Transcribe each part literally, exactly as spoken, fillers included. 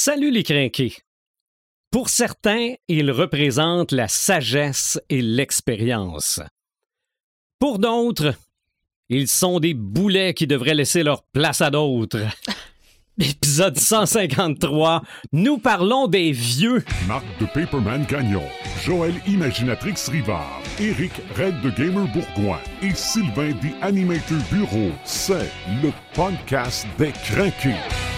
Salut les crinqués. Pour certains, ils représentent la sagesse et l'expérience. Pour d'autres, ils sont des boulets qui devraient laisser leur place à d'autres. Épisode cent cinquante-trois, nous parlons des vieux. Marc de Paperman Gagnon, Joël Imaginatrix Rivard, Éric Red de Gamer Bourgoin et Sylvain The Animator Bureau. C'est le podcast des crinqués.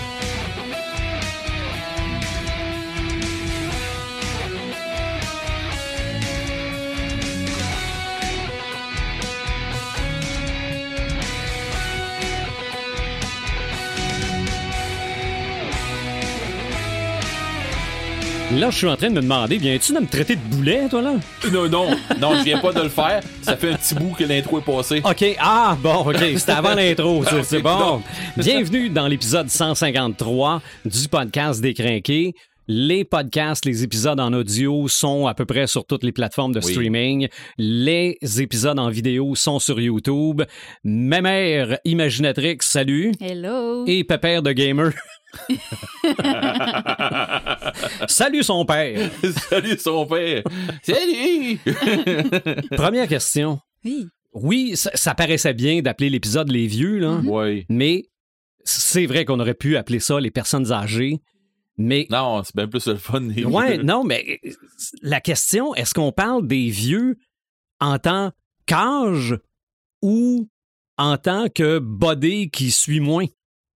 Là, je suis en train de me demander, viens-tu de me traiter de boulet, toi, là? Non, non, non, je viens pas de le faire. Ça fait un petit bout que l'intro est passée. OK, ah, bon, OK, c'était avant l'intro, c'est, c'est bon. Non. Bienvenue dans l'épisode cent cinquante-trois du podcast des crinqués. Les podcasts, les épisodes en audio sont à peu près sur toutes les plateformes de Oui. streaming. Les épisodes en vidéo sont sur YouTube. Ma mère Imaginatrix, salut. Hello! Et Pépère de Gamer. Salut son père. Salut son père. Salut. Première question. Oui. Oui, ça, ça paraissait bien d'appeler l'épisode Les Vieux, là, Oui. mais c'est vrai qu'on aurait pu appeler ça les personnes âgées. Mais Non, c'est bien plus le fun. les ouais, vieux. non, mais la question, est-ce qu'on parle des vieux en tant qu'âge ou en tant que body qui suit moins?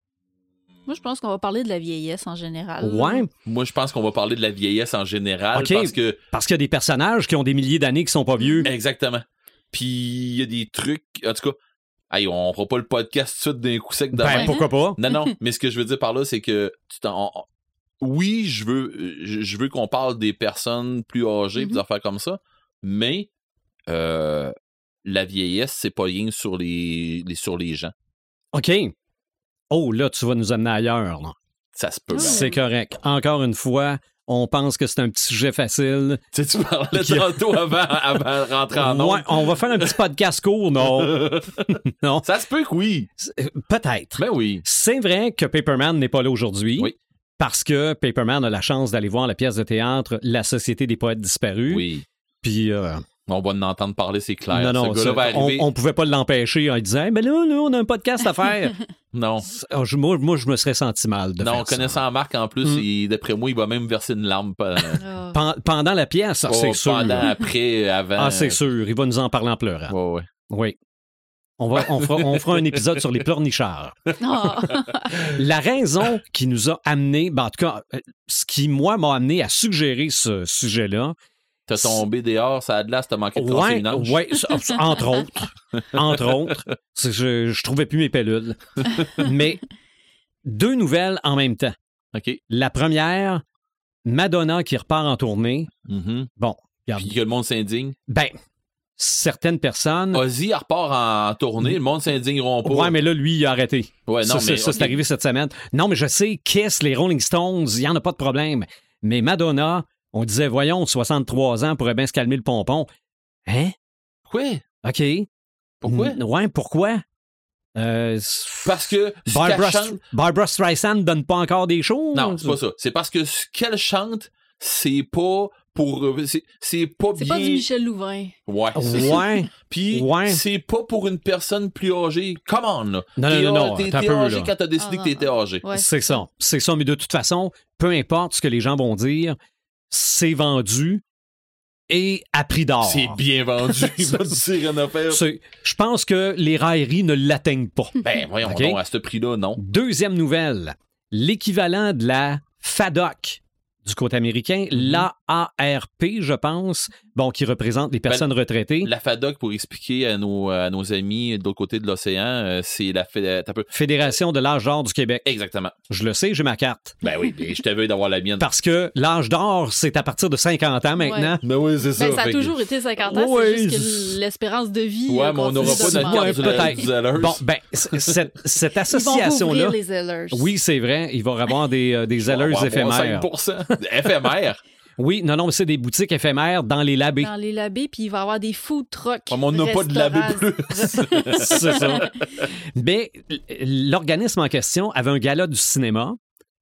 Moi, je pense qu'on va parler de la vieillesse en général. Ouais, Moi, je pense qu'on va parler de la vieillesse en général. OK. Parce que. parce qu'il y a des personnages qui ont des milliers d'années qui sont pas vieux. Exactement. Puis, il y a des trucs. En tout cas, hey, on fera pas le podcast tout de suite d'un coup sec de Ben, même. pourquoi pas? Non, non, mais ce que je veux dire par là, c'est que tu t'en- on- oui, je veux, je je veux qu'on parle des personnes plus âgées, Mhm. des affaires comme ça, mais euh, la vieillesse, c'est pas rien sur les, les- sur les gens. OK. Oh, là, tu vas nous amener ailleurs, là. Ça se peut. Oh. bien. C'est correct. Encore une fois, on pense que c'est un petit sujet facile. Tu sais, tu parlais tantôt avant, avant de rentrer en Ouais, ondes. on va faire un petit podcast court, non? Non. Ça se peut que oui. C'est- Peut-être. Ben oui. C'est vrai que Paperman n'est pas là aujourd'hui. Oui. Parce que Paperman a la chance d'aller voir la pièce de théâtre La Société des poètes disparus. Oui. Puis, euh, On va en entendre parler, c'est clair. non, non, Ce gars-là ça, va on, arriver. on pouvait pas l'empêcher en lui disant, ben là, là, on a un podcast à faire. Non. Ah, je- moi, moi, je me serais senti mal de Non, faire ça. connaissant Marc, en plus, Mm. il- d'après moi, il va même verser une larme. Pas, Ah. Pen- Pendant la pièce, ah, c'est pas sûr. pendant, après, avant. Ah, c'est sûr. Il va nous en parler en pleurant. Ouais, ouais. Oui. On, va, on, fera, on fera un épisode sur les pleurnichards. Ah. La raison qui nous a amené, ben, en tout cas, euh, ce qui, moi, m'a amené à suggérer ce sujet-là, T'as tombé dehors, ça a de l'as, t'as manqué de casser ouais, une hanche. ouais, ça- entre autres, entre autres, c'est que je, je trouvais plus mes pellules. Mais deux nouvelles en même temps. OK. La première, Madonna qui repart en tournée. Mhm. Bon, regarde, Puis que le monde s'indigne. ben, certaines personnes... Ozzy, elle repart en tournée, le monde s'indigneront pas. Ouais, mais là, lui, il a arrêté. Ouais, non, ça, ça, mais, ça, ok. c'est arrivé cette semaine. Non, mais je sais, Kiss, les Rolling Stones, il n'y en a pas de problème. Mais Madonna, on disait, voyons, soixante-trois ans pourrait bien se calmer le pompon. Hein? Pourquoi? OK. Pourquoi? Mm, ouais, pourquoi? Euh, c'est- Parce que ce Barbara, qu'elle chante... Barbara Streisand donne pas encore des shows? Non, c'est pas ça. C'est parce que ce qu'elle chante, c'est pas pour... C'est, c'est pas C'est bien... pas du Michel Louvain. Ouais, c'est ça. Ouais. Puis Ouais. c'est pas pour une personne plus âgée. Come on, là. Non, T'es, non, non, non, T'es, attends t'es un peu, âgé là. quand t'as décidé Ah, que t'étais âgé. Ouais, C'est ça. C'est ça, mais de toute façon, peu importe ce que les gens vont dire, c'est vendu et à prix d'or. C'est bien vendu. Il va te dire une affaire. C'est- Je pense que les railleries ne l'atteignent pas. Ben, voyons OK. donc, à ce prix-là, non. Deuxième nouvelle, l'équivalent de la FADOC du côté américain, Mhm. l'A A R P, je pense, bon, qui représente les personnes retraitées. La FADOC, pour expliquer à nos, à nos amis de l'autre côté de l'océan, euh, c'est la... Fé- t'as peu... Fédération de l'âge d'or du Québec. Exactement. Je le sais, j'ai ma carte. Ben oui, ben, je t'avais d'avoir la mienne. Parce que l'âge d'or, c'est à partir de cinquante ans maintenant. Ben oui, c'est Ben, ça a Fait que- toujours été cinquante ans, Ouais, c'est juste c'est- que l'espérance de vie. Ouais, euh, mais on n'aura continue pas de notre demander. Ouais, carte du- peut-être. du Zellers. Bon, ben, c- cette, cette Ils vont association-là... rouvrir les Zellers. Oui, c'est vrai, il va y avoir des, euh, des On va zèleuses avoir éphémères. cinq pour cent. Éphémère. Oui, non, non, mais c'est des boutiques éphémères dans les labés. Dans les labés, puis il va y avoir des food trucks. Comme on n'a pas de labé restaurants. plus. C'est ça. Mais l- l'organisme en question avait un gala du cinéma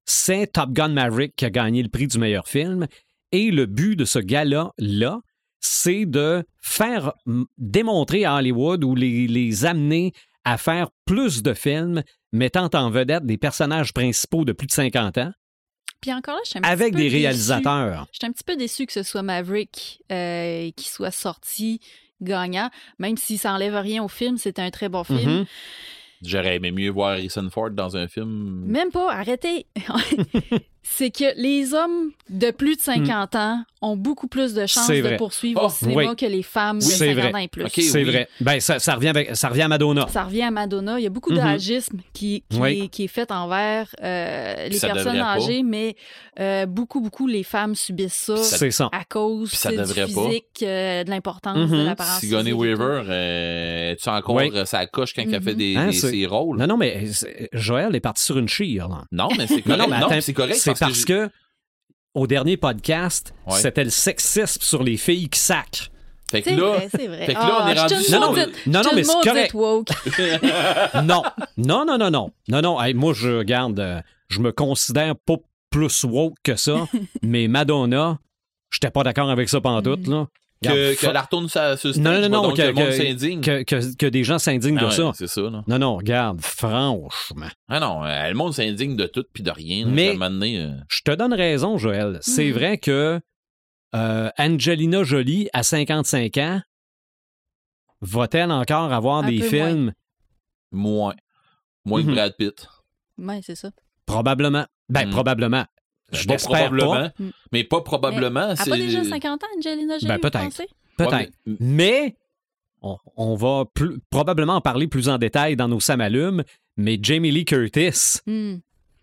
c'est Top Gun Maverick qui a gagné le prix du meilleur film. Et le but de ce gala-là, c'est de faire m- démontrer à Hollywood ou les, les amener à faire plus de films mettant en vedette des personnages principaux de plus de cinquante ans. Puis encore là, je suis un petit avec peu des déçue. réalisateurs. Je suis un petit peu déçu que ce soit Maverick euh, qui soit sorti gagnant, même si ça enlève rien au film, c'était un très bon film. Mm-hmm. J'aurais aimé mieux voir Harrison Ford dans un film. Même pas, arrêtez. C'est que les hommes de plus de cinquante mm. ans ont beaucoup plus de chances C'est de vrai. poursuivre Oh, au cinéma oui. que les femmes Oui, de c'est cinquante vrai. ans et plus. Ok, C'est oui. vrai. Ben, ça, ça, revient avec, ça revient à Madonna. Ça revient à Madonna. Il y a beaucoup Mhm. d'agisme qui, qui, Oui. est, qui est fait envers euh, les ça personnes devrait pas. âgées, mais euh, beaucoup, beaucoup les femmes subissent ça C'est ça. à cause Puis ça tu sais, du devrait pas. physique, euh, de l'importance Mhm. de l'apparence Sigourney physique et tout. Weaver, euh, es-tu encore Oui. euh, sa coche quand elle Mhm. fait des, Hein, des- c'est- ses rôles? Non, non, mais c'est- Joël est parti sur une chire. Là. Non, mais c'est Non, correct. non, mais Non, attends, c'est correct. c'est parce que... que au dernier podcast, Ouais. c'était le sexisme sur les filles qui sacrent. Fait que C'est là, vrai, c'est vrai. fait que là, on est Ah, rendu je te sur- Non, non, maudite- non, je non, te mais c'est maudite correct. woke. Non, non, non, non, non. Non, non, hey, moi, je regarde, euh, je me considère pas plus woke que ça, mais Madonna, j'étais pas d'accord avec ça pantoute, Mm. là. que, Regarde, que fa- la retourne sur sur stage, Non, non, va non, donc que- le monde que- s'indigne. que, que, que des gens s'indignent Ah de ouais, ça. c'est ça, là. Non, non, regarde, franchement. Ah non, euh, le monde s'indigne de tout puis de rien. là. Mais- À un moment donné, euh, Je te donne raison, Joël. C'est Mhm. vrai que euh, Angelina Jolie, à cinquante-cinq ans, va-t-elle encore avoir Un des peu films? moins. Moins Mhm. que Brad Pitt. Ouais, c'est ça. Probablement. Ben, Mhm. probablement. Je Pas l'espère probablement. pas. Mm. Mais pas probablement. Elle n'a c'est... pas déjà cinquante ans, Angelina Jolie, Ben, vous peut-être. pensez? Peut-être. Ouais, mais- Mais on, on va plus- probablement en parler plus en détail dans nos samalumes, mais Jamie Lee Curtis, Hmm.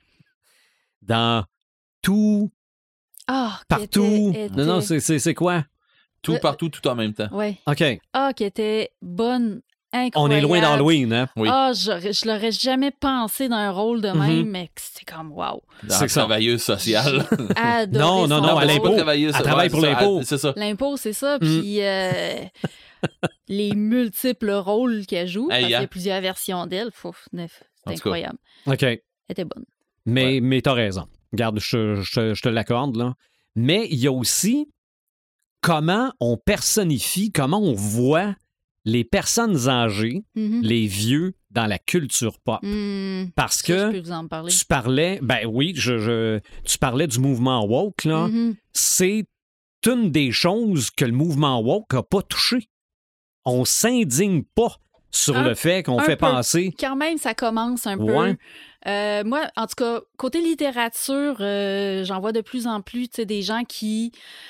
dans tout, Ah, qui partout. était- Non, non, était- c'est, c'est, c'est quoi? Tout Euh, partout, tout en même temps. Ouais. OK. Ah, qui était bonne, On incroyable. est loin d'Halloween, hein? Oui. Ah, j'aurais- je l'aurais jamais pensé dans un rôle de même, mais que c'était comme wow. Dans C'est ça. travailleuse sociale. Adoré Non, non, son non, à rôle. l'impôt. pas travailleuse, Elle travaille ouais, pour c'est ça, l'impôt. elle- C'est ça. L'impôt, c'est ça. Mm. Puis euh, les multiples rôles qu'elle joue, parce Hey, qu'il y a hein. plusieurs versions d'elle. Fouf, neuf, En c'est tout cas. incroyable. OK. Elle était bonne. Mais, Ouais. mais t'as raison. Regarde, je, je- je te l'accorde, là. Mais il y a aussi comment on personnifie, comment on voit les personnes âgées, Mhm. les vieux, dans la culture pop. Hmm. Parce Ça, je que peux vous en parler. tu parlais, ben oui, je, je- tu parlais du mouvement woke, là. Mhm. C'est une des choses que le mouvement woke n'a pas touché. On s'indigne pas sur Un- le fait qu'on un fait peu. penser. Quand même, ça commence un Ouais. peu. Euh, moi, en tout cas, côté littérature, euh, j'en vois de plus en plus tu sais, des gens qui,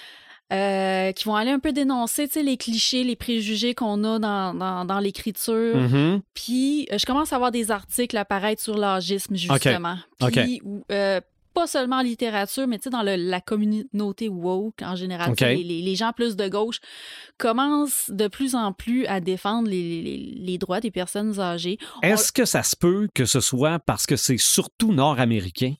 euh, qui vont aller un peu dénoncer tu sais, les clichés, les préjugés qu'on a dans, dans, dans l'écriture. Mhm. Puis, euh, je commence à voir des articles apparaître sur l'âgisme, justement. OK. Puis, ou, euh, pas seulement en littérature, mais tu sais, dans le- la communauté woke en général. OK. Tu sais, Les, les- les gens plus de gauche commencent de plus en plus à défendre les, les- les droits des personnes âgées. Est-ce que ça se peut que ce soit parce que c'est surtout nord-américain?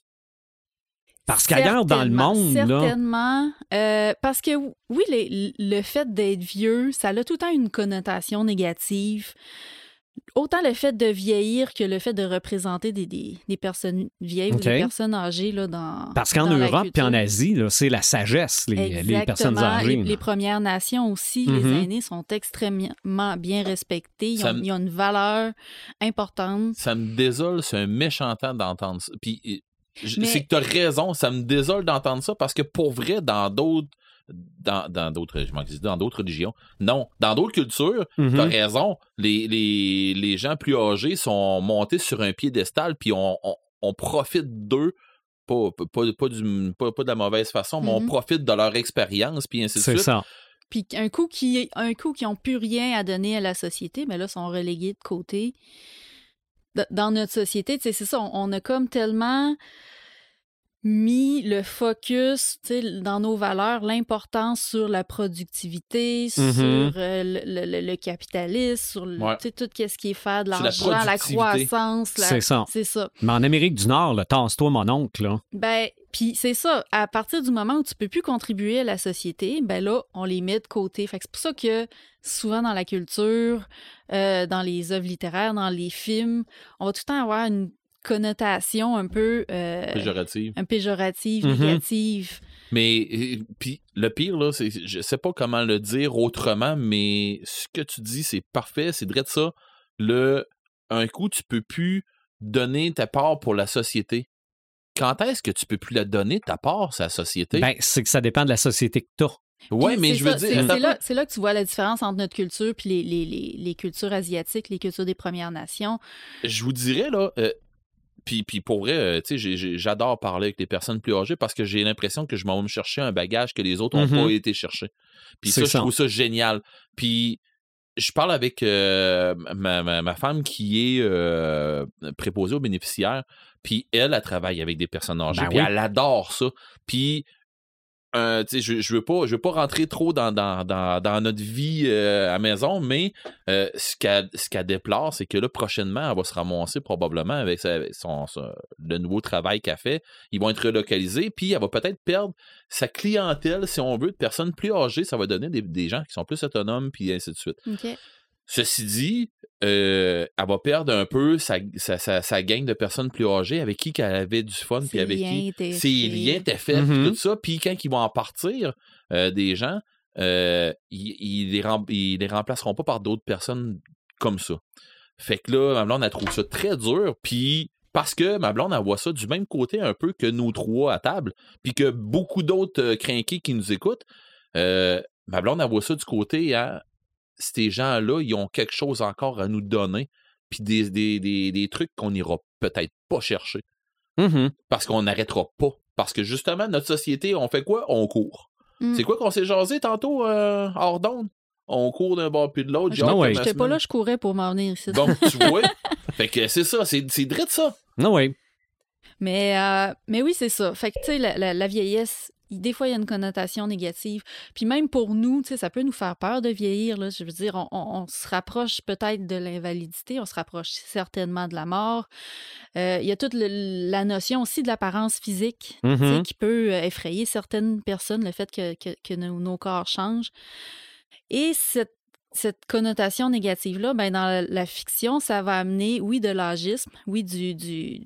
Parce qu'ailleurs dans le Certainement, monde, là. Certainement. Euh, parce que oui, les- le fait d'être vieux, ça a tout le temps une connotation négative. Autant le fait de vieillir que le fait de représenter des, des, des personnes vieilles OK. ou des personnes âgées là, dans Parce qu'en dans la Europe et en culture. Asie, là, c'est la sagesse, les, les Exactement. personnes âgées. Les, là. les Premières Nations aussi, Mhm. les aînés sont extrêmement bien respectés. Ils Ça ont, me- ils ont une valeur importante. Ça me désole, c'est un méchant temps d'entendre ça. Puis, euh, j- Mais- c'est que t'as raison, ça me désole d'entendre ça parce que pour vrai, dans d'autres. Dans, dans d'autres je m'en dis, dans d'autres religions. Non, dans d'autres cultures, Mhm. t'as raison. Les, les, les gens plus âgés sont montés sur un piédestal, puis on, on, on profite d'eux, pas, pas, pas, du, pas, pas de la mauvaise façon, mais on Mhm. profite de leur expérience, puis ainsi de C'est suite. ça. Puis un coup qui un coup qui n'ont plus rien à donner à la société, mais là, sont relégués de côté. D- Dans notre société, tu sais, c'est ça, on, on a comme tellement mis le focus tu sais, dans nos valeurs, l'importance sur la productivité, sur Mhm. euh, le, le- le capitalisme, sur le- Ouais. tu sais, tout ce qui est fait de Sur la l'argent, la, productivité. croissance. la- C'est ça. C'est ça. Mais en Amérique du Nord, là, tasse-toi, mon oncle, là. Ben, puis c'est ça, à partir du moment où tu peux plus contribuer à la société, ben là, on les met de côté. Fait que c'est pour ça que souvent dans la culture, euh, dans les œuvres littéraires, dans les films, on va tout le temps avoir une connotation un peu... Euh, péjorative. Un péjorative, Mm-hmm. négative. Mais, puis le pire, là, c'est, je sais pas comment le dire autrement, mais ce que tu dis, c'est parfait, c'est vrai de ça. Le, un coup, tu peux plus donner ta part pour la société. Quand est-ce que tu peux plus la donner, ta part, à la société? Ben, c'est que ça dépend de la société que t'as. Ouais, Puis mais c'est je veux ça, dire... C'est, attends c'est, un là, peu. c'est là que tu vois la différence entre notre culture puis les, les, les, les cultures asiatiques, les cultures des Premières Nations. Je vous dirais, là... Euh, Puis, puis pour vrai, euh, tu sais, j'ai, j'ai, j'adore parler avec les personnes plus âgées parce que j'ai l'impression que je m'en vais me chercher un bagage que les autres n'ont Mm-hmm. pas été chercher. Puis C'est ça, je ça. trouve ça génial. Puis je parle avec euh, ma, ma, ma femme qui est euh, préposée aux bénéficiaires. Puis elle, elle travaille avec des personnes âgées. Ben puis oui. elle adore ça. Puis... Euh, je, je veux pas, je veux pas rentrer trop dans, dans, dans, dans notre vie euh, à maison, mais euh, ce qu'elle, ce qu'elle déplore, c'est que là, prochainement, elle va se ramasser probablement avec, sa, avec son, son, le nouveau travail qu'elle fait. Ils vont être relocalisés, puis elle va peut-être perdre sa clientèle, si on veut, de personnes plus âgées. Ça va donner des, des gens qui sont plus autonomes, puis ainsi de suite. OK. Ceci dit, euh, elle va perdre un peu sa, sa, sa, sa gang de personnes plus âgées avec qui qu'elle avait du fun, puis avec qui ses liens étaient faits, Mm-hmm. puis tout ça. Puis quand ils vont en partir, euh, des gens, euh, ils, ils, les rem- ils les remplaceront pas par d'autres personnes comme ça. Fait que là, ma blonde, elle trouve ça très dur, puis parce que ma blonde, elle voit ça du même côté un peu que nous trois à table, puis que beaucoup d'autres euh, crinqués qui nous écoutent, euh, ma blonde, elle voit ça du côté à... Ces gens-là, ils ont quelque chose encore à nous donner, puis des, des, des, des trucs qu'on n'ira peut-être pas chercher, Mm-hmm. parce qu'on n'arrêtera pas. Parce que justement, notre société, on fait quoi? On court. Mm. C'est quoi qu'on s'est jasé tantôt euh, hors d'onde? On court d'un bord puis de l'autre. Je j'ai hâte Non, que ouais. ma J'étais pas semaine- là, je courais pour m'en venir ici. Donc, tu vois? Fait que c'est ça, c'est, c'est drôle de ça. Non, oui. Mais, euh, mais oui, c'est ça. Fait que, tu sais, la, la, la vieillesse, il- des fois, il y a une connotation négative. Puis même pour nous, tu sais, ça peut nous faire peur de vieillir, là. Je veux dire, on, on- on se rapproche peut-être de l'invalidité, on se rapproche certainement de la mort. Euh, il y a toute le- la notion aussi de l'apparence physique, tu sais, Mm-hmm. qui peut euh, effrayer certaines personnes, le fait que, que, que nos, nos corps changent. Et cette cette connotation négative-là, ben, dans la, la fiction, ça va amener, oui, de l'âgisme, oui, du, du,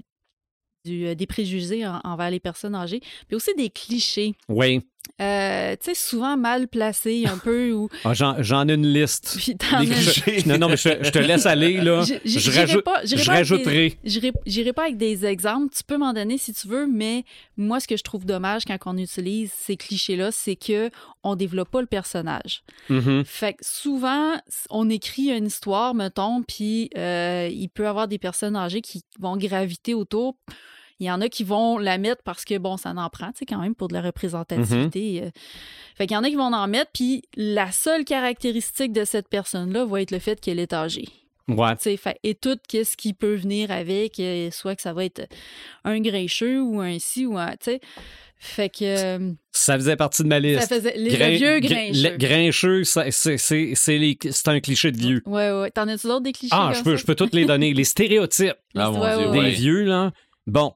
du, euh, des préjugés en- envers les personnes âgées, puis aussi des clichés, Oui. euh, tu sais, souvent mal placés un peu, ou... Ah, j'en, j'en ai une liste. Puis t'en Des as- clichés. Non, non, mais je, je te laisse aller, là. J- j- Je, j'irai rajoute, pas- j'irai je pas avec rajouterai. des- J'irai j'irai pas avec des exemples. Tu peux m'en donner si tu veux, mais moi, ce que je trouve dommage quand on utilise ces clichés-là, c'est que on développe pas le personnage. Mhm. Fait que souvent, on écrit une histoire, mettons, puis euh, il peut y avoir des personnes âgées qui vont graviter autour. Il y en a qui vont la mettre parce que, bon, ça en prend, tu sais, quand même, pour de la représentativité. euh. Fait qu'il y en a qui vont en mettre, puis la seule caractéristique de cette personne-là va être le fait qu'elle est âgée. Ouais. Tu sais, fait, et tout, qu'est-ce qui peut venir avec, euh, soit que ça va être un grincheux ou un ci ou un, tu sais. Fait que euh, Ça faisait partie de ma liste. ça faisait les Grin- le vieux gr- grincheux. le grincheux, ça- c'est, c'est, c'est, les- c'est un cliché de vieux. Ouais, ouais. T'en as-tu d'autres des clichés? Ah, comme je peux, ça? je peux toutes les donner. Les stéréotypes Ah, mon Ouais, Dieu, ouais, des ouais. vieux, là. Bon.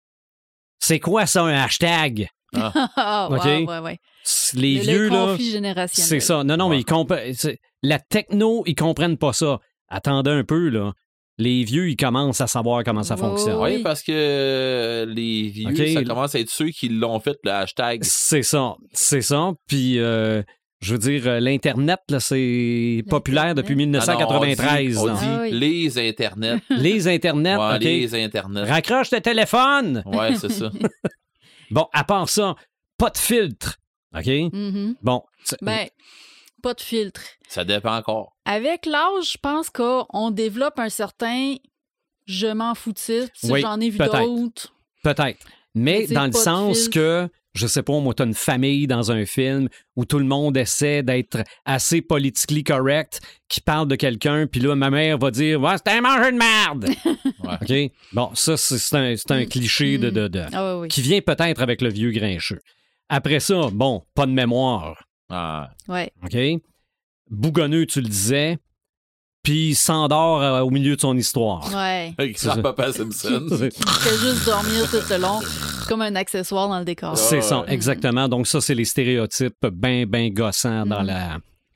C'est quoi ça, un hashtag? Ah, OK. ouais, ouais, ouais. C'est- Les Le- vieux, le là. conflit générationnel. C'est ça. Non, non, Ouais. mais ils comprennent. c'est- La techno, ils comprennent pas ça. Attendez un peu, là. Les vieux, ils commencent à savoir comment ça Ouais, fonctionne. ouais, Oui, parce que euh, les vieux, OK. ça commence à être ceux qui l'ont fait, le hashtag. C'est ça. C'est ça. Puis, euh, je veux dire, euh, l'Internet, là, c'est populaire depuis mille neuf cent quatre-vingt-treize. Ah non, là. on dit, Ah on oui. dit les internets. Les Internets, Ouais, OK. les internets. Raccroche le téléphone! Ouais, c'est ça. Bon, à part ça, pas de filtre. OK? Mhm. Bon. c'est- Ben, pas de filtre. Ça dépend encore. Avec l'âge, je pense qu'on développe un certain je m'en foutisme. Si Oui, j'en ai vu peut-être. d'autres. Peut-être. Mais Mais c'est dans le pas de sens filtre. que, je sais pas, moi, t'as une famille dans un film où tout le monde essaie d'être assez politically correct, qui parle de quelqu'un, puis là, ma mère va dire « Ouais, c'est un mangeur de merde! » Ouais. OK? Bon, ça, c'est, c'est un, c'est un Mm. cliché de, de, de- Ah oui, qui vient peut-être avec le vieux grincheux. Après ça, bon, pas de mémoire. Ah, oui. Ouais. OK? Bougonneux, tu le disais, puis il s'endort euh, au milieu de son histoire. Ouais. avec C'est ça. grand-papa Simpson. Qui, qui fait juste dormir tout le long, comme un accessoire dans le décor. C'est Ah, ça, ouais. exactement. Donc ça, c'est les stéréotypes bien, bien gossants dans, Mhm. la,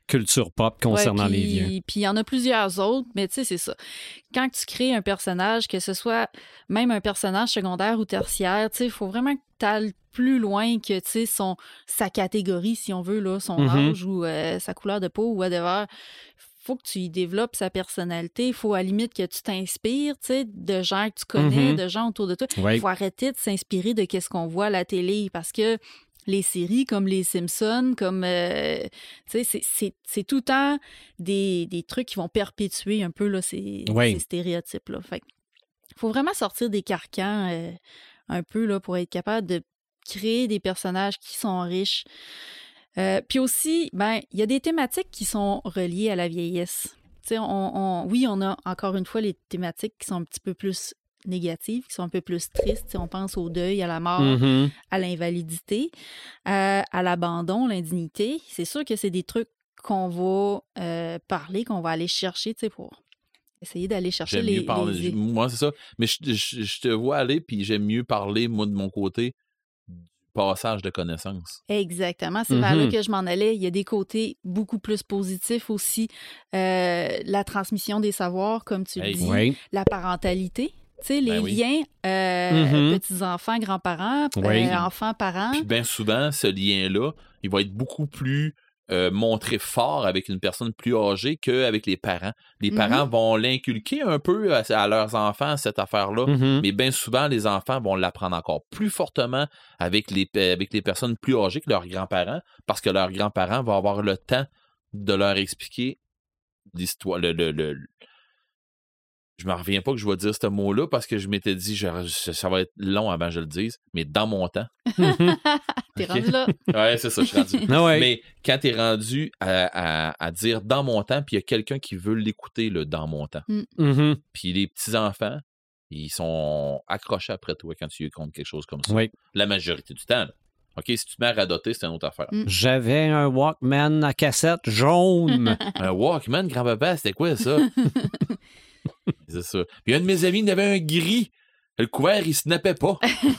culture pop concernant Ouais, puis, les liens. Puis il y en a plusieurs autres, mais tu sais, c'est ça. Quand tu crées un personnage, que ce soit même un personnage secondaire ou tertiaire, tu sais, il faut vraiment que tu ailles plus loin que, tu sais, son, sa catégorie, si on veut, là, son Mhm. âge ou euh, sa couleur de peau ou whatever. Faut que tu y développes sa personnalité. Il faut à la limite que tu t'inspires, tu sais, de gens que tu connais, Mhm. de gens autour de toi. Il Ouais. faut arrêter de s'inspirer de ce qu'on voit à la télé parce que les séries comme les Simpsons, comme, euh, tu sais, c'est- c'est c'est tout le temps des, des trucs qui vont perpétuer un peu là, ces, Ouais. ces stéréotypes-là. Fait il faut vraiment sortir des carcans euh, un peu là, pour être capable de créer des personnages qui sont riches. Euh, puis aussi, ben, il y a des thématiques qui sont reliées à la vieillesse. Tu sais, on, on- oui, on a encore une fois les thématiques qui sont un petit peu plus négatives, qui sont un peu plus tristes. Tu sais, on pense au deuil, à la mort, Mhm. à l'invalidité, euh, à l'abandon, l'indignité. C'est sûr que c'est des trucs qu'on va euh, parler, qu'on va aller chercher, tu sais, pour essayer d'aller chercher J'aime les, mieux parler. les- Moi, c'est ça. Mais je, je- je te vois aller, puis j'aime mieux parler, moi, de mon côté, du passage de connaissances. Exactement, c'est vers là Mhm. que je m'en allais. Il y a des côtés beaucoup plus positifs aussi. Euh, la transmission des savoirs, comme tu le Hey. dis, Oui. la parentalité. Tu sais, les Ben oui. liens euh, Mhm. petits-enfants, grands-parents, Oui. euh, enfants-parents. Puis bien souvent, ce lien-là, il va être beaucoup plus euh, montré fort avec une personne plus âgée qu'avec les parents. Les Mhm. parents vont l'inculquer un peu à, à leurs enfants, cette affaire-là, Mhm. mais bien souvent, les enfants vont l'apprendre encore plus fortement avec les, avec les personnes plus âgées que leurs grands-parents, parce que leurs grands-parents vont avoir le temps de leur expliquer l'histoire, le, le, le, je m'en reviens pas que je vais dire ce mot-là parce que je m'étais dit je, je- ça va être long avant que je le dise, mais dans mon temps. Mhm. T'es Ok. rendu là. Ouais, c'est ça, je suis rendu. Ah ouais. Mais quand t'es rendu à, à- à dire dans mon temps, puis il y a quelqu'un qui veut l'écouter, le dans mon temps. Mhm. Puis les petits-enfants, ils sont accrochés après toi quand tu lui comptes quelque chose comme ça. Oui. La majorité du temps. là. OK, si tu te mets à radoter, c'est une autre affaire. Mm. J'avais un Walkman à cassette jaune. Un Walkman, grand-papa, c'était quoi ça? C'est ça. Puis un de mes amis, il avait un gris. Le couvert, il snappait pas.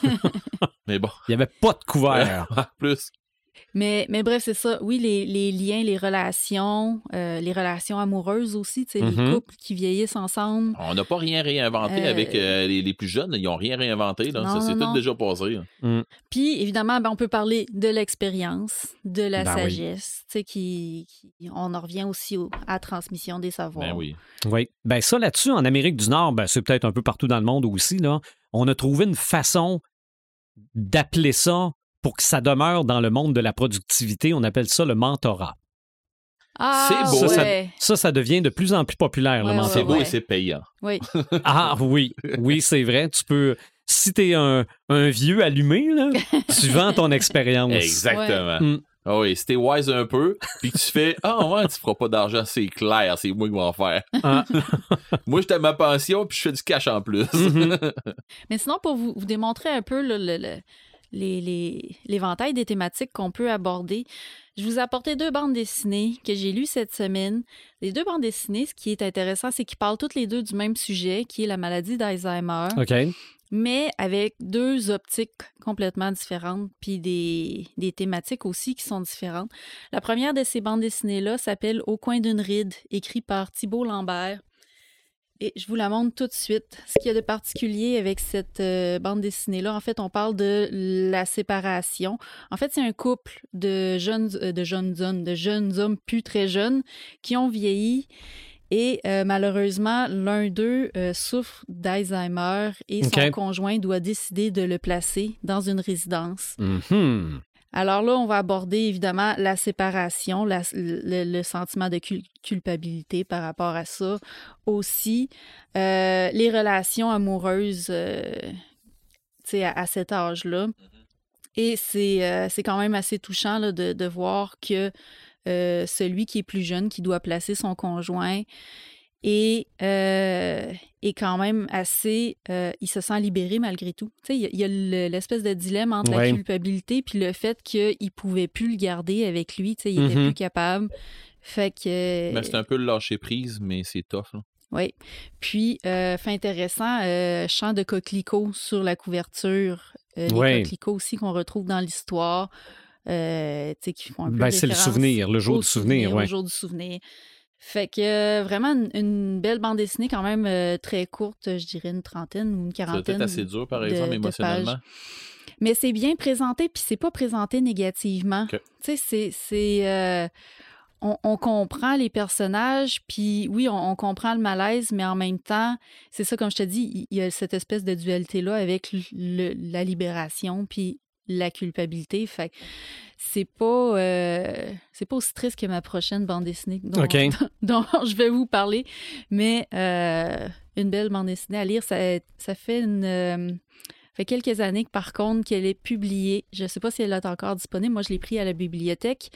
Mais bon. Il n'y avait pas de couvert. En plus. Mais, mais bref, c'est ça. Oui, les, les liens, les relations, euh, les relations amoureuses aussi, tu sais, Mhm. les couples qui vieillissent ensemble. On n'a pas rien réinventé Euh, avec euh, les, les plus jeunes. Ils n'ont rien réinventé. Là. Non, Ça, c'est non, tout non. déjà passé. là. Puis, évidemment, ben, on peut parler de l'expérience, de la Ben oui. sagesse, tu sais, qui, qui- on en revient aussi au- à la transmission des savoirs. Ben oui. Oui. Ben ça, là-dessus, en Amérique du Nord, ben, c'est peut-être un peu partout dans le monde aussi, là, on a trouvé une façon d'appeler ça pour que ça demeure dans le monde de la productivité. On appelle ça le mentorat. Ah, C'est beau. Ça, ça- ouais. Ça, ça devient de plus en plus populaire, Ouais, le ouais, C'est mentorat. beau ouais. et c'est payant. Oui. Ah oui, oui, c'est vrai. Tu peux, si t'es un, un vieux allumé, là, tu vends ton expérience. Exactement. Mm. Ah oui, si t'es wise un peu, puis que tu fais « Ah ouais, tu feras pas d'argent, c'est clair, c'est moi qui vais en faire. Ah. Moi, j'étais à ma pension, puis je fais du cash en plus. Mhm. Mais sinon, pour vous, vous démontrer un peu là, le, le- les, les- l'éventail des thématiques qu'on peut aborder, je vous ai apporté deux bandes dessinées que j'ai lues cette semaine. Les deux bandes dessinées, ce qui est intéressant, c'est qu'ils parlent toutes les deux du même sujet, qui est la maladie d'Alzheimer, OK. mais avec deux optiques complètement différentes, puis des, des thématiques aussi qui sont différentes. La première de ces bandes dessinées-là s'appelle « Au coin d'une ride », écrit par Thibault Lambert. Et je vous la montre tout de suite. Ce qu'il y a de particulier avec cette euh, bande dessinée-là, en fait, on parle de la séparation. En fait, c'est un couple de jeunes, euh, de jeunes hommes, de jeunes hommes plus très jeunes qui ont vieilli. Et euh, malheureusement, l'un d'eux euh, souffre d'Alzheimer et son OK. conjoint doit décider de le placer dans une résidence. Mhm. Alors là, on va aborder évidemment la séparation, la- le, le sentiment de cul- culpabilité par rapport à ça. Aussi, euh, les relations amoureuses euh, tu sais, à, à cet âge-là. Et c'est euh, c'est quand même assez touchant là, de, de voir que euh, celui qui est plus jeune, qui doit placer son conjoint, et euh, est quand même assez... euh, il se sent libéré malgré tout. Tu sais, il y a, il y a le- l'espèce de dilemme entre Ouais. la culpabilité puis le fait qu'il ne pouvait plus le garder avec lui. Tu sais, il était Mhm. plus capable. Fait que... Mais c'est un peu le lâcher prise, mais c'est tough. Là. Oui. Puis, euh, fait intéressant, euh, chant de coquelicots sur la couverture. Euh, les Ouais. coquelicots aussi qu'on retrouve dans l'histoire. euh, tu sais, qui font un peu Ben, c'est le référence souvenir, le jour au du souvenir, au ouais. jour du souvenir. Fait que euh, vraiment une, une belle bande dessinée quand même euh, très courte, je dirais une trentaine ou une Ça doit quarantaine être assez dur, par de- exemple, de émotionnellement. pages. Mais c'est bien présenté, puis c'est pas présenté négativement. Ok. Tu sais, c'est... c'est euh, on, on comprend les personnages, puis oui, on, on comprend le malaise, mais en même temps, c'est ça, comme je te dis, il, il y a cette espèce de dualité-là avec le- le- la libération, puis la culpabilité. Fait que c'est pas, euh, c'est pas aussi triste que ma prochaine bande dessinée dont, OK. dont je vais vous parler, mais euh, une belle bande dessinée à lire. Ça, ça fait une... euh, fait quelques années que, par contre, qu'elle est publiée. Je ne sais pas si elle est encore disponible. Moi, je l'ai pris à la bibliothèque.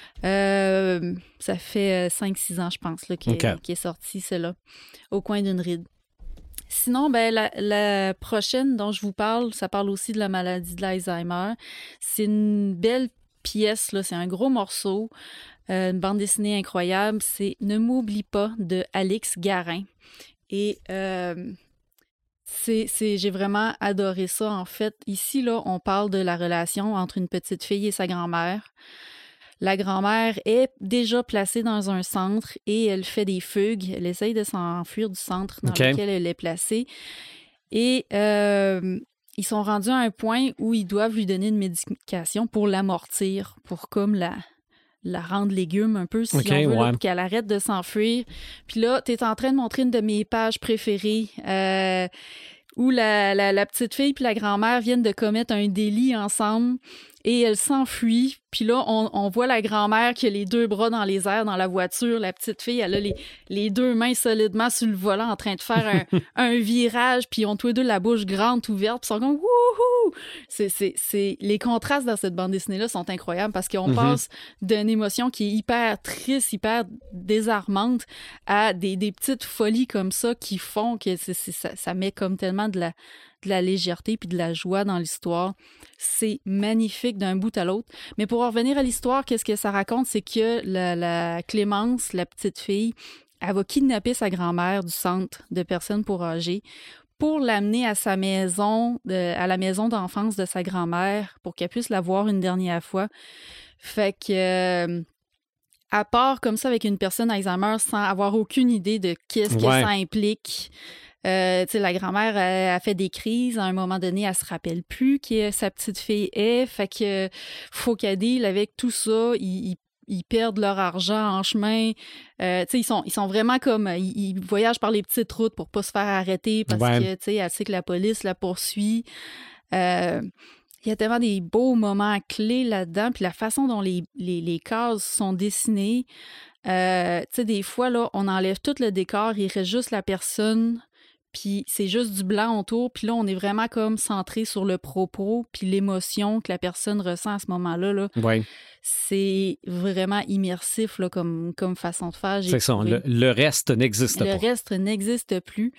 Euh, ça fait cinq six ans, je pense, là, qu'elle OK. qu'elle est sortie, celle-là, au coin d'une ride. Sinon, ben, la, la prochaine dont je vous parle, ça parle aussi de la maladie de l'Alzheimer. C'est une belle pièce, là, c'est un gros morceau, euh, une bande dessinée incroyable. C'est « Ne m'oublie pas » de Alix Garin. Et... Euh, C'est, c'est, j'ai vraiment adoré ça, en fait. Ici, là, on parle de la relation entre une petite fille et sa grand-mère. La grand-mère est déjà placée dans un centre et elle fait des fugues. Elle essaye de s'enfuir du centre dans OK. lequel elle est placée. Et euh, ils sont rendus à un point où ils doivent lui donner une médication pour l'amortir, pour comme la... la rendre légume un peu, si OK, on veut, là, ouais. pour qu'elle arrête de s'enfuir. Puis là, tu es en train de montrer une de mes pages préférées euh, où la, la, la petite fille puis la grand-mère viennent de commettre un délit ensemble et elle s'enfuit. Puis là, on, on voit la grand-mère qui a les deux bras dans les airs dans la voiture. La petite fille, elle a les, les deux mains solidement sur le volant en train de faire un, un virage. Puis ils ont tous les deux la bouche grande ouverte. Puis ils sont comme « wouhou ». C'est, c'est, c'est... Les contrastes dans cette bande dessinée-là sont incroyables parce qu'on Mhm. passe d'une émotion qui est hyper triste, hyper désarmante à des, des petites folies comme ça qui font que c'est, c'est, ça, ça met comme tellement de la, de la légèreté puis de la joie dans l'histoire. C'est magnifique d'un bout à l'autre. Mais pour en revenir à l'histoire, qu'est-ce que ça raconte? C'est que la, la Clémence, la petite fille, elle va kidnapper sa grand-mère du centre de personnes pour âgés pour l'amener à sa maison, de, à la maison d'enfance de sa grand-mère, pour qu'elle puisse la voir une dernière fois. Fait que, euh, à part comme ça avec une personne Alzheimer sans avoir aucune idée de qu'est-ce que Ouais. ça implique. Euh, tu sais, la grand-mère elle, a fait des crises. À un moment donné, elle se rappelle plus qui sa petite fille est. Fait que faut qu'elle deal avec tout ça. Ils, ils Ils perdent leur argent en chemin. Euh, tu sais, ils sont, ils sont vraiment comme... Ils, ils voyagent par les petites routes pour pas se faire arrêter parce Ouais. que, tu sais, elle sait que la police la poursuit. Euh, il y a tellement des beaux moments clés là-dedans. Puis la façon dont les, les, les cases sont dessinées. Euh, tu sais, des fois, là, on enlève tout le décor. Il reste juste la personne... Puis c'est juste du blanc autour. Puis là, on est vraiment comme centré sur le propos puis l'émotion que la personne ressent à ce moment-là. Là. Ouais. C'est vraiment immersif là, comme, comme façon de faire. J'ai C'est ça. trouvé. Le, le reste n'existe Le pas. reste n'existe plus.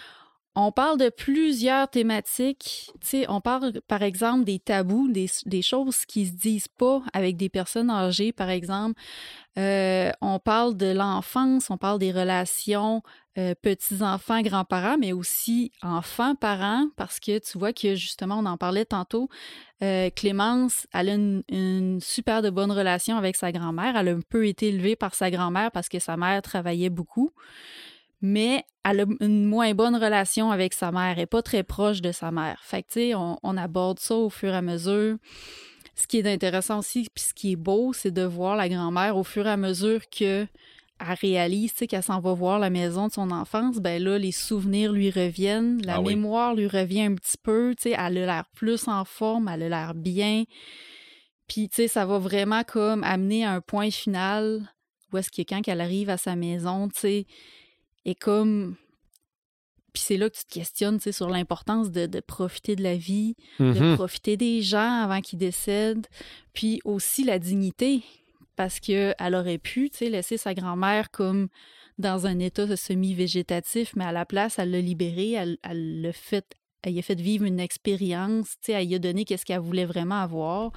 On parle de plusieurs thématiques. Tu sais, on parle, par exemple, des tabous, des, des choses qui se disent pas avec des personnes âgées, par exemple. Euh, on parle de l'enfance, on parle des relations euh, petits-enfants, grands-parents, mais aussi enfants-parents, parce que tu vois que, justement, on en parlait tantôt, euh, Clémence, elle a une, une super de bonne relation avec sa grand-mère. Elle a un peu été élevée par sa grand-mère parce que sa mère travaillait beaucoup. Mais elle a une moins bonne relation avec sa mère. Elle n'est pas très proche de sa mère. Fait que, tu sais, on, on aborde ça au fur et à mesure. Ce qui est intéressant aussi, puis ce qui est beau, c'est de voir la grand-mère au fur et à mesure qu'elle réalise, tu sais, qu'elle s'en va voir la maison de son enfance. Ben là, les souvenirs lui reviennent, la Ah oui. mémoire lui revient un petit peu, tu sais, elle a l'air plus en forme, elle a l'air bien. Puis, tu sais, ça va vraiment comme amener à un point final où est-ce que quand elle arrive à sa maison, tu sais, et comme... Puis c'est là que tu te questionnes, tu sais, sur l'importance de, de profiter de la vie, de Mhm. profiter des gens avant qu'ils décèdent, puis aussi la dignité, parce qu'elle aurait pu, tu sais, laisser sa grand-mère comme dans un état semi-végétatif, mais à la place, elle l'a libérée, elle, elle l'a fait, elle y a fait vivre une expérience, tu sais, elle y a donné qu'est-ce qu'elle voulait vraiment avoir.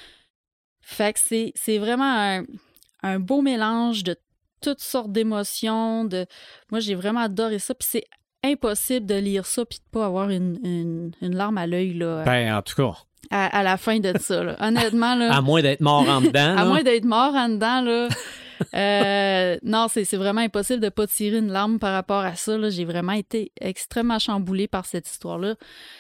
Fait que c'est, c'est vraiment un, un beau mélange de toutes sortes d'émotions. De... Moi, j'ai vraiment adoré ça. Puis c'est impossible de lire ça puis de pas avoir une, une, une larme à l'œil. Là. Ben, en tout cas. à, à la fin de ça. Là. Honnêtement, là, À moins d'être mort en dedans. à là. moins d'être mort en dedans, là. euh, non, c'est, c'est vraiment impossible de ne pas tirer une larme par rapport à ça. Là. J'ai vraiment été extrêmement chamboulée par cette histoire-là.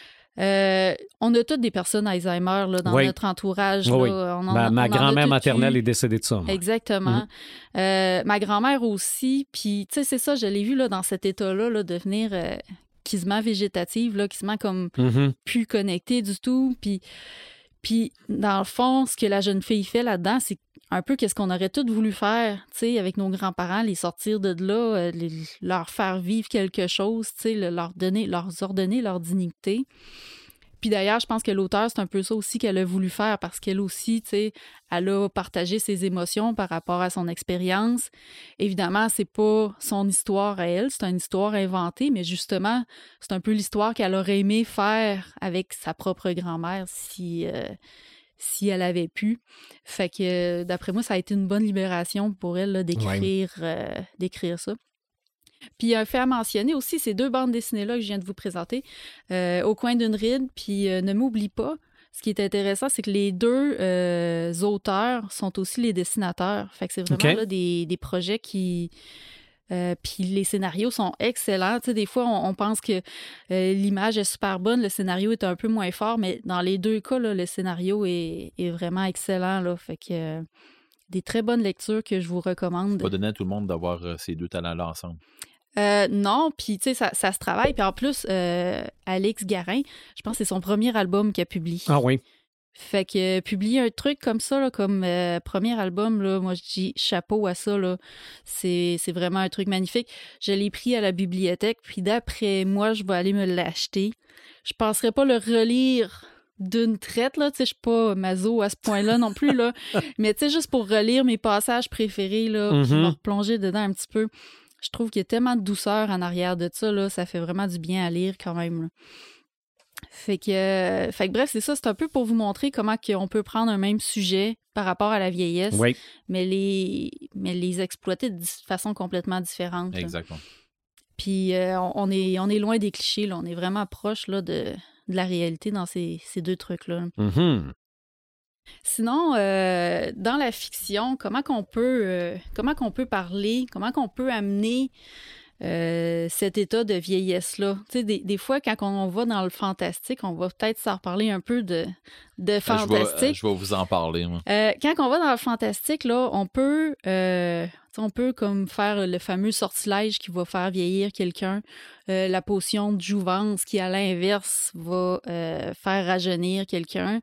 Euh, on a toutes des personnes Alzheimer là, dans Oui. notre entourage. Oui, Là. On en, Ma, on ma en a grand-mère toutes maternelle eu. est décédée de ça. moi. Exactement. Mhm. Euh, ma grand-mère aussi. Puis, tu sais, c'est ça, je l'ai vu là, dans cet état-là, là, devenir euh, quasiment végétative, là, quasiment comme Mhm. plus connectée du tout. Puis, puis, dans le fond, ce que la jeune fille fait là-dedans, c'est un peu qu'est-ce qu'on aurait tous voulu faire, tu sais, avec nos grands-parents, les sortir de là, euh, les- leur faire vivre quelque chose, tu sais, le- leur donner, leur ordonner leur dignité. Puis d'ailleurs, je pense que l'auteur, c'est un peu ça aussi qu'elle a voulu faire parce qu'elle aussi, tu sais, elle a partagé ses émotions par rapport à son expérience. Évidemment, c'est pas son histoire à elle, c'est une histoire inventée, mais justement, c'est un peu l'histoire qu'elle aurait aimé faire avec sa propre grand-mère si, euh, si elle avait pu. Fait que, d'après moi, ça a été une bonne libération pour elle là, d'écrire, euh, d'écrire ça. Puis un fait à mentionner aussi, ces deux bandes dessinées-là que je viens de vous présenter, euh, Au coin d'une ride, puis euh, Ne m'oublie pas. Ce qui est intéressant, c'est que les deux euh, auteurs sont aussi les dessinateurs. Fait que c'est vraiment OK. là, des, des projets qui... Euh, puis les scénarios sont excellents. Tu sais, des fois, on, on pense que euh, l'image est super bonne, le scénario est un peu moins fort, mais dans les deux cas, là, le scénario est, est vraiment excellent. Là. Fait que euh, des très bonnes lectures que je vous recommande. Pas donner à tout le monde d'avoir euh, ces deux talents-là ensemble. Euh, non, puis tu sais, ça, ça se travaille. Puis en plus, euh, Alex Garin, je pense que c'est son premier album qu'il a publié. Ah oui. Fait que euh, publier un truc comme ça, là, comme euh, premier album, là, moi je dis chapeau à ça. Là. C'est, c'est vraiment un truc magnifique. Je l'ai pris à la bibliothèque, puis d'après moi, je vais aller me l'acheter. Je penserais pas le relire d'une traite, là, tu sais, je suis pas maso à ce point-là non plus, là. Mais tu sais, juste pour relire mes passages préférés, là, puis Mhm. me replonger dedans un petit peu. Je trouve qu'il y a tellement de douceur en arrière de ça, là, ça fait vraiment du bien à lire quand même. Là. Fait que, euh, fait que bref, c'est ça, c'est un peu pour vous montrer comment on peut prendre un même sujet par rapport à la vieillesse, Oui. mais, les, mais les exploiter de façon complètement différente. là. Exactement. Puis euh, on, on est, on est loin des clichés, là, on est vraiment proche là, de, de la réalité dans ces, ces deux trucs-là. Mhm. Sinon, euh, dans la fiction, comment qu'on peut, euh, comment qu'on peut parler, comment qu'on peut amener euh, cet état de vieillesse-là? Tu sais, des, des fois, quand on va dans le fantastique, on va peut-être s'en reparler un peu de, de Euh, Je vais, fantastique. euh, je vais vous en parler, moi. Euh, quand on va dans le fantastique, là, on peut, euh, tu sais, on peut comme faire le fameux sortilège qui va faire vieillir quelqu'un, euh, la potion de jouvence qui, à l'inverse, va euh, faire rajeunir quelqu'un.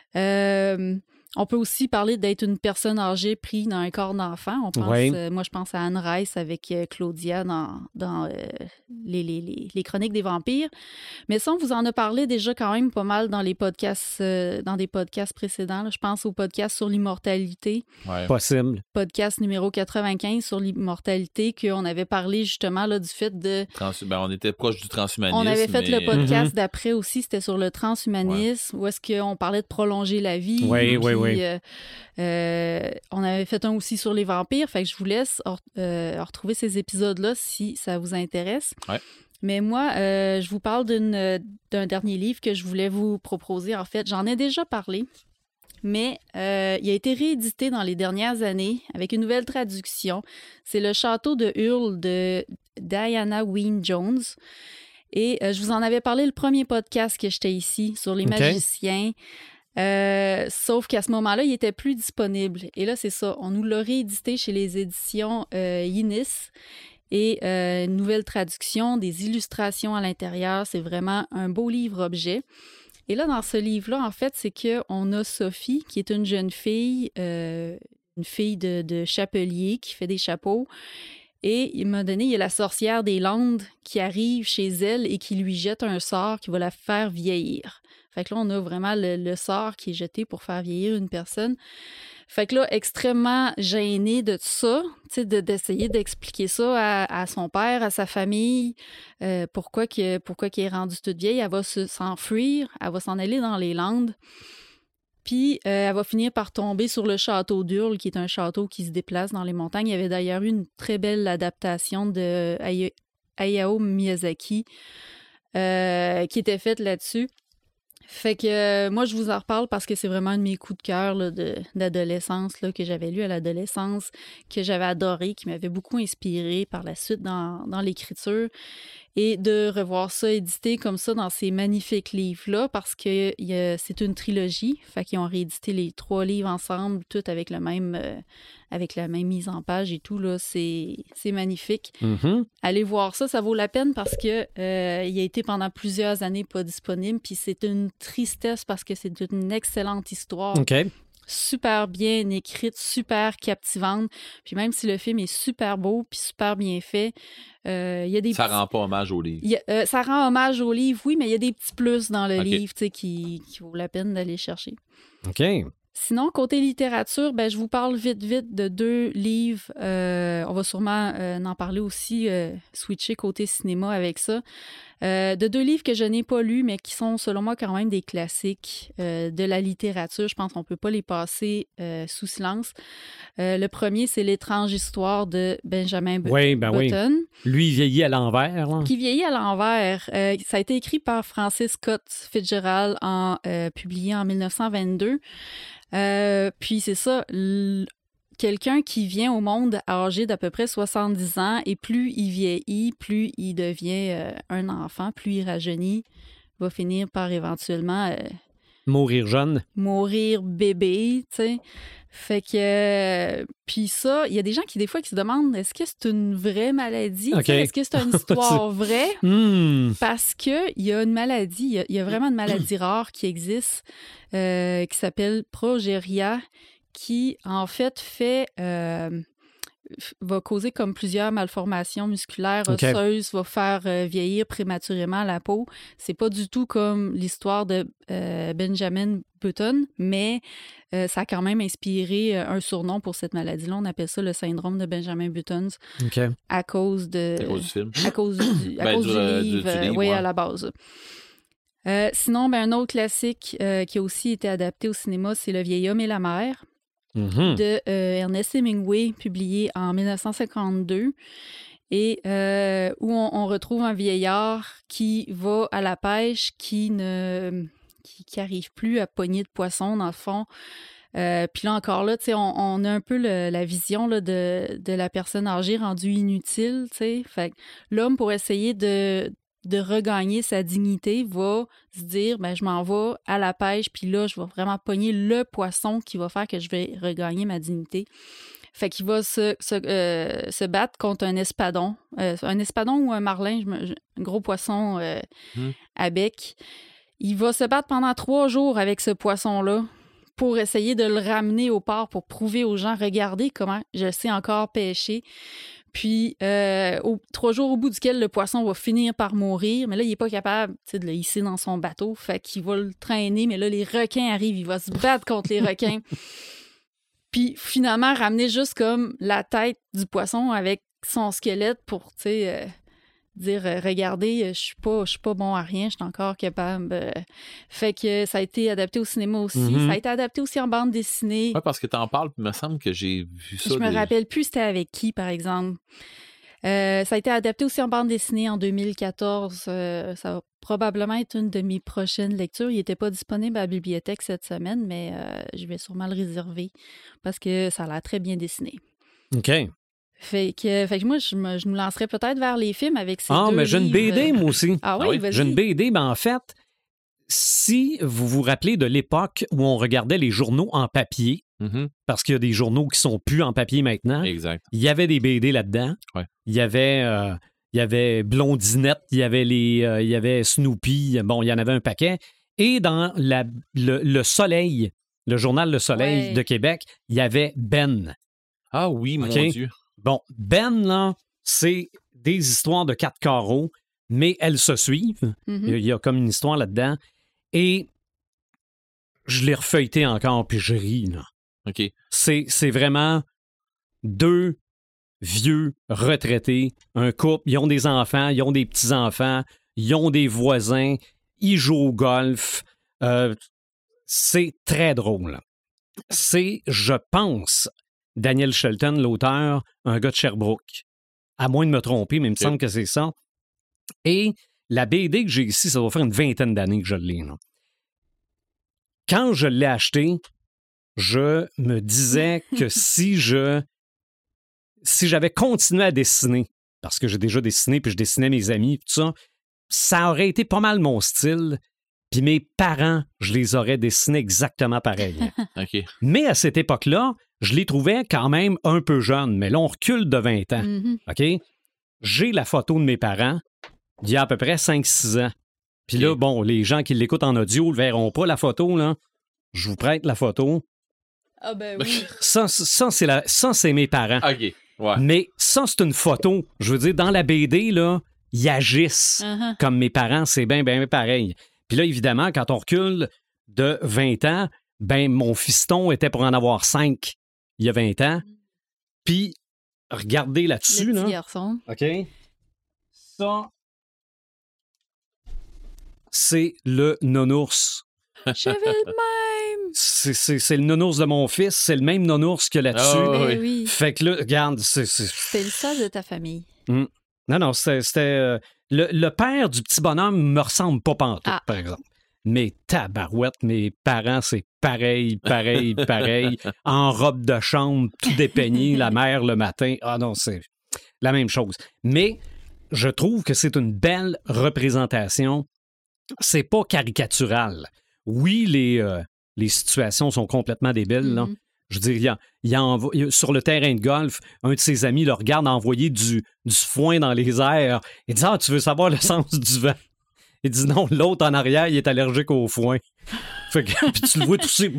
Euh, on peut aussi parler d'être une personne âgée prise dans un corps d'enfant. On pense, Oui. euh, moi, je pense à Anne Rice avec euh, Claudia dans, dans euh, les, les, les, les Chroniques des vampires. Mais ça, on vous en a parlé déjà quand même pas mal dans les podcasts, euh, dans des podcasts précédents. là. Je pense au podcast sur l'immortalité, Ouais. Possible. podcast numéro quatre-vingt-quinze sur l'immortalité, qu'on avait parlé justement là, du fait de... Trans- ben, on était proche du transhumanisme. On avait fait mais- le podcast Mhm. d'après aussi, c'était sur le transhumanisme, où est-ce qu'on parlait de prolonger la vie. Oui, oui, puis, oui. euh, euh, on avait fait un aussi sur les vampires, fait que je vous laisse re- euh, retrouver ces épisodes-là si ça vous intéresse. Ouais. Mais moi, euh, je vous parle d'une, euh, d'un dernier livre que je voulais vous proposer. En fait, j'en ai déjà parlé, mais euh, il a été réédité dans les dernières années avec une nouvelle traduction. C'est Le Château de Hurle de Diana Wynne Jones. Et euh, je vous en avais parlé le premier podcast que j'étais ici sur les OK. magiciens. Euh, sauf qu'à ce moment-là, il était plus disponible. Et là, c'est ça. On nous l'a réédité chez les éditions euh, Inis. Et euh, une nouvelle traduction, des illustrations à l'intérieur. C'est vraiment un beau livre-objet. Et là, dans ce livre-là, en fait, c'est qu'on a Sophie, qui est une jeune fille, euh, une fille de, de chapelier qui fait des chapeaux. Et il m'a donné, il y a la sorcière des Landes qui arrive chez elle et qui lui jette un sort qui va la faire vieillir. Fait que là, on a vraiment le, le sort qui est jeté pour faire vieillir une personne. Fait que là, extrêmement gênée de tout ça, tu sais, de, d'essayer d'expliquer ça à, à son père, à sa famille, euh, pourquoi qu'il pourquoi qu'il est rendu toute vieille. Elle va se, s'enfuir, elle va s'en aller dans les Landes. Puis, euh, elle va finir par tomber sur le château d'Hurle, qui est un château qui se déplace dans les montagnes. Il y avait d'ailleurs eu une très belle adaptation de Hay- Hayao Miyazaki euh, qui était faite là-dessus. Fait que euh, moi, je vous en reparle parce que c'est vraiment un de mes coups de cœur là, de, d'adolescence là, que j'avais lu à l'adolescence, que j'avais adoré, qui m'avait beaucoup inspiré par la suite dans, dans l'écriture. Et de revoir ça édité comme ça dans ces magnifiques livres-là, parce que y a, c'est une trilogie. Fait qu'ils ont réédité les trois livres ensemble, tout avec le même euh, avec la même mise en page et tout. Là, c'est, c'est magnifique. Mm-hmm. Allez voir ça, ça vaut la peine parce que euh, il a été pendant plusieurs années pas disponible. Puis c'est une tristesse parce que c'est une excellente histoire. OK. Super bien écrite, super captivante. Puis même si le film est super beau puis super bien fait, euh, il y a des Ça petits... rend pas hommage au livre. Il y a, euh, ça rend hommage au livre, oui, mais il y a des petits plus dans le OK. livre tu sais, qui, qui vaut la peine d'aller chercher. OK. Sinon, côté littérature, ben, je vous parle vite, vite de deux livres. Euh, on va sûrement euh, en parler aussi, euh, switcher côté cinéma avec ça. Euh, de deux livres que je n'ai pas lus, mais qui sont, selon moi, quand même des classiques euh, de la littérature. Je pense qu'on ne peut pas les passer euh, sous silence. Euh, le premier, c'est L'étrange histoire de Benjamin But- Oui, ben oui. Button. Lui, il vieillit à l'envers. Là. Qui vieillit à l'envers. Euh, ça a été écrit par Francis Scott Fitzgerald, en, euh, publié en dix-neuf cent vingt-deux. Euh, puis c'est ça, l- quelqu'un qui vient au monde âgé d'à peu près soixante-dix ans, et plus il vieillit, plus il devient euh, un enfant, plus il rajeunit, va finir par éventuellement euh, Mourir jeune. mourir bébé, tu sais. Fait que... euh, puis ça, il y a des gens qui, des fois, qui se demandent, est-ce que c'est une vraie maladie? OK. Tu sais, est-ce que c'est une histoire vraie? Hmm. Parce qu'il y a une maladie, il y a, il y a vraiment une maladie rare qui existe, euh, qui s'appelle progeria, qui, en fait, fait... euh, va causer comme plusieurs malformations musculaires, OK. osseuses, va faire euh, vieillir prématurément la peau. C'est pas du tout comme l'histoire de euh, Benjamin Button, mais euh, ça a quand même inspiré euh, un surnom pour cette maladie-là. On appelle ça le syndrome de Benjamin Button OK. à cause de... C'est à cause du film. À cause du, à Ben, cause du, du euh, du- livre, du euh, livre, oui, ouais. à la base. Euh, sinon, ben, un autre classique euh, qui a aussi été adapté au cinéma, c'est Le vieil homme et la mer Mhm. de euh, Ernest Hemingway, publié en dix-neuf cent cinquante-deux, et euh, où on, on retrouve un vieillard qui va à la pêche, qui ne qui, qui arrive plus à pogner de poissons, dans le fond. Euh, puis là, encore là, tu sais, on, on a un peu le- la vision là, de, de la personne âgée rendue inutile, tu sais. Fait que l'homme, pour essayer de, de regagner sa dignité, va se dire, ben je m'en vais à la pêche, puis là, je vais vraiment pogner le poisson qui va faire que je vais regagner ma dignité. Fait qu'il va se, se, euh, se battre contre un espadon. Euh, un espadon ou un marlin, je me- je- un gros poisson euh, Hmm. à bec. Il va se battre pendant trois jours avec ce poisson-là pour essayer de le ramener au port, pour prouver aux gens, regardez comment je sais encore pêcher. Puis, euh, au, trois jours au bout duquel le poisson va finir par mourir, mais là, il n'est pas capable tu sais, de le hisser dans son bateau, fait qu'il va le traîner, mais là, les requins arrivent, il va se battre contre les requins. Puis, finalement, ramener juste comme la tête du poisson avec son squelette pour, tu sais, euh, dire, euh, regardez, euh, je suis pas, je suis pas bon à rien, je suis encore capable. euh. Fait que ça a été adapté au cinéma aussi. Mhm. Ça a été adapté aussi en bande dessinée. Ouais, parce que t'en parles, puis il me semble que j'ai vu ça. Je me des- rappelle plus c'était avec qui, par exemple. Euh, ça a été adapté aussi en bande dessinée en deux mille quatorze. Euh, ça va probablement être une de mes prochaines lectures. Il n'était pas disponible à la bibliothèque cette semaine, mais euh, je vais sûrement le réserver parce que ça a l'air très bien dessiné. OK. Fait que, fait que moi, je me, je me lancerais peut-être vers les films avec ces Ah, deux mais j'ai une livres. B D, moi aussi. Ah oui, Ah oui? vas-y. J'ai une B D, ben en fait, si vous vous rappelez de l'époque où on regardait les journaux en papier, Mhm. parce qu'il y a des journaux qui sont plus en papier maintenant, Exact. il y avait des B D là-dedans. Ouais. Il y avait, euh, il y avait Blondinette, il y avait les, euh, il y avait Snoopy. Bon, il y en avait un paquet. Et dans la, le, le Soleil, le journal Le Soleil Ouais. de Québec, il y avait Ben. Ah oui, mon OK. Dieu. Bon, Ben, là, c'est des histoires de quatre carreaux, mais elles se suivent. Mhm. Il y a- il y a comme une histoire là-dedans. Et je l'ai refeuilleté encore, puis je ris, là. OK. C'est, c'est vraiment deux vieux retraités, un couple, ils ont des enfants, ils ont des petits-enfants, ils ont des voisins, ils jouent au golf. Euh, c'est très drôle. C'est, je pense, Daniel Shelton, l'auteur, un gars de Sherbrooke. À moins de me tromper, mais il me Ok. semble que c'est ça. Et la B D que j'ai ici, ça doit faire une vingtaine d'années que je l'ai, là. quand je l'ai acheté, je me disais que si je si j'avais continué à dessiner, parce que j'ai déjà dessiné, puis je dessinais mes amis, tout ça, ça aurait été pas mal mon style. Puis mes parents, je les aurais dessinés exactement pareil. OK. Mais à cette époque-là, je les trouvais quand même un peu jeunes. Mais là, on recule de vingt ans. Mhm. OK? J'ai la photo de mes parents d'il y a à peu près cinq six ans. Puis là, OK. bon, les gens qui l'écoutent en audio ne verront pas la photo, là. Je vous prête la photo. Ah ben oui. Ça, ça, c'est, la, ça c'est mes parents. OK. Ouais. Mais ça, c'est une photo. Je veux dire, dans la B D, là, ils agissent Uh-huh. comme mes parents. C'est bien, bien pareil. Puis là, évidemment, quand on recule de vingt ans, ben mon fiston était pour en avoir cinq il y a vingt ans. Puis, regardez là-dessus, Le petit là. garçon. OK? Ça, c'est le nounours. J'avais le même. C'est, c'est, c'est le nounours de mon fils. C'est le même nounours que là-dessus. Ah, Ben oui. oui. Fait que là, regarde, c'est... c'est... C'était le seul de ta famille. Non, non, c'était... c'était euh, le, le père du petit bonhomme me ressemble pas pantoute, Ah. par exemple. Mais tabarouette, mes parents, c'est pareil, pareil, pareil. En robe de chambre, tout dépeigné, la mère le matin. Ah non, c'est la même chose. Mais je trouve que c'est une belle représentation. C'est pas caricatural. Oui, les, euh, les situations sont complètement débiles, là. Mhm. Je veux dire, il y a, il y a envo- il y a- sur le terrain de golf, un de ses amis le regarde envoyer du, du foin dans les airs. Il dit « Ah, tu veux savoir le sens du vent? » Il dit « Non, l'autre en arrière, il est allergique au foin. » Fait que, puis tu le vois tousser.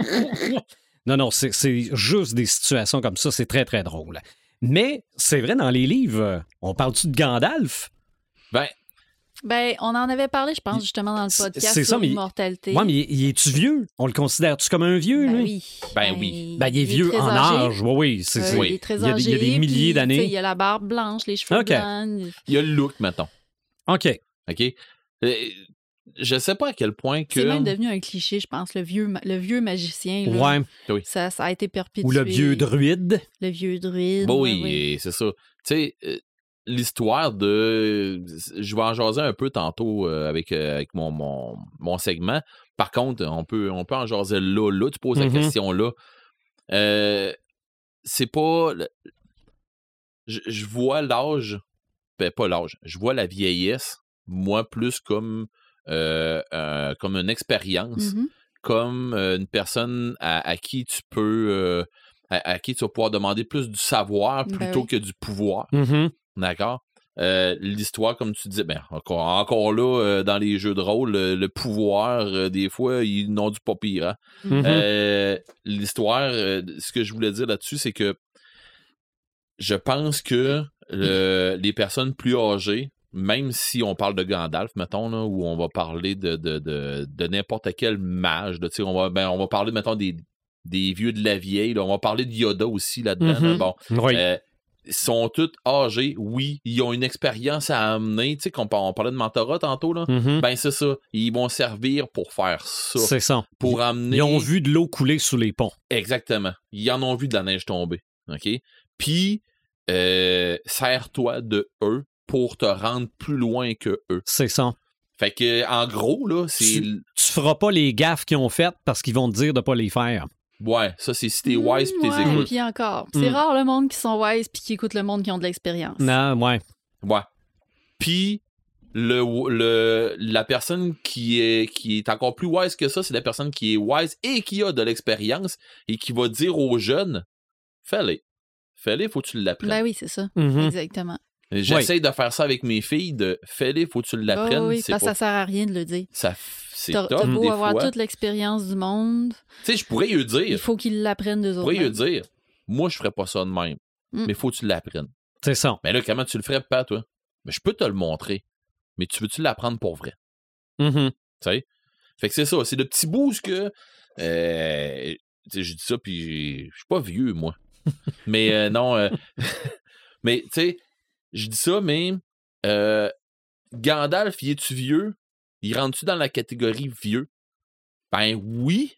Non, non, c'est, c'est juste des situations comme ça. C'est très, très drôle. Mais c'est vrai, dans les livres, euh, on parle-tu de Gandalf? Ben, Ben, on en avait parlé, je pense, justement, dans le C'est- podcast c'est ça, sur mais- l'immortalité. Ouais, mais il, il est-tu vieux? On le considère-tu comme un vieux, Ben lui? oui. Ben oui. Ben, il est vieux très en âgé. âge. Oui, oui. C'est, Euh, c'est- Oui. Il est très Il y a des- âgé. il y a des milliers puis, d'années. tu sais, Il y a la barbe blanche, les cheveux OK. blancs. il y a le look, mettons. OK. OK? Euh, je sais pas à quel point que... C'est même devenu un cliché, je pense, le vieux, ma- le vieux magicien. Là, Ouais. ça, ça a été perpétué. Ou le vieux druide. Le vieux druide. Bon, ouais, oui, ouais. et c'est ça. Tu sais, euh, l'histoire de... Je vais en jaser un peu tantôt euh, avec, euh, avec mon, mon, mon segment. Par contre, on peut, on peut en jaser là. Là, tu poses Mhm. la question là. Euh, c'est pas... le- Je, je vois l'âge... Ben, pas l'âge. Je vois la vieillesse, moi, plus comme, euh, euh, comme une expérience. Mhm. Comme euh, une personne à, à qui tu peux... euh, à, à qui tu vas pouvoir demander plus du savoir Ben plutôt oui. que du pouvoir. Mhm. D'accord? Euh, l'histoire, comme tu disais, ben, encore, encore là, euh, dans les jeux de rôle, le, le pouvoir, euh, des fois, ils n'ont du pas pire. Hein? Mhm. Euh, l'histoire, euh, ce que je voulais dire là-dessus, c'est que je pense que le- les personnes plus âgées, même si on parle de Gandalf, mettons, là, où on va parler de, de, de, de n'importe quel mage, là, tu sais, on, va, ben, on va parler, mettons, des, des vieux de la vieille, là, on va parler de Yoda aussi là-dedans. Mhm. là, bon, Oui. euh, ils sont tous âgés, oui, ils ont une expérience à amener, tu sais, qu'on par- on parlait de mentorat tantôt, là. Mhm. Ben, c'est ça. Ils vont servir pour faire ça. C'est ça. Pour amener. Ils ont vu de l'eau couler sous les ponts. Exactement. Ils en ont vu de la neige tomber. OK? Puis, euh, sers-toi de eux pour te rendre plus loin que eux. C'est ça. Fait que, en gros, là, c'est. Tu, tu feras pas les gaffes qu'ils ont faites parce qu'ils vont te dire de pas les faire. Ouais, ça, c'est si t'es wise pis t'es ouais, écoutes. Puis encore. C'est Mm. rare le monde qui sont wise puis qui écoutent le monde qui ont de l'expérience. Non, ouais. Ouais. Puis, le, le, la personne qui est, qui est encore plus wise que ça, c'est la personne qui est wise et qui a de l'expérience et qui va dire aux jeunes, fais-les. Fais-les, faut que tu l'apprennes. Ben oui, c'est ça. Mhm. Exactement. J'essaie de faire ça avec mes filles, de fais-les, faut que tu l'apprennes. Oh, oui, c'est parce que pas- ça sert à rien de le dire. ça f- c'est T'as top t'as beau des avoir fois. toute l'expérience du monde, Tu sais, je pourrais lui il dire, faut qu'ils l'apprennent d'eux je autres. pourrais lui mêmes. dire, moi, je ferais pas ça de même, Mm. mais faut que tu l'apprennes. C'est ça. Mais là, comment tu le ferais pas, toi? Mais je peux te le montrer, mais tu veux-tu l'apprendre pour vrai? Mhm. Tu sais? Fait que c'est ça, c'est le petit boost que... Euh, tu sais, je dis ça, puis j'ai- je suis pas vieux, moi. mais euh, non... euh, mais, tu sais, je dis ça, mais... Euh, Gandalf, il est-tu vieux? Il rentre-tu dans la catégorie vieux? Ben oui.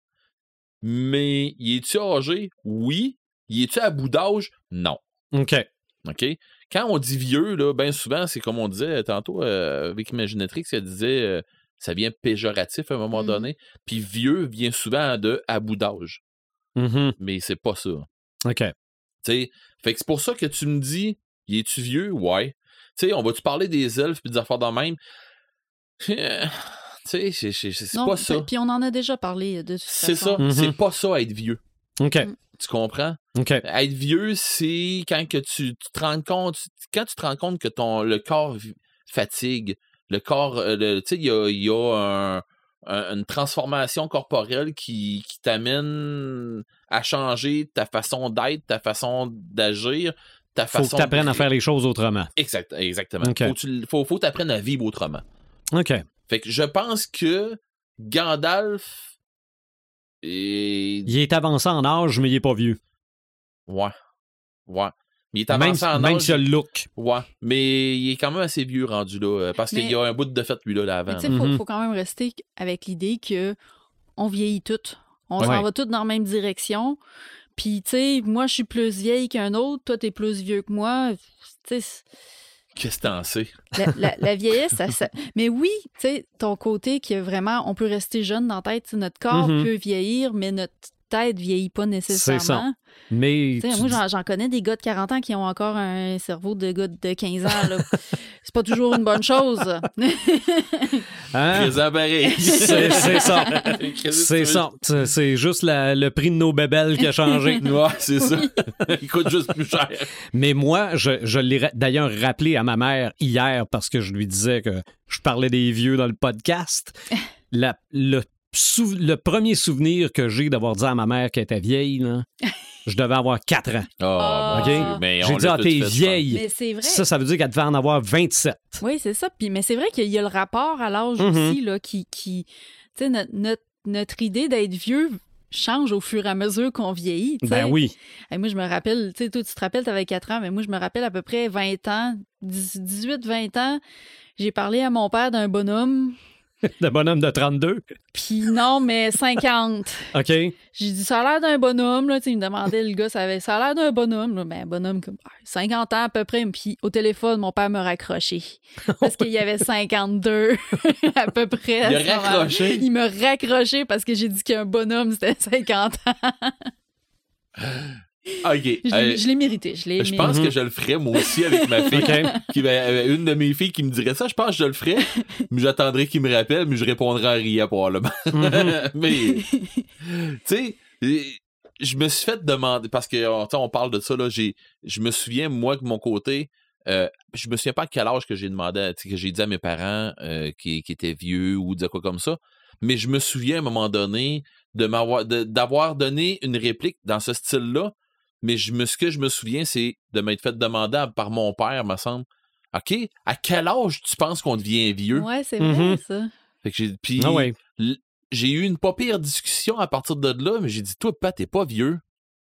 Mais il est-tu âgé? Oui. Il est-tu à bout d'âge? Non. OK. OK? Quand on dit vieux, là, bien souvent, c'est comme on disait tantôt euh, avec Imaginatrix, elle disait euh, ça vient péjoratif à un moment Mm. donné. Puis vieux vient souvent de à bout d'âge. Mhm. Mais c'est pas ça. OK. T'sais, fait que c'est pour ça que tu me dis, y es-tu vieux? Ouais. Tu sais, on va-tu parler des elfes puis des affaires de même? Tu sais, c'est, c'est, c'est Non, pas ça. Puis on en a déjà parlé de toute C'est façon. ça. Mhm. C'est pas ça, être vieux. OK. Mm. Tu comprends? OK. Être vieux, c'est quand que tu, tu te rends compte, quand tu te rends compte que ton, le corps fatigue, le corps, euh, le- tu sais, il y a, il y a un, un- une transformation corporelle qui, qui t'amène à changer ta façon d'être, ta façon d'agir, ta Faut que façon tu apprennes de... à faire les choses autrement. Exact, exactement. OK. Faut que tu faut, faut t'apprendre à vivre autrement. OK. Fait que je pense que Gandalf est... Il est avancé en âge, mais il est pas vieux. Ouais. Ouais. Mais il est Même, avancé en même âge. s'il a le look. Ouais. Mais il est quand même assez vieux rendu là. euh, Parce Mais- qu'il y a un bout de fait, lui, là, là Mais avant. tu sais, il faut, Mhm. faut quand même rester avec l'idée que on vieillit toutes. On Ouais. s'en va toutes dans la même direction. Puis, tu sais, moi, je suis plus vieille qu'un autre. Toi, t'es plus vieux que moi. Tu sais, Qu'est-ce que t'en sais? la, la- la vieillesse, ça, ça- Mais oui, tu sais, ton côté que vraiment, on peut rester jeune dans la tête. Tu sais, notre corps Mhm. peut vieillir, mais notre tête vieillit pas nécessairement. C'est ça. Mais Tu sais, tu moi, dis- j'en, j'en connais des gars de quarante ans qui ont encore un cerveau de gars de quinze ans. Là. C'est pas toujours une bonne chose. Hein? Présent pareil. C'est c'est ça. Qu'est-ce que C'est tu ça. C'est c'est juste la- le prix de nos bébelles qui a changé. veux? Ouais, c'est ça. Il coûte juste plus cher. Mais moi, je, je l'ai ra- d'ailleurs rappelé à ma mère hier parce que je lui disais que je parlais des vieux dans le podcast. La- le, sou- le premier souvenir que j'ai d'avoir dit à ma mère qu'elle était vieille, là, je devais avoir quatre ans. Oh, OK? mon Dieu. Mais on J'ai dit, l'a ah, tout t'es fait, je pense. vieille. Mais c'est vrai. Ça, ça veut dire qu'elle devait en avoir vingt-sept. Oui, c'est ça. Puis, mais c'est vrai qu'il y a le rapport à l'âge Mhm. aussi, là, qui. qui tu sais, notre, notre, notre idée d'être vieux change au fur et à mesure qu'on vieillit. tu sais. Ben oui. Et moi, je me rappelle, tu sais, toi, tu te rappelles, tu avais quatre ans, mais moi, je me rappelle à peu près vingt ans, dix-huit vingt ans. J'ai parlé à mon père d'un bonhomme, Le bonhomme de trente-deux. puis non, mais cinquante. OK? J'ai dit, ça a l'air d'un bonhomme, là. Tu sais, il me demandait, le gars, ça, avait, ça a l'air d'un bonhomme, là. Ben, un bonhomme comme ah, cinquante ans à peu près. Puis au téléphone, mon père me raccroché. Parce qu'il y avait cinquanté-deux à peu près. à Il a ce moment-là. raccroché? Il me raccroché parce que j'ai dit qu'un bonhomme, c'était cinquante ans. OK. Je Euh, l'ai, je l'ai mérité. Je l'ai Je mérité. pense que je le ferais, moi aussi, avec ma fille. OK. Qui, ben, une de mes filles qui me dirait ça, je pense que je le ferais, mais j'attendrai qu'il me rappelle, mais je répondrai en riant probablement. Mhm. Mais, tu sais, je me suis fait demander, parce que, tu sais, on parle de ça, là, j'ai, je me souviens, moi, de mon côté, euh, je me souviens pas à quel âge que j'ai demandé, à- tu sais, que j'ai dit à mes parents euh, qui, qui étaient vieux ou de quoi comme ça, mais je me souviens à un moment donné de m'avoir, de- d'avoir donné une réplique dans ce style-là. Mais je me, ce que je me souviens, c'est de m'être fait demander à- par mon père, me semble. OK, à quel âge tu penses qu'on devient vieux? Ouais, c'est vrai, Mhm. ça. Fait que j'ai, puis, Ah ouais. l- j'ai eu une pas pire discussion à partir de là, mais j'ai dit, toi, Pat, t'es pas vieux.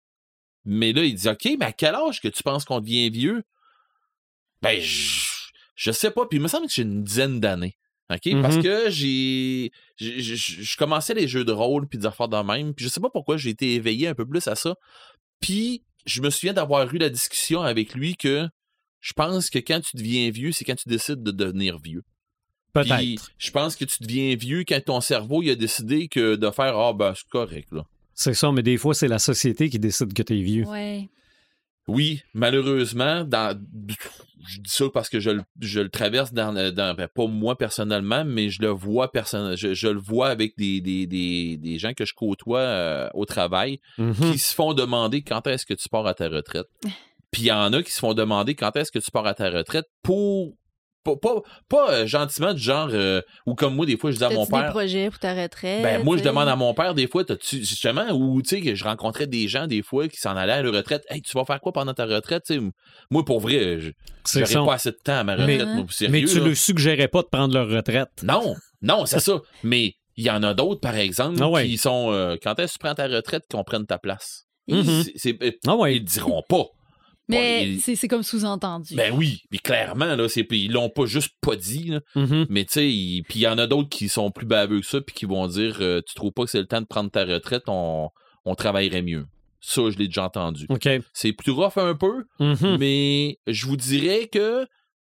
Mais là, il dit, OK, mais à quel âge que tu penses qu'on devient vieux? Ben, je, je sais pas. Puis il me semble que j'ai une dizaine d'années. OK? Mhm. Parce que j'ai, j'ai- j'ai- je commençais les jeux de rôle puis des affaires de même. Puis je sais pas pourquoi j'ai été éveillé un peu plus à ça. Puis je me souviens d'avoir eu la discussion avec lui que je pense que quand tu deviens vieux, c'est quand tu décides de devenir vieux. Puis Peut-être. je pense que tu deviens vieux quand ton cerveau il a décidé que de faire ah ben c'est correct là. C'est ça, mais des fois, c'est la société qui décide que t'es vieux. Ouais. Oui, malheureusement, dans je dis ça parce que je, le- je le traverse dans, dans ben, pas moi personnellement, mais je le vois personnellement. Je, je le vois avec des, des, des, des gens que je côtoie euh, au travail Mhm. qui se font demander quand est-ce que tu pars à ta retraite. Puis il y en a qui se font demander quand est-ce que tu pars à ta retraite pour pas, pas, pas euh, gentiment du genre euh, ou comme moi des fois je dis à mon T'as-tu des père projets pour ta retraite? ben moi je tu sais? demande à mon père des fois t'as-tu justement ou tu sais que je rencontrais des gens des fois qui s'en allaient à la retraite. Hey, tu vas faire quoi pendant ta retraite? Tu sais, moi pour vrai je C'est j'aurais ça. pas assez de temps à ma Mais- retraite moi, sérieux, Mais tu là. le suggérais pas de prendre leur retraite. Non, non, c'est ça. Mais il y en a d'autres, par exemple, Ah ouais. qui sont euh, quand est-ce que tu prends ta retraite qu'on prenne ta place? Mhm. C'est- c'est- euh, Ah ouais. Ils le diront pas. Mais Bon, ils- c'est, c'est comme sous-entendu. Ben oui, mais clairement, là, c'est, ils l'ont pas juste pas dit, là. Mhm. Mais tu sais, il- puis il y en a d'autres qui sont plus baveux que ça, puis qui vont dire euh, tu trouves pas que c'est le temps de prendre ta retraite, on, on travaillerait mieux. Ça, je l'ai déjà entendu. OK. C'est plus rough un peu, Mhm. mais je vous dirais que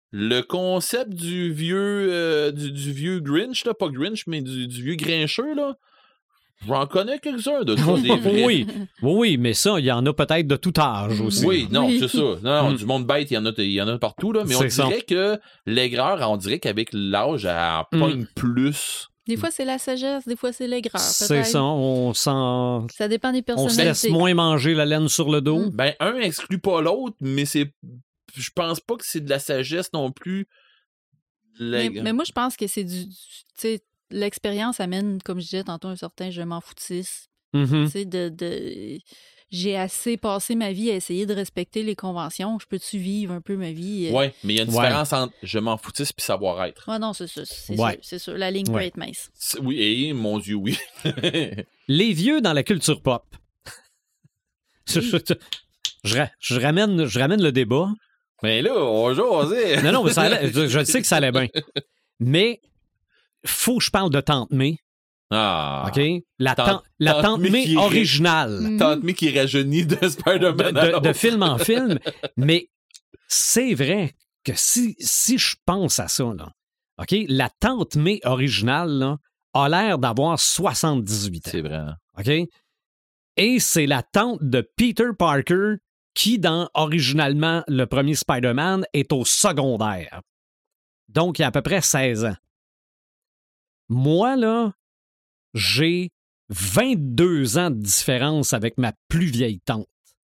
le concept du vieux euh, du, du vieux Grinch, là, pas Grinch, mais du, du vieux Grincheux, là, j'en connais quelques-uns de ça, des vrais. Oui, oui, mais ça, il y en a peut-être de tout âge aussi. Oui, non, Oui. c'est ça. Non, non, Mm. du monde bête, il y en a, il y en a partout, là, mais on C'est ça. dirait que l'aigreur, on dirait qu'avec l'âge, elle Mm. pogne plus. Des fois, c'est la sagesse, des fois, c'est l'aigreur. C'est peut-être. ça, on s'en... Ça dépend des On se laisse personnalités. moins manger la laine sur le dos. Mm. Ben, un exclut pas l'autre, mais c'est. Je pense pas que c'est de la sagesse non plus. Mais, La- mais moi, je pense que c'est du... du- Tu sais, l'expérience amène, comme je disais tantôt, un certain je m'en foutisse. Mhm. Tu sais, de, de... J'ai assez passé ma vie à essayer de respecter les conventions. Je peux-tu vivre un peu ma vie? euh? Ouais, mais il y a une Ouais. différence entre je m'en foutisse puis savoir-être. Ouais, non, c'est ça. C'est Ouais. sûr, c'est sûr. La ligne Ouais. peut être mince. C'est- Oui, et mon Dieu, oui. Les vieux dans la culture pop. je, je- je ra- je ramène, je ramène le débat. Mais là, on joue, on sait. Non, non, mais ça allait- je, je sais que ça allait bien. Mais faut que je parle de Tante May, Ah. OK? La Tante- Tante, la Tante Tante May May qui est- originale. Mm. Tante May qui rajeunit de de, Spider-Man. à de- de l'autre. film en film. Mais c'est vrai que si, si je pense à ça, là, OK? La Tante May originale là, a l'air d'avoir soixante-dix-huit ans. C'est vrai. hein. OK? Et c'est la tante de Peter Parker qui, dans originalement le premier Spider-Man, est au secondaire. Donc, il y a à peu près seize ans. Moi, là, j'ai vingt-deux ans de différence avec ma plus vieille tante.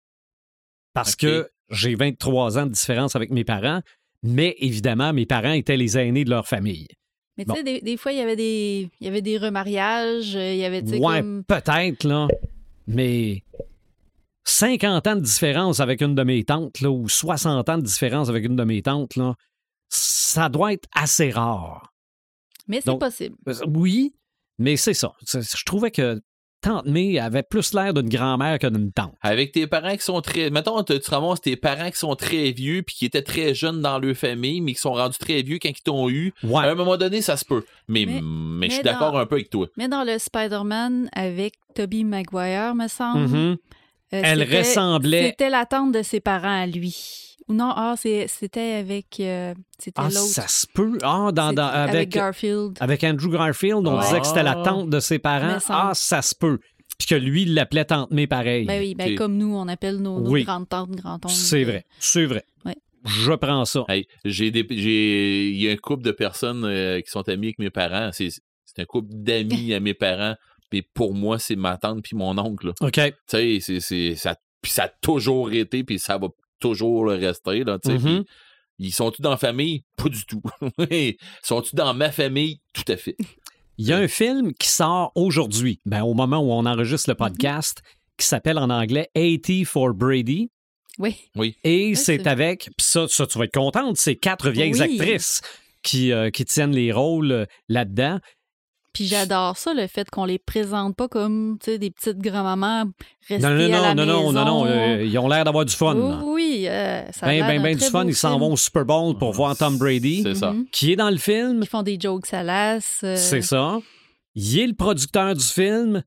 Parce OK. que j'ai vingt-trois ans de différence avec mes parents, mais évidemment, mes parents étaient les aînés de leur famille. Mais tu Bon. sais, des, des fois, il y avait des, il y avait des remariages, euh, il y avait, tu sais, Ouais, comme... peut-être, là. Mais cinquante ans de différence avec une de mes tantes, là, ou soixante ans de différence avec une de mes tantes, là, ça doit être assez rare. Mais c'est Donc- possible. Oui, mais c'est ça. C'est- Je trouvais que Tante May avait plus l'air d'une grand-mère que d'une tante. Avec tes parents qui sont très. Mettons, tu tu ramasses tes parents qui sont très vieux puis qui étaient très jeunes dans leur famille, mais qui sont rendus très vieux quand ils t'ont eu. Ouais. À un moment donné, ça se peut. Mais, mais, Mais- je suis mais d'accord dans- un peu avec toi. Mais dans le Spider-Man avec Tobey Maguire, me semble, Mhm. euh, Elle c'était- ressemblait- C'était la tante de ses parents à lui. Ou non, ah, c'est- c'était avec... euh, c'était Ah, l'autre. ça se peut. Ah, dans, C'est- dans- avec, avec, Garfield. avec Andrew Garfield, on Ouais. disait que c'était la tante de ses parents. Me semble. Ah, ça se peut. Puis que lui, il l'appelait Tante May pareil. Ben oui, ben Ok. comme nous, on appelle nos, nos Oui. grandes-tantes, grands-oncles. C'est vrai, c'est vrai. Ouais. Je prends ça. Hey, j'ai des, j'ai, il y a un couple de personnes euh, qui sont amis avec mes parents. C'est, c'est un couple d'amis à mes parents. Puis pour moi, c'est ma tante puis mon oncle. là. OK. Tu sais, c'est, c'est, ça, puis ça a toujours été, puis ça va toujours le rester. Là, tu sais. Mhm. Puis ils sont-tous dans la famille? Pas du tout. Sont-tous dans ma famille? Tout à fait. Il y a un film qui sort aujourd'hui, ben, au moment où on enregistre le podcast, qui s'appelle en anglais eighty for Brady. Oui. Oui. Et Ouais, c'est c'est- avec, pis ça, ça, tu vas être contente, c'est quatre vieilles Oui. actrices qui, euh, qui tiennent les rôles euh, là-dedans. Puis j'adore ça, le fait qu'on les présente pas comme, tu sais, des petites grand-mamans restées Non, non, à la non, non, non, non, non, maison. euh, ils ont l'air d'avoir du fun. Oh, là. oui, euh, ça a Ben, l'air ben, d'un ben du très fun. beau Ils s'en film. vont au Super Bowl pour voir Tom Brady, C'est ça. Mhm. qui est dans le film. Ils font des jokes salaces. euh, C'est ça. Il est le producteur du film.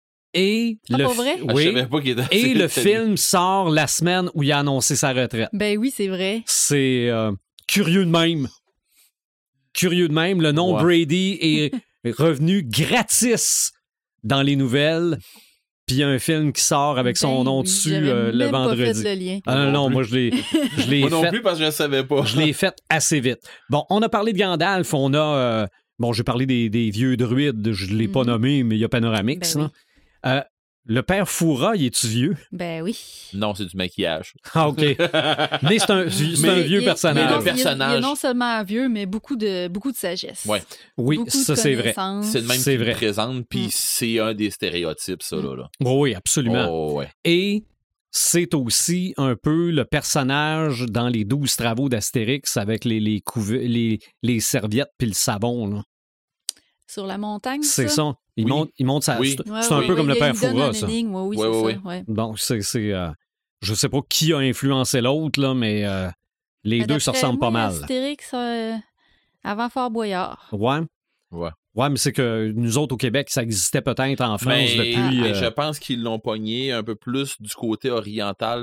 Et Ah, le pour fi- vrai? Ah, je oui. savais pas qu'il était Et le c'est- film sort la semaine où il a annoncé sa retraite. Ben oui, c'est vrai. C'est euh, curieux de même. Curieux de même. Le nom Ouais. Brady est revenu gratis dans les nouvelles. Puis il y a un film qui sort avec son Ben nom oui, dessus j'aurais euh, le même pas vendredi. fait le lien. Ah non, Moi non non, plus. moi je l'ai, je l'ai Moi non fait. plus parce que je savais pas. Je l'ai fait assez vite. Bon, on a parlé de Gandalf, on a... euh, bon, j'ai parlé des, des vieux druides, je ne l'ai pas Mhm. nommé, mais il y a Panoramix. Ben là. Euh, le père Foura, il est-tu vieux? Ben oui. Non, c'est du maquillage. Ah, OK. Mais c'est un, c'est Mais un il- vieux Il est- personnage. Il est, non, Le personnage. il est- il est non seulement vieux, mais beaucoup de, beaucoup de sagesse. Ouais. Oui, Beaucoup ça de c'est vrai. connaissances. C'est le même C'est qui le vrai. présente, puis Mm. c'est un des stéréotypes, ça, là. là. Oh, oui, absolument. Oh, ouais. Et c'est aussi un peu le personnage dans les douze travaux d'Astérix avec les, les, couve- les, les serviettes puis le savon. là. Sur la montagne, C'est ça? ça. Il, Oui. monte, il monte sa... Oui. C'est Ouais, c'est un ouais, peu ouais, comme le il- père il donne Foura, un ça. énigme, ouais, oui, Ouais, c'est ouais, ça. Ouais. Donc, c'est... c'est, euh, je sais pas qui a influencé l'autre, là, mais euh, les Mais deux se d'après ressemblent pas moi, mal. Astérix, euh, avant Fort Boyard. Ouais. Ouais. Ouais, mais c'est que nous autres au Québec, ça existait peut-être en France Mais depuis. mais euh, je pense qu'ils l'ont pogné un peu plus du côté oriental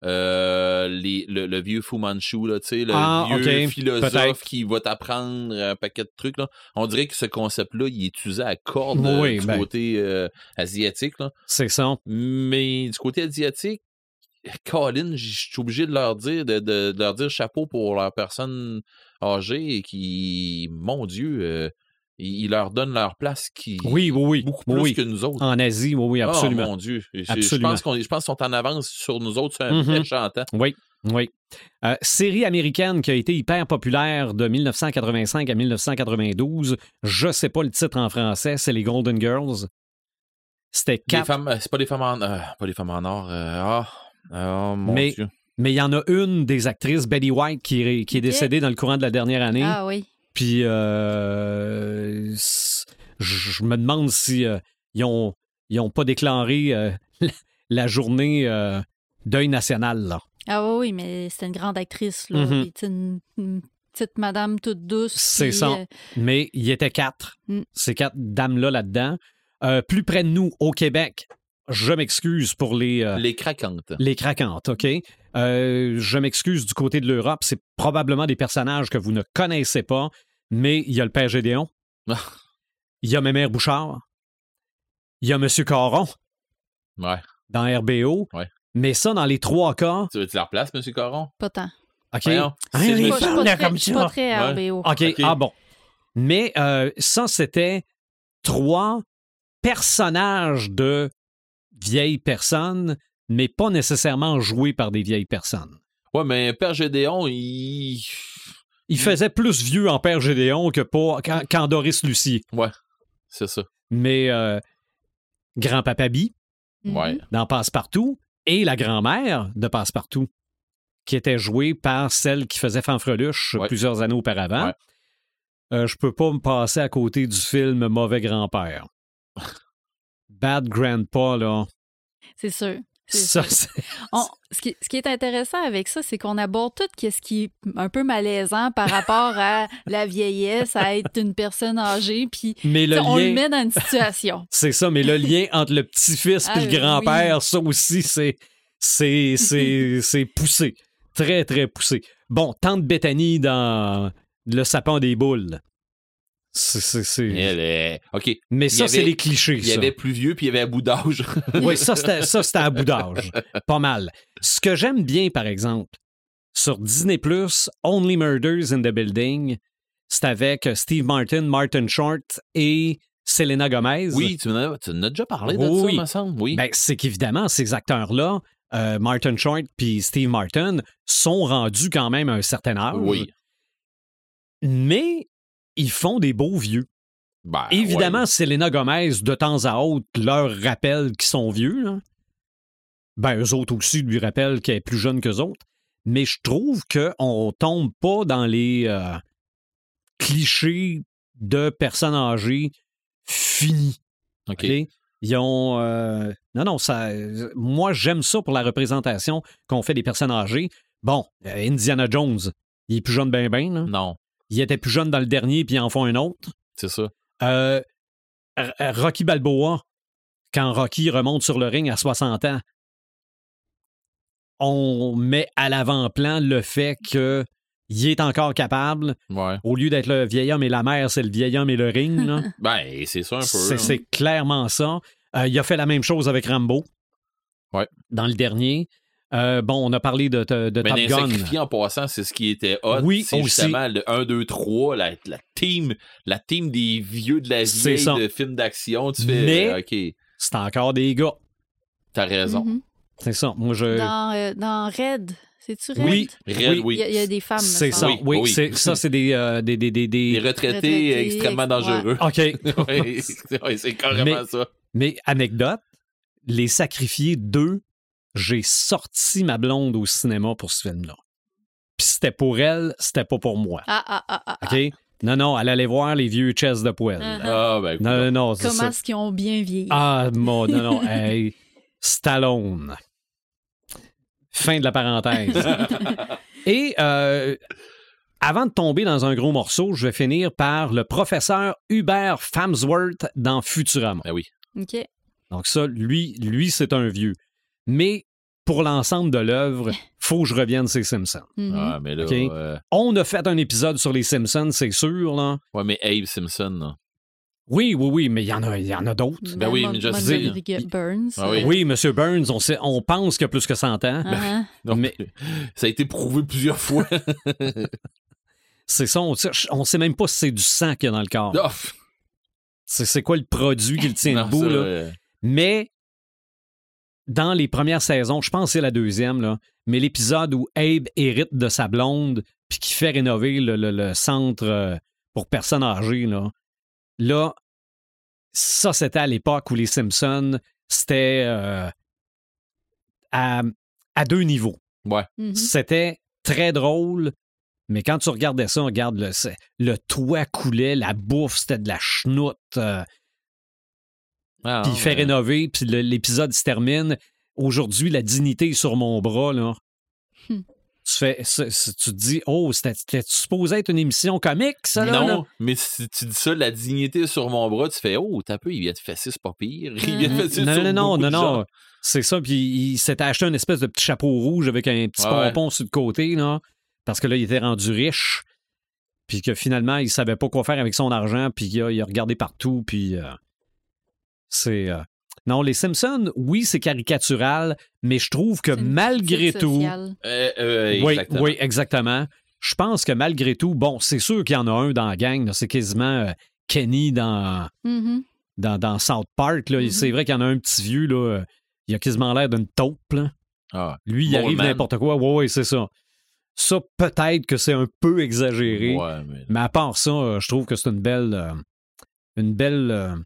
euh, les, le, le vieux Fu Manchu, là, tu sais, le ah, vieux okay. philosophe Peut-être. qui va t'apprendre un paquet de trucs. Là. On dirait que ce concept-là, il est utilisé à corde oui, euh, du ben, côté euh, asiatique. Là. C'est ça. Mais du côté asiatique, Colin, je suis obligé de leur dire de, de, de leur dire chapeau pour leur personne âgée et qui, mon Dieu, euh, ils leur donnent leur place qui Oui, oui, oui. beaucoup plus oui. que nous autres. En Asie, oui, oui, absolument. Oh mon Dieu. Je, absolument. je pense qu'on je pense qu'ils sont en avance sur nous autres sur un mm-hmm. méchant temps. Oui, oui. Euh, série américaine qui a été hyper populaire de dix-neuf cent quatre-vingt-cinq à dix-neuf cent quatre-vingt-douze. Je sais pas le titre en français, c'est les Golden Girls. C'était quatre... femmes, c'est pas des femmes en euh, pas des femmes en or. Euh, ah, oh, mon mais, Dieu. Mais il y en a une des actrices, Betty White, qui est, qui est okay. décédée dans le courant de la dernière année. Ah oui. Puis euh, je me demande si euh, ils ont ils ont pas déclaré euh, la journée euh, deuil national là. Ah oui, oui, mais c'était une grande actrice là, mm-hmm. puis une, une petite madame toute douce. C'est puis, ça. Euh... Mais il y était quatre. Mm. Ces quatre dames là là-dedans. Euh, plus près de nous, au Québec, je m'excuse pour les euh, les craquantes. Les craquantes, ok. Euh, je m'excuse du côté de l'Europe. C'est probablement des personnages que vous ne connaissez pas, mais il y a le père Gédéon. Il y a Mémère Bouchard. Il y a Monsieur Caron. Ouais. Dans R B O. Ouais. Mais ça, dans les trois cas... Tu veux-tu leur place, Monsieur Caron? Pas tant. OK. Voyons, ah, il je suis pas, pas, pas très R B O. Ouais. OK, ah bon. Mais euh, ça, c'était trois personnages de vieilles personnes, mais pas nécessairement joués par des vieilles personnes. Ouais, mais Père Gédéon, il... Il faisait plus vieux en Père Gédéon que pas, qu'en, qu'en Doris Lucie. Ouais, c'est ça. Mais euh, Grand-Papa Bi, ouais. dans Passe-Partout, et la grand-mère de Passe-Partout, qui était jouée par celle qui faisait Fanfreluche ouais. plusieurs années auparavant. Ouais. Euh, je peux pas me passer à côté du film Mauvais Grand-Père. Bad Grandpa, là. C'est sûr. C'est ça, sûr. C'est... On, ce, qui, ce qui est intéressant avec ça, c'est qu'on aborde tout ce qui est un peu malaisant par rapport à la vieillesse, à être une personne âgée, puis le on lien... le met dans une situation. C'est ça, mais le lien entre le petit-fils et ah, le grand-père, oui. ça aussi, c'est, c'est, c'est, c'est poussé. Très, très poussé. Bon, tante Bethany dans Le sapin des boules. C'est, c'est, c'est... Elle est... OK. Mais ça, avait, c'est les clichés. Il y ça. avait plus vieux, puis il y avait à bout d'âge. Oui, ça c'était, ça, c'était à bout d'âge. Pas mal. Ce que j'aime bien, par exemple, sur Disney plus, Only Murders in the Building, c'est avec Steve Martin, Martin Short et Selena Gomez. Oui, tu en as, tu en as déjà parlé de oui. ça, me semble. Oui. Ben, c'est qu'évidemment, ces acteurs-là, euh, Martin Short puis Steve Martin, sont rendus quand même à un certain âge. Oui. Mais ils font des beaux vieux. Ben, évidemment, ouais. Selena Gomez, de temps à autre, leur rappelle qu'ils sont vieux. Là. Ben, eux autres aussi lui rappellent qu'elle est plus jeune qu'eux autres. Mais je trouve qu'on tombe pas dans les euh, clichés de personnes âgées finies. OK. Okay? Ils ont... Euh... Non, non, ça... moi, j'aime ça pour la représentation qu'on fait des personnes âgées. Bon, euh, Indiana Jones, il est plus jeune ben ben. Là. Non. Il était plus jeune dans le dernier, puis ils en font un autre. C'est ça. Euh, Rocky Balboa, quand Rocky remonte sur le ring à soixante ans, on met à l'avant-plan le fait qu'il est encore capable. Ouais. Au lieu d'être le vieil homme et la mère, c'est le vieil homme et le ring. Là. Ben, c'est ça un peu. C'est, hein. c'est clairement ça. Euh, il a fait la même chose avec Rambo. Ouais. Dans le dernier. Euh, bon, on a parlé de, de, de Top Gun. Sacrifié en passant, c'est ce qui était hot. Oui, c'est aussi. Justement le un, deux, trois, la, la team, la team des vieux de la vieille de films d'action. Tu fais, mais euh, OK. C'est encore des gars. T'as raison. Mm-hmm. C'est ça. Moi, je... Dans, euh, dans Red, c'est-tu Red? Oui, Red, oui. Il y, a, il y a des femmes. C'est ça, oui. oui. oui. C'est, ça, c'est des, euh, des, des, des, des... des retraités, retraités extrêmement dangereux. OK. oui, c'est, oui, c'est carrément mais, ça. Mais, anecdote, Les Sacrifiés deux, j'ai sorti ma blonde au cinéma pour ce film-là. Puis c'était pour elle, c'était pas pour moi. Ah, ah, ah, ah. OK? Non, non, elle allait voir les vieux chess de poêle. Uh-huh. Ah, ben, non, non, non, c'est Comment ça. est-ce qu'ils ont bien vieilli? Ah, mon, non, non, hey, Stallone. Fin de la parenthèse. Et euh, avant de tomber dans un gros morceau, je vais finir par le professeur Hubert Farnsworth dans Futurama. Ben oui. OK. Donc ça, lui, lui, c'est un vieux. Mais pour l'ensemble de l'œuvre, faut que je revienne sur les Simpsons. Mhm. Ah, mais là... OK. euh, On a fait un épisode sur les Simpsons, c'est sûr, là. Ouais, mais Abe Simpson, là. Oui, oui, oui, mais il y en a, il y en a d'autres. Ben oui, Mon- mais je Mon- sais. Rodriguez Burns. Ah oui. Oui, M. Burns, on, sait, on pense qu'il y a plus que cent ans. Uh-huh. Non, Mais- ça a été prouvé plusieurs fois. C'est ça, on, on sait même pas si c'est du sang qu'il y a dans le corps. Ah, C'est, c'est quoi le produit qui le tient non, debout, ça, là. euh, Mais dans les premières saisons, je pense que c'est la deuxième, là, mais l'épisode où Abe hérite de sa blonde puis qui fait rénover le, le- le centre euh, pour personnes âgées, là, là, ça, c'était à l'époque où les Simpsons, c'était euh, à, à deux niveaux. Ouais. Mhm. C'était très drôle, mais quand tu regardais ça, regarde, le, c'est- le toit coulait, la bouffe, c'était de la chenoute. euh, Ah, puis il fait ouais. rénover, puis le- l'épisode se termine. Aujourd'hui, la dignité est sur mon bras, là. Hmm. Tu fais, c'est- c'est- tu te dis, oh, c'était, c'était supposé être une émission comique, ça, là? Non, là? mais si tu dis ça, la dignité sur mon bras, tu fais, oh, t'as peu, il vient de fesser, c'est pas pire. Il vient de Mhm. fesser Non, sur non, non, beaucoup non, de non. gens. C'est ça, puis il s'était acheté une espèce de petit chapeau rouge avec un petit Ouais. pompon sur le côté, là, parce que là, il était rendu riche, puis que finalement, il savait pas quoi faire avec son argent, puis il a, il a regardé partout, puis euh, c'est... euh, Non, les Simpsons, oui, c'est caricatural, mais je trouve que C'est une malgré critique tout... sociale. Euh, euh, Oui, exactement. oui, exactement. Je pense que malgré tout, bon, c'est sûr qu'il y en a un dans la gang, là, c'est quasiment euh, Kenny dans, Mhm. dans, dans South Park. Là. Mhm. C'est vrai qu'il y en a un petit vieux, là, euh, il a quasiment l'air d'une taupe. Là. Ah, Lui, il arrive Moleman. n'importe quoi. Oui, oui, c'est ça. Ça, peut-être que c'est un peu exagéré, ouais, mais... mais à part ça, euh, je trouve que c'est une belle, euh, une belle euh,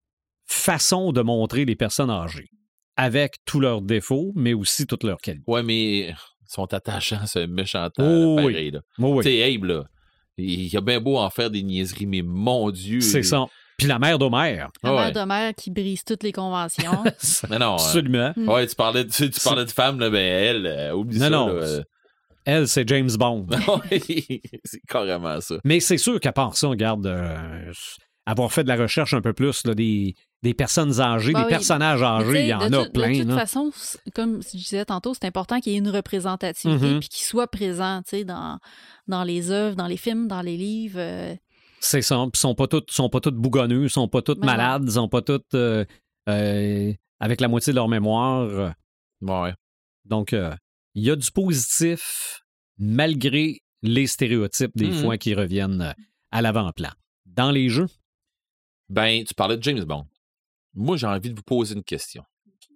façon de montrer les personnes âgées, avec tous leurs défauts, mais aussi toutes leurs qualités. Ouais, mais ils sont attachants, ce méchant temps, Oh, là, oui. pareil, là. Oui, oui, Tu sais, Abe, là, il il a bien beau en faire des niaiseries, mais mon Dieu. c'est ça. Puis la mère d'Homère. La Ouais. mère de mère qui brise toutes les conventions. Mais non. hein. Absolument. Mm. Ouais, tu parlais de, tu sais, tu parlais de femme, là, ben elle, euh, oublie Non, ça. non. là, euh. Elle, c'est James Bond. Ouais, c'est carrément ça. Mais c'est sûr qu'à part ça, regarde, euh, avoir fait de la recherche un peu plus, là, des, des personnes âgées, Bah des oui. personnages Mais âgés, tu sais, il y en de a tout- plein. De toute là. façon, c- comme je disais tantôt, c'est important qu'il y ait une représentativité Mhm. puis qu'il soit présent, tu sais, dans, dans les œuvres, dans les films, dans les livres. euh, C'est ça. Puis ils sont pas toutes, sont pas toutes bougonneux, ils sont pas toutes Ben non. malades, ils sont pas toutes euh, euh, avec la moitié de leur mémoire. Ouais. Donc, euh, il y a du positif malgré les stéréotypes des Mhm. fois qui reviennent euh, à l'avant-plan. Dans les jeux, Ben, tu parlais de James Bond. Moi, j'ai envie de vous poser une question.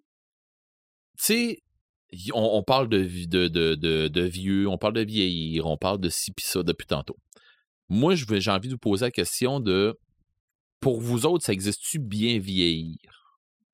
Tu sais, y- on, on parle de, vi- de, de, de, de vieux, on parle de vieillir, on parle de ci pis ça depuis tantôt. Moi, je vais- j'ai envie de vous poser la question de, pour vous autres, ça existe-tu bien vieillir?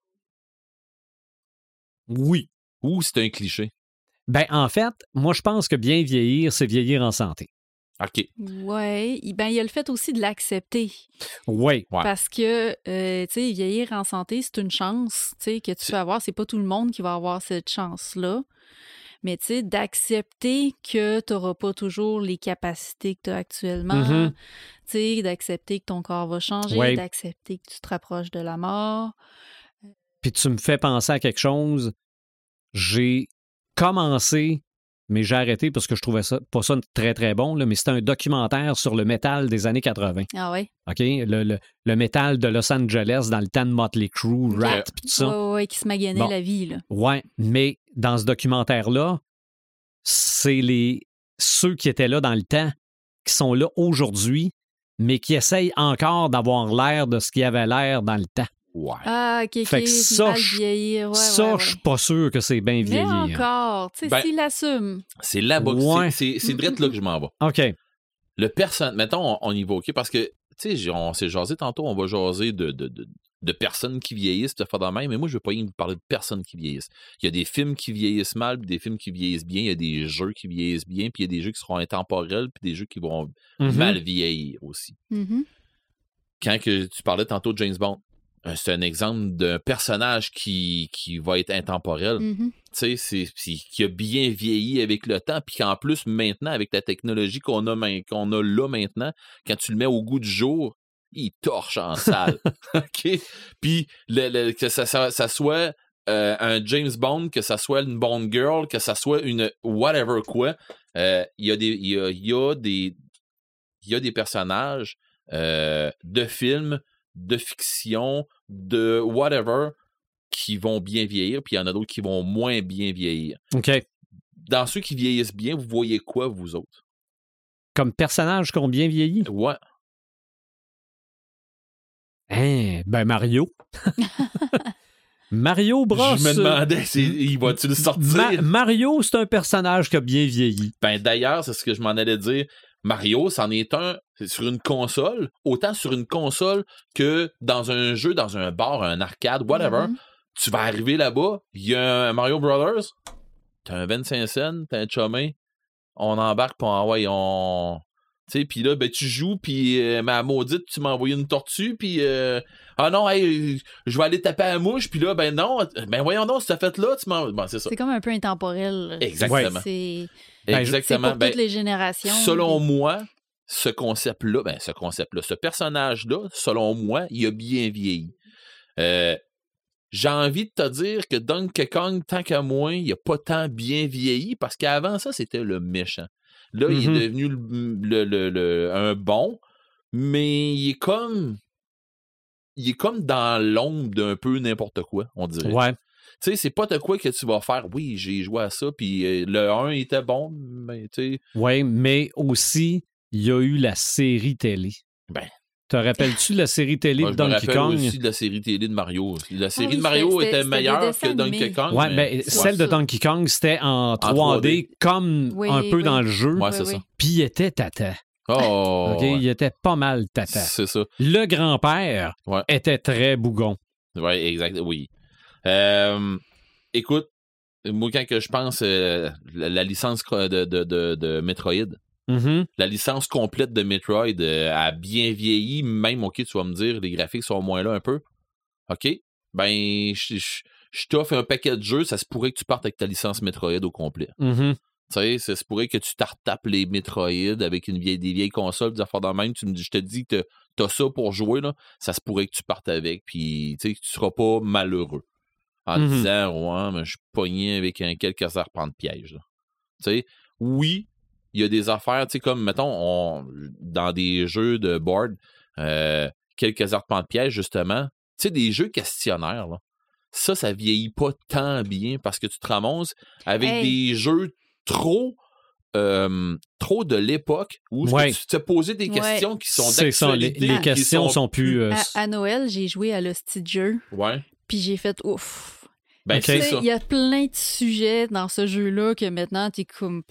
oui. Ou c'est un cliché? Ben, en fait, moi, je pense que bien vieillir, c'est vieillir en santé. OK. Ouais, il- ben il y a le fait aussi de l'accepter. Oui. Ouais. Parce que, euh, tu sais, vieillir en santé, c'est une chance, tu sais, que tu C'est- peux avoir. C'est pas tout le monde qui va avoir cette chance-là. Mais, tu sais, d'accepter que tu n'auras pas toujours les capacités que tu as actuellement. Mhm. Tu sais, d'accepter que ton corps va changer, Ouais. d'accepter que tu te rapproches de la mort. Puis tu me fais penser à quelque chose. J'ai commencé, mais j'ai arrêté parce que je trouvais ça pas ça très, très bon, là, mais c'était un documentaire sur le métal des années quatre-vingt. Ah ouais? OK? Le, le, le métal de Los Angeles dans le temps de Motley Crue, Rat, puis tout ça. Ouais, ouais, ouais, qui se maganait Bon. la vie, là. Ouais, mais dans ce documentaire-là, c'est les ceux qui étaient là dans le temps, qui sont là aujourd'hui, mais qui essayent encore d'avoir l'air de ce qui avait l'air dans le temps. Ouais. Ah, ok, ok. Fait que ça, mal je- vieillir, ouais, ça, ouais, ouais. je suis pas sûr que c'est bien Mais vieillir. encore, tu sais, Ben- s'il l'assume. C'est là bas Ouais. c'est c'est direct là que je m'en vais. OK. Le personne, mettons, on, on y va, OK? Parce que, tu sais, on s'est jasé tantôt, on va jaser de, de, de, de personnes qui vieillissent, de faire de même, mais moi, je veux pas y parler de personnes qui vieillissent. Il y a des films qui vieillissent mal, puis des films qui vieillissent bien, il y a des jeux qui vieillissent bien, puis il y a des jeux qui seront intemporels, puis des jeux qui vont Mhm. mal vieillir aussi. Mhm. Quand que tu parlais tantôt de James Bond, euh, c'est un exemple d'un personnage qui, qui va être intemporel. Mhm. Tu sais, c'est, c'est- qui a bien vieilli avec le temps, puis qu'en plus, maintenant, avec la technologie qu'on a, main- qu'on a là maintenant, quand tu le mets au goût du jour, il torche en salle. OK? Puis le- le- que ça, ça, ça soit euh, un James Bond, que ça soit une Bond Girl, que ça soit une whatever quoi, il euh, y a des il y a, y a des il y a des personnages euh, de films, de fiction, de whatever qui vont bien vieillir, puis il y en a d'autres qui vont moins bien vieillir. OK. Dans ceux qui vieillissent bien, vous voyez quoi, vous autres? Comme personnages qui ont bien vieilli? Ouais. Hein, ben Mario. Mario Bros. Je me demandais, c'est, il va-tu le sortir? Ma- Mario, c'est un personnage qui a bien vieilli. Ben d'ailleurs, c'est ce que je m'en allais dire. Mario, c'en est un c'est sur une console, autant sur une console que dans un jeu, dans un bar, un arcade, whatever. Mm-hmm. Tu vas arriver là-bas, il y a un Mario Brothers, t'as un vingt-cinq cents, t'as un chumé, on embarque, puis on... Ouais, on... Tu sais, puis là, ben, tu joues, puis euh, ma maudite, tu m'as envoyé une tortue, puis euh, ah non, hey, je vais aller taper à la mouche, puis là, ben non, ben voyons donc, cette fête-là, tu m'en... Bon, c'est ça. C'est comme un peu intemporel. Exactement. C'est, Exactement. c'est pour ben, toutes les générations. Selon puis... moi, ce concept-là, ben ce concept-là, ce personnage-là, selon moi, il a bien vieilli. Euh, j'ai envie de te dire que Donkey Kong, tant qu'à moi, il a pas tant bien vieilli, parce qu'avant ça, c'était le méchant. Là, mm-hmm. il est devenu le, le, le, le, un bon, mais il est comme... Il est comme dans l'ombre d'un peu n'importe quoi, on dirait. Ouais. Tu sais, c'est pas de quoi que tu vas faire. Oui, j'ai joué à ça, puis euh, le un était bon, mais tu sais... Oui, mais aussi, il y a eu la série télé. Ben... Te rappelles-tu de la série télé Moi, de Donkey Kong? Je me aussi de la série télé de Mario. La série ah oui, de Mario c'était, était c'était meilleure que Donkey Kong. Oui, mais... mais ouais. celle de Donkey Kong, c'était en trois D, trois D. comme oui, un peu oui. dans le jeu. Ouais, oui, c'est oui. ça. Puis il était tata. Oh! OK, ouais. il était pas mal tata. C'est ça. Le grand-père ouais. était très bougon. Oui, exact. Oui. Euh, écoute, moi, quand que je pense euh, la, la licence de, de, de, de Metroid, Mm-hmm. la licence complète de Metroid euh, a bien vieilli, même, OK, tu vas me dire, les graphiques sont moins là un peu. OK? Ben, je, je, je t'offre un paquet de jeux, ça se pourrait que tu partes avec ta licence Metroid au complet. Mm-hmm. Tu sais, ça se pourrait que tu t'artapes les Metroid avec une vieille, des vieilles consoles, des affaires dans le même. Tu me, je te dis que t'as ça pour jouer, là, ça se pourrait que tu partes avec, puis tu sais, tu seras pas malheureux. En Mm-hmm. disant, ouais, mais je suis pogné avec un quelques serpents de piège. Tu sais, oui, il y a des affaires, tu sais, comme, mettons, on, dans des jeux de board, euh, quelques arpents de piège, justement, tu sais, des jeux questionnaires, là, ça, ça vieillit pas tant bien parce que tu te ramasses avec hey. des jeux trop, euh, trop de l'époque où ouais. tu te posais des questions ouais. qui sont C'est d'actualité. ça, les, les questions sont, sont plus... Euh... À, à Noël, j'ai joué à l'hostie de jeu. Ouais. Puis j'ai fait ouf. Ben, okay. c'est ça. Il y a plein de sujets dans ce jeu-là que maintenant, t'es comme...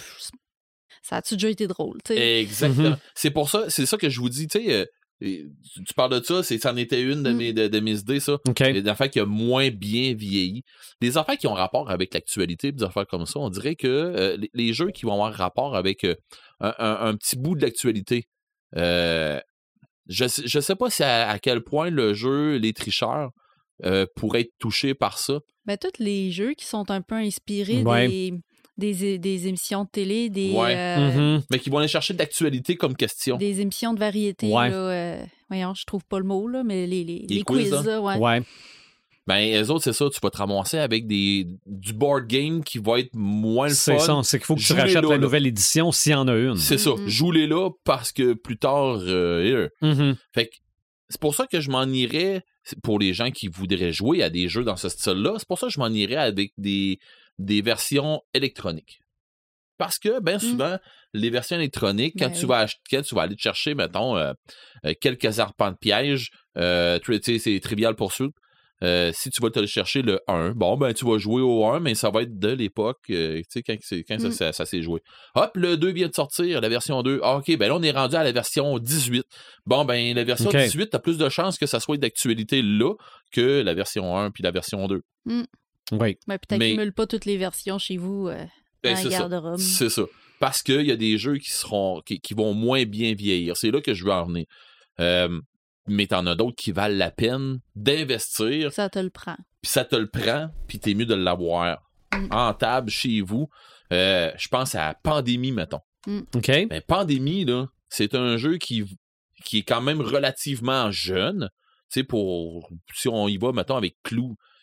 Ça a-tu déjà été drôle, tu sais? Exactement. Mm-hmm. C'est pour ça, c'est ça que je vous dis, tu sais, euh, tu, tu parles de ça, c'est, c'en était une de, mm. mes, de, de mes idées, ça. Okay. Des affaires qui ont moins bien vieilli. Des affaires qui ont rapport avec l'actualité, des affaires comme ça, on dirait que euh, les, les jeux qui vont avoir rapport avec euh, un, un, un petit bout de l'actualité, euh, je, je sais pas si à, à quel point le jeu, les tricheurs, euh, pourraient être touchés par ça. Ben, tous les jeux qui sont un peu inspirés ouais. des... Des, des émissions de télé, des... Ouais. Euh, mm-hmm. Mais qui vont aller chercher de l'actualité comme question. Des émissions de variété, ouais. là. Euh, voyons, je trouve pas le mot, là, mais les, les, les, les quiz, quiz, là, ouais. ouais. Ben, les autres, c'est ça, tu vas te ramasser avec des, du board game qui va être moins le c'est fun. C'est ça, c'est qu'il faut que Joue-les tu rachètes là, la là. nouvelle édition s'il y en a une. C'est ça, Mm-hmm. joue-les là parce que plus tard, euh, mm-hmm. fait que c'est pour ça que je m'en irais, pour les gens qui voudraient jouer à des jeux dans ce style-là, c'est pour ça que je m'en irais avec des, des versions électroniques. Parce que, bien souvent, mm. les versions électroniques, quand, ben tu, oui. vas ach- quand tu vas aller te chercher, mettons, euh, euh, quelques arpents de piège, euh, tu sais, c'est Trivial Pursuit, euh, si tu vas te chercher le un, bon, ben, tu vas jouer au un, mais ça va être de l'époque, euh, tu sais, quand, c'est, quand mm. ça, ça, ça s'est joué. Hop, le deux vient de sortir, la version deux. Ah, OK, ben là, on est rendu à la version dix-huit. Bon, ben, la version okay. dix-huit, t'as plus de chances que ça soit d'actualité là que la version un puis la version deux. Mm. Oui. Ben, puis t'accumules pas toutes les versions chez vous. Euh... Ben, c'est, ça. c'est ça. Parce qu'il y a des jeux qui seront qui, qui vont moins bien vieillir. C'est là que je veux en venir. Euh, mais t'en as d'autres qui valent la peine d'investir. Ça te le prend. Puis ça te le prend, puis t'es mieux de l'avoir mm. en table chez vous. Euh, je pense à Pandémie, mettons. Mm. OK. Ben, Pandémie, là, c'est un jeu qui, qui est quand même relativement jeune. Tu sais, pour si on y va, mettons, avec Clou.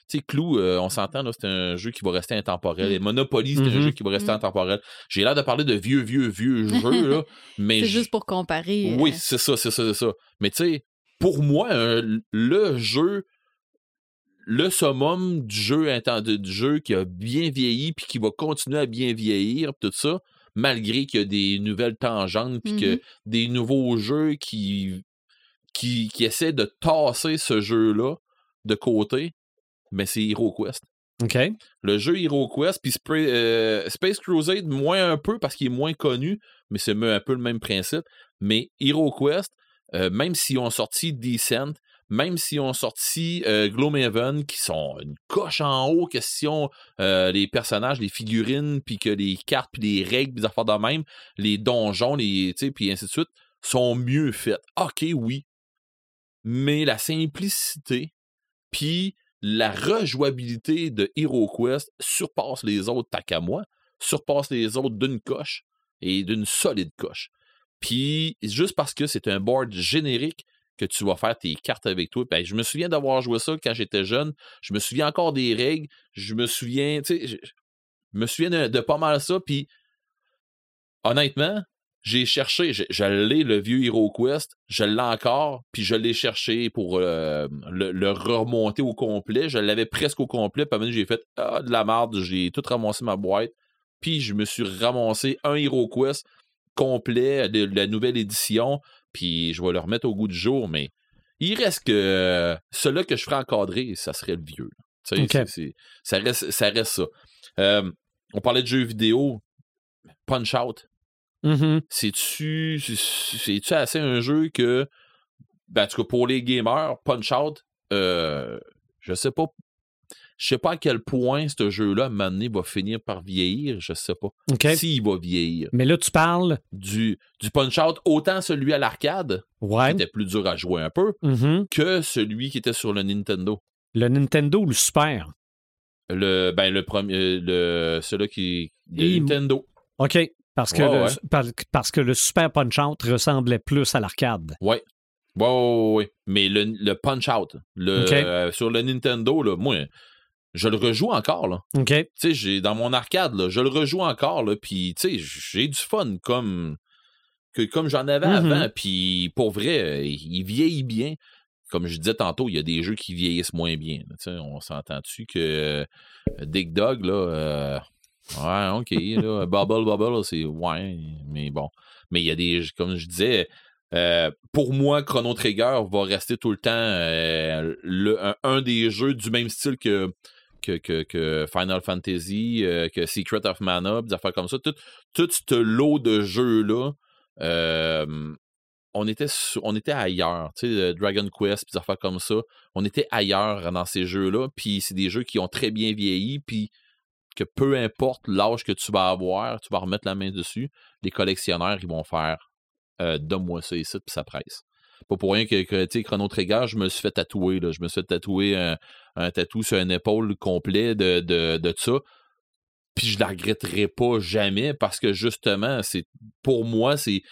Tu sais, Clou, euh, on s'entend, là, c'est un jeu qui va rester intemporel. Mm. Et Monopoly, c'est Mm-hmm. un jeu qui va rester Mm. intemporel. J'ai l'air de parler de vieux, vieux, vieux jeux, là, mais... C'est j- juste pour comparer. Oui, euh, c'est ça, c'est ça, c'est ça. Mais tu sais, pour moi, un- le jeu, le summum du jeu, inten- de- du jeu qui a bien vieilli puis qui va continuer à bien vieillir, tout ça, malgré qu'il y a des nouvelles tangentes puis que Mhm. des nouveaux jeux qui, qui, qui essaient de tasser ce jeu-là de côté, mais c'est HeroQuest. OK. Le jeu HeroQuest, puis Spra- euh, Space Crusade, moins un peu parce qu'il est moins connu, mais c'est un peu le même principe. Mais HeroQuest, euh, même s'ils ont sorti Descent, même s'ils ont sorti euh, Gloomhaven, qui sont une coche en haut, question euh, les personnages, les figurines, puis que les cartes, puis les règles, puis les affaires de même, les donjons, les, puis ainsi de suite, sont mieux faites. OK, oui. Mais la simplicité, puis la rejouabilité de HeroQuest surpasse les autres, tant qu'à moi, surpasse les autres d'une coche et d'une solide coche. Puis, juste parce que c'est un board générique que tu vas faire tes cartes avec toi. Ben, je me souviens d'avoir joué ça quand j'étais jeune. Je me souviens encore des règles. Je me souviens, tu sais, je, je me souviens de, de pas mal ça. Puis, honnêtement, j'ai cherché, je, je l'ai, le vieux HeroQuest, je l'ai encore, puis je l'ai cherché pour euh, le, le remonter au complet. Je l'avais presque au complet, puis après, j'ai fait ah, de la merde, j'ai tout ramassé ma boîte, puis je me suis ramassé un HeroQuest complet de, de la nouvelle édition, puis je vais le remettre au goût du jour, mais il reste que euh, celui que je ferais encadrer, ça serait le vieux. Tu sais, Okay. c'est, c'est, ça, reste, ça reste ça. Euh, on parlait de jeux vidéo, Punch-Out. Mm-hmm. C'est-tu, c'est-tu assez un jeu que, ben, en tout cas, pour les gamers, Punch-Out, euh, je sais pas, je sais pas à quel point ce jeu-là, à un moment donné, va finir par vieillir, je sais pas. OK. S'il va vieillir. Mais là, tu parles. Du, du Punch-Out, autant celui à l'arcade, Ouais. qui était plus dur à jouer un peu, Mm-hmm. que celui qui était sur le Nintendo. Le Nintendo ou le Super? Le, ben, le premier, le, celui qui, le Et- Nintendo. OK. Parce que, Ouais, le, ouais. par- parce que le Super Punch-Out ressemblait plus à l'arcade. Ouais. Ouais, ouais, ouais. Mais le, le Punch-Out, le, OK. euh, sur le Nintendo, là, moi, je le rejoue encore, là. OK. Tu sais, j'ai, dans mon arcade, là, je le rejoue encore, là, puis, tu sais, j'ai du fun comme, que, comme j'en avais Mhm. avant, puis pour vrai, il, il vieillit bien. Comme je disais tantôt, il y a des jeux qui vieillissent moins bien. Tu sais, on s'entend-tu que euh, Dig Dog, là, euh, ouais, OK, là, Bubble Bubble, là, c'est, ouais, mais bon. Mais il y a des, comme je disais, euh, pour moi, Chrono Trigger va rester tout le temps euh, le, un, un des jeux du même style que Que, que, que Final Fantasy, euh, que Secret of Mana, des affaires comme ça. Tout, tout ce lot de jeux-là, euh, on, était sur, on était ailleurs. Tu sais, Dragon Quest, des affaires comme ça. On était ailleurs dans ces jeux-là. Puis c'est des jeux qui ont très bien vieilli. Puis que peu importe l'âge que tu vas avoir, tu vas remettre la main dessus. Les collectionneurs, ils vont faire euh, donne-moi ça ici, puis ça presse. Pas pour rien que, que tu sais, Chrono Trigger, je me suis fait tatouer. Là. Je me suis fait tatouer un, un tatou sur une épaule complet de, de, de ça. Puis je la regretterai pas jamais parce que justement, c'est pour moi, c'est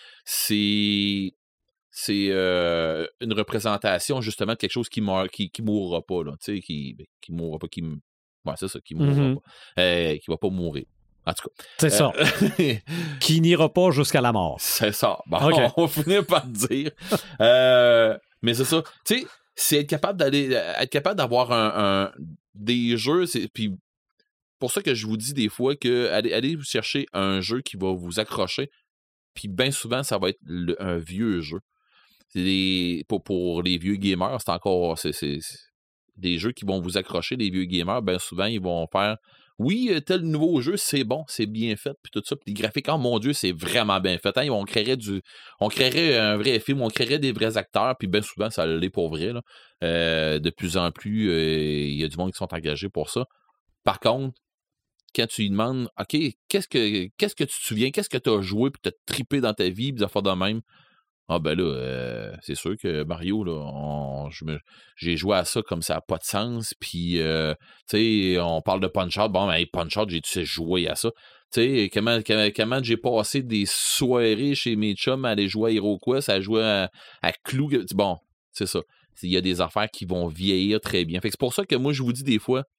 c'est c'est euh, une représentation justement de quelque chose qui meurt, qui, qui mourra pas là, tu sais, qui qui mourra pas, qui ouais, c'est ça, qui mourra Mhm. pas, euh, qui va pas mourir. En tout cas, C'est ça. euh, Qui n'ira pas jusqu'à la mort. c'est ça. Bon, Ok. on va finir par le dire. Euh, mais c'est ça. Tu sais, c'est être capable d'aller, être capable d'avoir un, un- des jeux. C'est, puis pour ça que je vous dis des fois que allez, allez vous chercher un jeu qui va vous accrocher. Puis bien souvent, ça va être le- un vieux jeu. C'est des, pour, pour les vieux gamers, c'est encore c'est, c'est, c'est des jeux qui vont vous accrocher. Les vieux gamers, bien souvent, ils vont faire oui, tel nouveau jeu, c'est bon, c'est bien fait, puis tout ça. Puis les graphiques, oh mon Dieu, c'est vraiment bien fait. Hein? On créerait du, on créerait un vrai film, on créerait des vrais acteurs, puis bien souvent, ça l'est pour vrai. Là. Euh, de plus en plus, il euh, y a du monde qui sont engagés pour ça. Par contre, quand tu lui demandes, OK, qu'est-ce que, qu'est-ce que tu te souviens, qu'est-ce que tu as joué, puis tu as trippé dans ta vie, puis des affaires de même, ah ben là, euh, c'est sûr que Mario, là, on, je me, j'ai joué à ça comme ça n'a pas de sens. Puis, euh, tu sais, on parle de Punch-Out. Bon, ben, Punch-Out, j'ai dû jouer à ça. Tu sais, comment, comment, comment j'ai passé des soirées chez mes chums à aller jouer à HeroQuest, à jouer à, à Clou. Bon, c'est ça. Il y a des affaires qui vont vieillir très bien. Fait que c'est pour ça que moi, je vous dis des fois,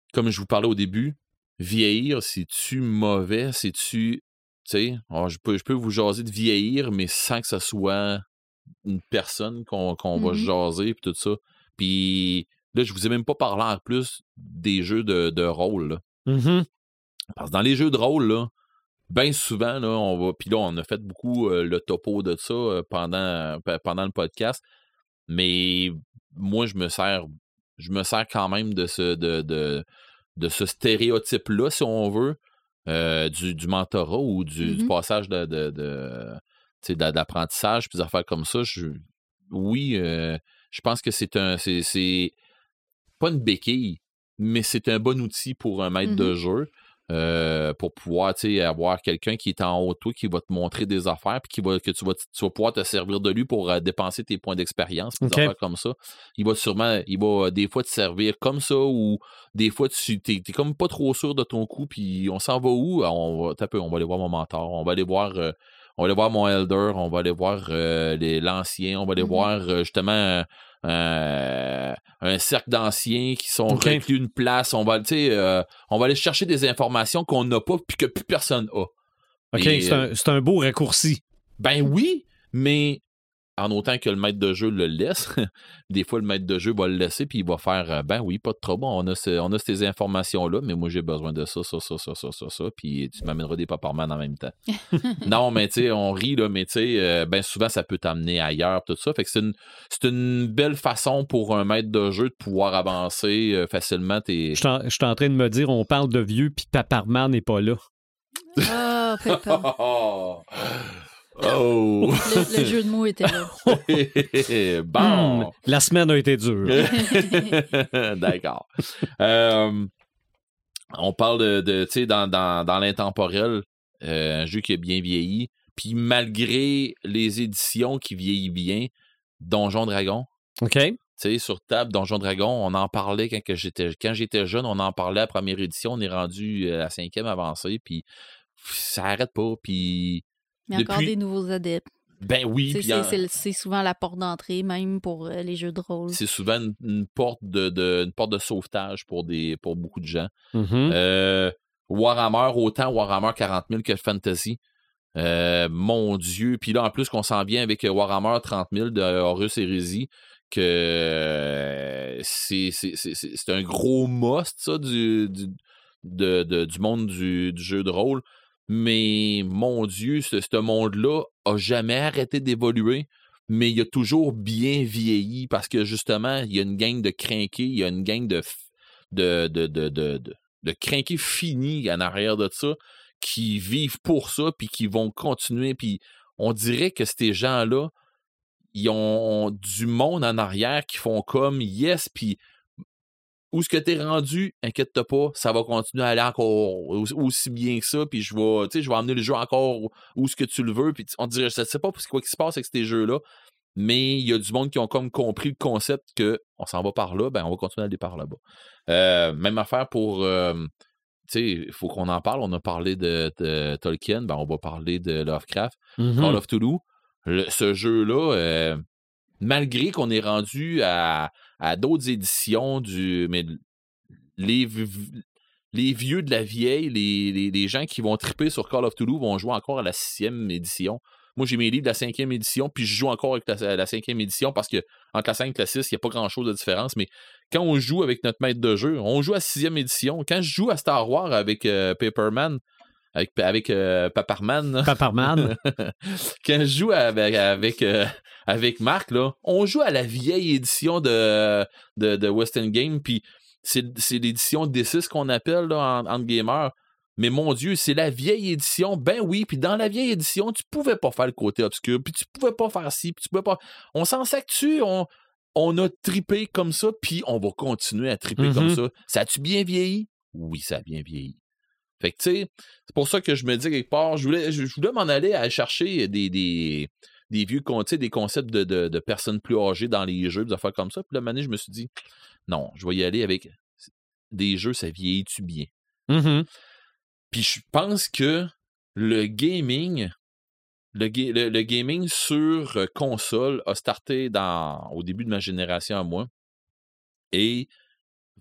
comme je vous parlais au début, vieillir, c'est-tu mauvais? C'est-tu... Tu sais, je peux, je peux vous jaser de vieillir, mais sans que ce soit une personne qu'on, qu'on va Mhm. jaser, puis tout ça. Puis là, je vous ai même pas parlé en plus des jeux de, de rôle, là. Mhm. Parce que dans les jeux de rôle, là, bien souvent, là, on va. Puis là, on a fait beaucoup euh, le topo de ça euh, pendant, euh, pendant le podcast. Mais moi, je me sers. Je me sers quand même de ce, de, de, de ce stéréotype-là, si on veut, euh, du, du mentorat ou du, Mhm. du passage de, de, de, tu sais, d'a- d'apprentissage, puis des affaires comme ça. Je, oui, euh, je pense que c'est un. C'est, c'est pas une béquille, mais c'est un bon outil pour un maître Mhm. de jeu. euh, pour pouvoir tu sais, avoir quelqu'un qui est en haut de toi, qui va te montrer des affaires, puis qui va, que tu vas, tu vas pouvoir te servir de lui pour euh, dépenser tes points d'expérience, puis OK. des affaires comme ça. Il va sûrement, il va euh, des fois te servir comme ça, ou des fois tu t'es, t'es comme pas trop sûr de ton coup, puis on s'en va où? Ah, On va, t'as peu, on va aller voir mon mentor, on va aller voir, euh, on va aller voir mon elder, on va aller voir euh, les, l'ancien, on va aller Mhm. voir euh, justement euh, un cercle d'anciens qui sont OK. reclus une place. On va, tu sais, euh, on va aller chercher des informations qu'on n'a pas puis que plus personne a. OK, Et, c'est un, c'est un beau raccourci. Ben oui, mais en autant que le maître de jeu le laisse, des fois le maître de jeu va le laisser puis il va faire euh, ben oui, pas de trouble, on a, ce- on a ces informations-là, mais moi j'ai besoin de ça, ça, ça, ça, ça, ça, ça, puis tu m'amèneras des paparman en même temps. Non, mais tu sais, on rit, là, mais tu sais, euh, ben souvent ça peut t'amener ailleurs, tout ça. Fait que c'est une, c'est une belle façon pour un maître de jeu de pouvoir avancer euh, facilement tes. Je suis en, je suis en train de me dire, on parle de vieux, puis Paparman n'est pas là. Ah, Peppa. Oh! Oh! Le, le jeu de mots était là. Bon! Hmm, la semaine a été dure. D'accord. Euh, on parle de, de tu sais, dans, dans, dans l'intemporel, euh, un jeu qui a bien vieilli. Puis malgré les éditions qui vieillissent bien, Donjon Dragon, OK. tu sais, sur table, Donjon Dragon, on en parlait quand, que j'étais, quand j'étais jeune, on en parlait à la première édition, on est rendu à la cinquième avancée, puis ça arrête pas, puis Il y a encore depuis... des nouveaux adeptes. Ben oui, C'est, puis c'est, en- c'est le- c'est souvent la porte d'entrée, même pour euh, les jeux de rôle. c'est souvent une, une porte de, de- une porte de sauvetage pour, des, pour beaucoup de gens. Mhm. Euh, Warhammer, autant Warhammer quarante mille que Fantasy. Euh, mon Dieu. Puis là, en plus, qu'on s'en vient avec Warhammer trente mille de Horus Heresy, que euh, c'est, c'est, c'est, c'est, c'est un gros must, ça, du, du, de, de- du monde du, du jeu de rôle. Mais mon Dieu, ce, ce monde-là a jamais arrêté d'évoluer, mais il a toujours bien vieilli parce que justement, il y a une gang de crinqués, il y a une gang de, f- de, de, de, de, de, de crinqués finis en arrière de ça, qui vivent pour ça, puis qui vont continuer. Puis on dirait que ces gens-là, ils ont, ont du monde en arrière qui font comme yes, puis où ce que t'es rendu, inquiète-toi pas, ça va continuer à aller encore aussi, aussi bien que ça, puis je vais, tu sais, je vais amener le jeu encore où, où ce que tu le veux, puis on dirait, je sais pas quoi qui se passe avec ces jeux-là, mais il y a du monde qui ont comme compris le concept que on s'en va par là, ben on va continuer à aller par là-bas. Euh, même affaire pour, euh, tu sais, il faut qu'on en parle, on a parlé de, de Tolkien, ben on va parler de Lovecraft, Mhm. Call of Cthulhu, le- ce jeu-là, euh, malgré qu'on est rendu à, à d'autres éditions du. Mais les, v- les vieux de la vieille, les, les, les gens qui vont triper sur Call of Cthulhu vont jouer encore à la sixième édition. Moi, j'ai mes livres de la cinquième édition, puis je joue encore avec la, la cinquième édition parce que entre la cinq et la six, il n'y a pas grand-chose de différence. Mais quand on joue avec notre maître de jeu, on joue à sixième édition. Quand je joue à Star Wars avec euh, Paperman, avec, avec euh, Paparman, là, Paparman. quand je joue avec, avec, euh, avec Marc, là, on joue à la vieille édition de, de, de Western Game, puis c'est, c'est l'édition D six qu'on appelle là, en, en gamer. Mais mon Dieu, c'est la vieille édition. Ben oui, puis dans la vieille édition, tu pouvais pas faire le côté obscur, puis tu pouvais pas faire ci, puis tu pouvais pas... On s'en s'actue, on, on a tripé comme ça, puis on va continuer à triper Mhm. comme ça. Ça a-tu bien vieilli? Oui, ça a bien vieilli. Fait que, tu sais, c'est pour ça que je me dis quelque part, je voulais, je voulais m'en aller à chercher des, des, des vieux concepts, des concepts de, de, de personnes plus âgées dans les jeux, des affaires comme ça. Puis là, maintenant, je me suis dit, non, je vais y aller avec des jeux, ça vieillit-tu bien? Mhm. Puis je pense que le gaming, le, ga- le, le gaming sur euh, console a starté dans, au début de ma génération à moi. Et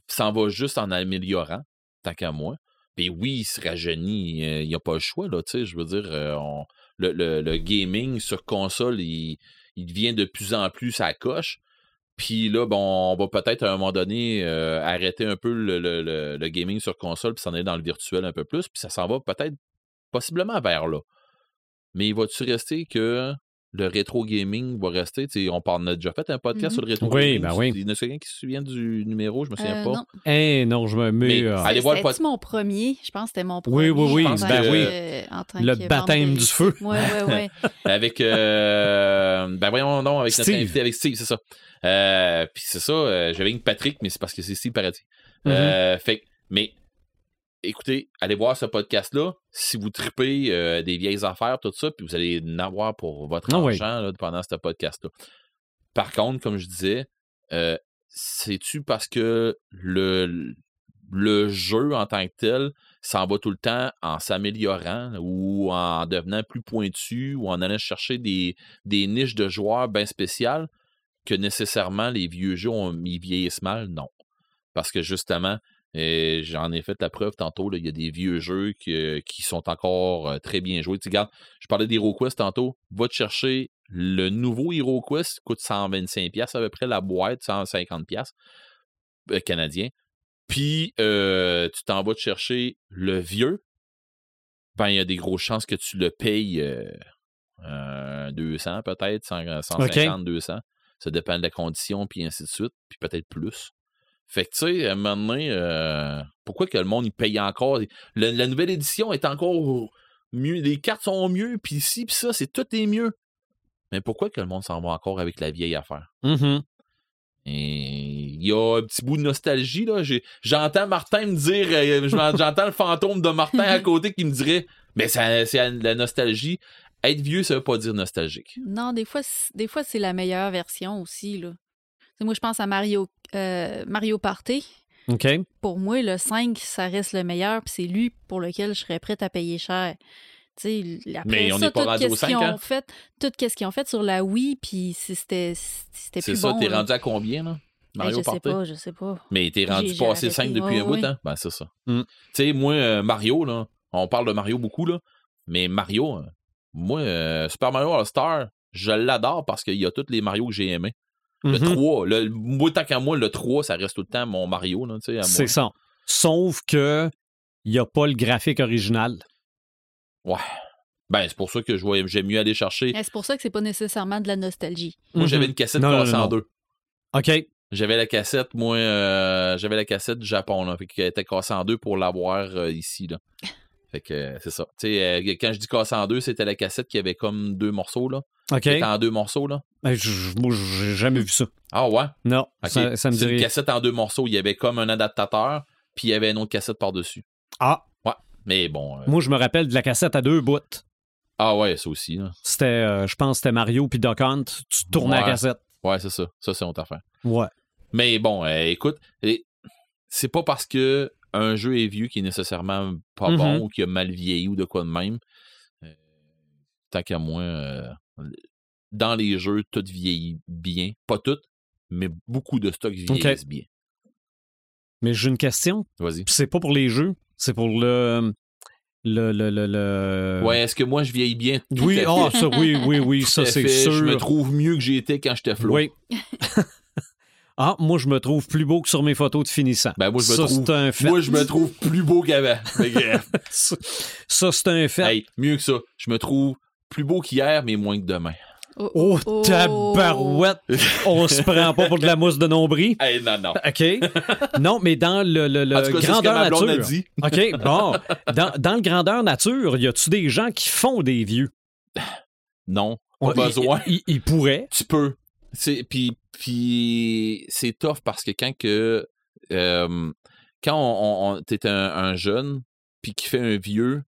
s'en va juste en améliorant, tant qu'à moi. Puis oui, il se rajeunit, euh, il n'y a pas le choix, là, tu sais, je veux dire, euh, on, le, le, le gaming sur console, il, il devient de plus en plus à coche. Puis là, bon, on va peut-être à un moment donné euh, arrêter un peu le, le, le, le gaming sur console puis s'en aller dans le virtuel un peu plus, puis ça s'en va peut-être possiblement vers là. Mais va-tu rester que le rétro gaming va rester? T'sais, on, parle, on a déjà fait un podcast mm-hmm. sur le rétro oui, gaming. Ben oui, il y en a quelqu'un qui se souvient du numéro, je me souviens euh, pas. Non. Eh hey, non, je me mets. Euh... Allez voir le podcast. C'était mon premier, je pense que c'était mon premier. Oui, oui, oui. Ben que, oui. Euh, en tant le que baptême du feu. Oui, oui, oui. Avec, euh, ben voyons non, avec Steve. notre invité, avec Steve, c'est ça. Euh, puis c'est ça, euh, j'avais une Patrick, mais c'est parce que c'est Steve Paradis. Mm-hmm. Euh, fait mais écoutez, allez voir ce podcast-là. Si vous tripez euh, des vieilles affaires, tout ça, puis vous allez en avoir pour votre oh, argent oui. là, pendant ce podcast-là. Par contre, comme je disais, euh, c'est-tu parce que le, le jeu en tant que tel s'en va tout le temps en s'améliorant ou en devenant plus pointu ou en allant chercher des, des niches de joueurs bien spéciales que nécessairement les vieux jeux ont, ils vieillissent mal? Non. Parce que justement, et j'en ai fait la preuve tantôt, il y a des vieux jeux qui, qui sont encore euh, très bien joués. Tu regarde, je parlais d'HeroQuest tantôt. Va te chercher le nouveau HeroQuest, coûte cent vingt-cinq dollars à peu près, la boîte, cent cinquante dollars euh, canadien. Puis, euh, tu t'en vas te chercher le vieux. Ben, il y a des grosses chances que tu le payes euh, euh, deux cents peut-être, cent cinquante, okay. deux cents. Ça dépend de la condition, puis ainsi de suite. Puis peut-être plus. Fait que, tu sais, à un moment donné, euh, pourquoi que le monde, il paye encore? Le, la nouvelle édition est encore mieux. Les cartes sont mieux, puis ici, puis ça, c'est tout est mieux. Mais pourquoi que le monde s'en va encore avec la vieille affaire? Mm-hmm. Et il y a un petit bout de nostalgie, là. J'ai, j'entends Martin me dire, euh, j'entends le fantôme de Martin à côté qui me dirait, mais ça, c'est la nostalgie. Être vieux, ça veut pas dire nostalgique. Non, des fois, des fois c'est la meilleure version aussi, là. T'sais, moi, je pense à Mario, euh, Mario Party. OK. Pour moi, le cinq, ça reste le meilleur, puis c'est lui pour lequel je serais prête à payer cher. T'sais, après mais on ça, n'est pas rendu au cinq, ont hein? fait, tout ce qu'ils ont fait sur la Wii, puis c'était, c'était c'est plus ça, bon. t'es là. rendu à combien, là? Mario ben, je Party? sais pas, je sais pas. Mais t'es rendu j'ai, passé j'ai cinq depuis ouais, un bout, ouais. hein? Ben, c'est ça. Mm. Tu sais, moi, euh, Mario, là, on parle de Mario beaucoup, là, mais Mario, euh, moi, euh, Super Mario All-Star, je l'adore parce qu'il y a tous les Mario que j'ai aimés. Le mm-hmm. trois, le, moi, tant qu'à moi, le trois, ça reste tout le temps mon Mario, là, tu sais, à moi. C'est ça. Sauf que il n'y a pas le graphique original. Ouais. Ben, c'est pour ça que je vois, j'aime mieux aller chercher. Et c'est pour ça que c'est pas nécessairement de la nostalgie. Moi, Mm-hmm. j'avais une cassette non, cassée non, non, en deux. OK. J'avais la cassette, moi, euh, j'avais la cassette du Japon, là, fait qu'elle était cassée en deux pour l'avoir euh, ici, là. Fait que euh, c'est ça. Tu sais, euh, quand je dis cassée en deux, c'était la cassette qui avait comme deux morceaux, là. OK. Qui était en deux morceaux, là. Ben, je, moi, j'ai jamais vu ça. Ah ouais? Non, okay. ça, ça me c'est dirait... une cassette en deux morceaux. Il y avait comme un adaptateur, puis il y avait une autre cassette par-dessus. Ah! Ouais, mais bon... Euh... Moi, je me rappelle de la cassette à deux bouts. Ah ouais, ça aussi, là. C'était, euh, je pense que c'était Mario puis Duck Hunt. Tu tournais ouais. la cassette. Ouais, c'est ça. Ça, c'est notre affaire. Ouais. Mais bon, euh, écoute, c'est pas parce que un jeu est vieux qui est nécessairement pas mm-hmm. bon ou qui a mal vieilli ou de quoi de même. Euh, tant qu'à moi, euh, dans les jeux, tout vieillit bien. Pas tout, mais beaucoup de stocks vieillissent okay. bien. Mais j'ai une question. Vas-y. C'est pas pour les jeux, c'est pour le... Le, le, le, le... Ouais, est-ce que moi je vieillis bien? Tout oui, oh, ça, oui, oui, oui, ça c'est fait. sûr. Je me trouve mieux que j'étais quand j'étais flou. Oui. Ah, moi, je me trouve plus beau que sur mes photos de finissant. Ben, moi, je me ça, trouve, c'est un fait. Moi, je me trouve plus beau qu'avant. ça, ça, c'est un fait. Hey, mieux que ça. Je me trouve plus beau qu'hier, mais moins que demain. Oh, oh, oh tabarouette! On se prend pas pour de la mousse de nombril. Hey, non, non. OK. Non, mais dans le, le, le en tout cas, grandeur c'est ce que ma nature. A dit. OK, bon. Dans, dans le grandeur nature, y a-tu des gens qui font des vieux? Non. Pas On, besoin. Ils il, il pourraient. Tu peux. Puis, puis c'est tough parce que quand que euh, quand on, on, t'es un, un jeune puis qui fait un vieux,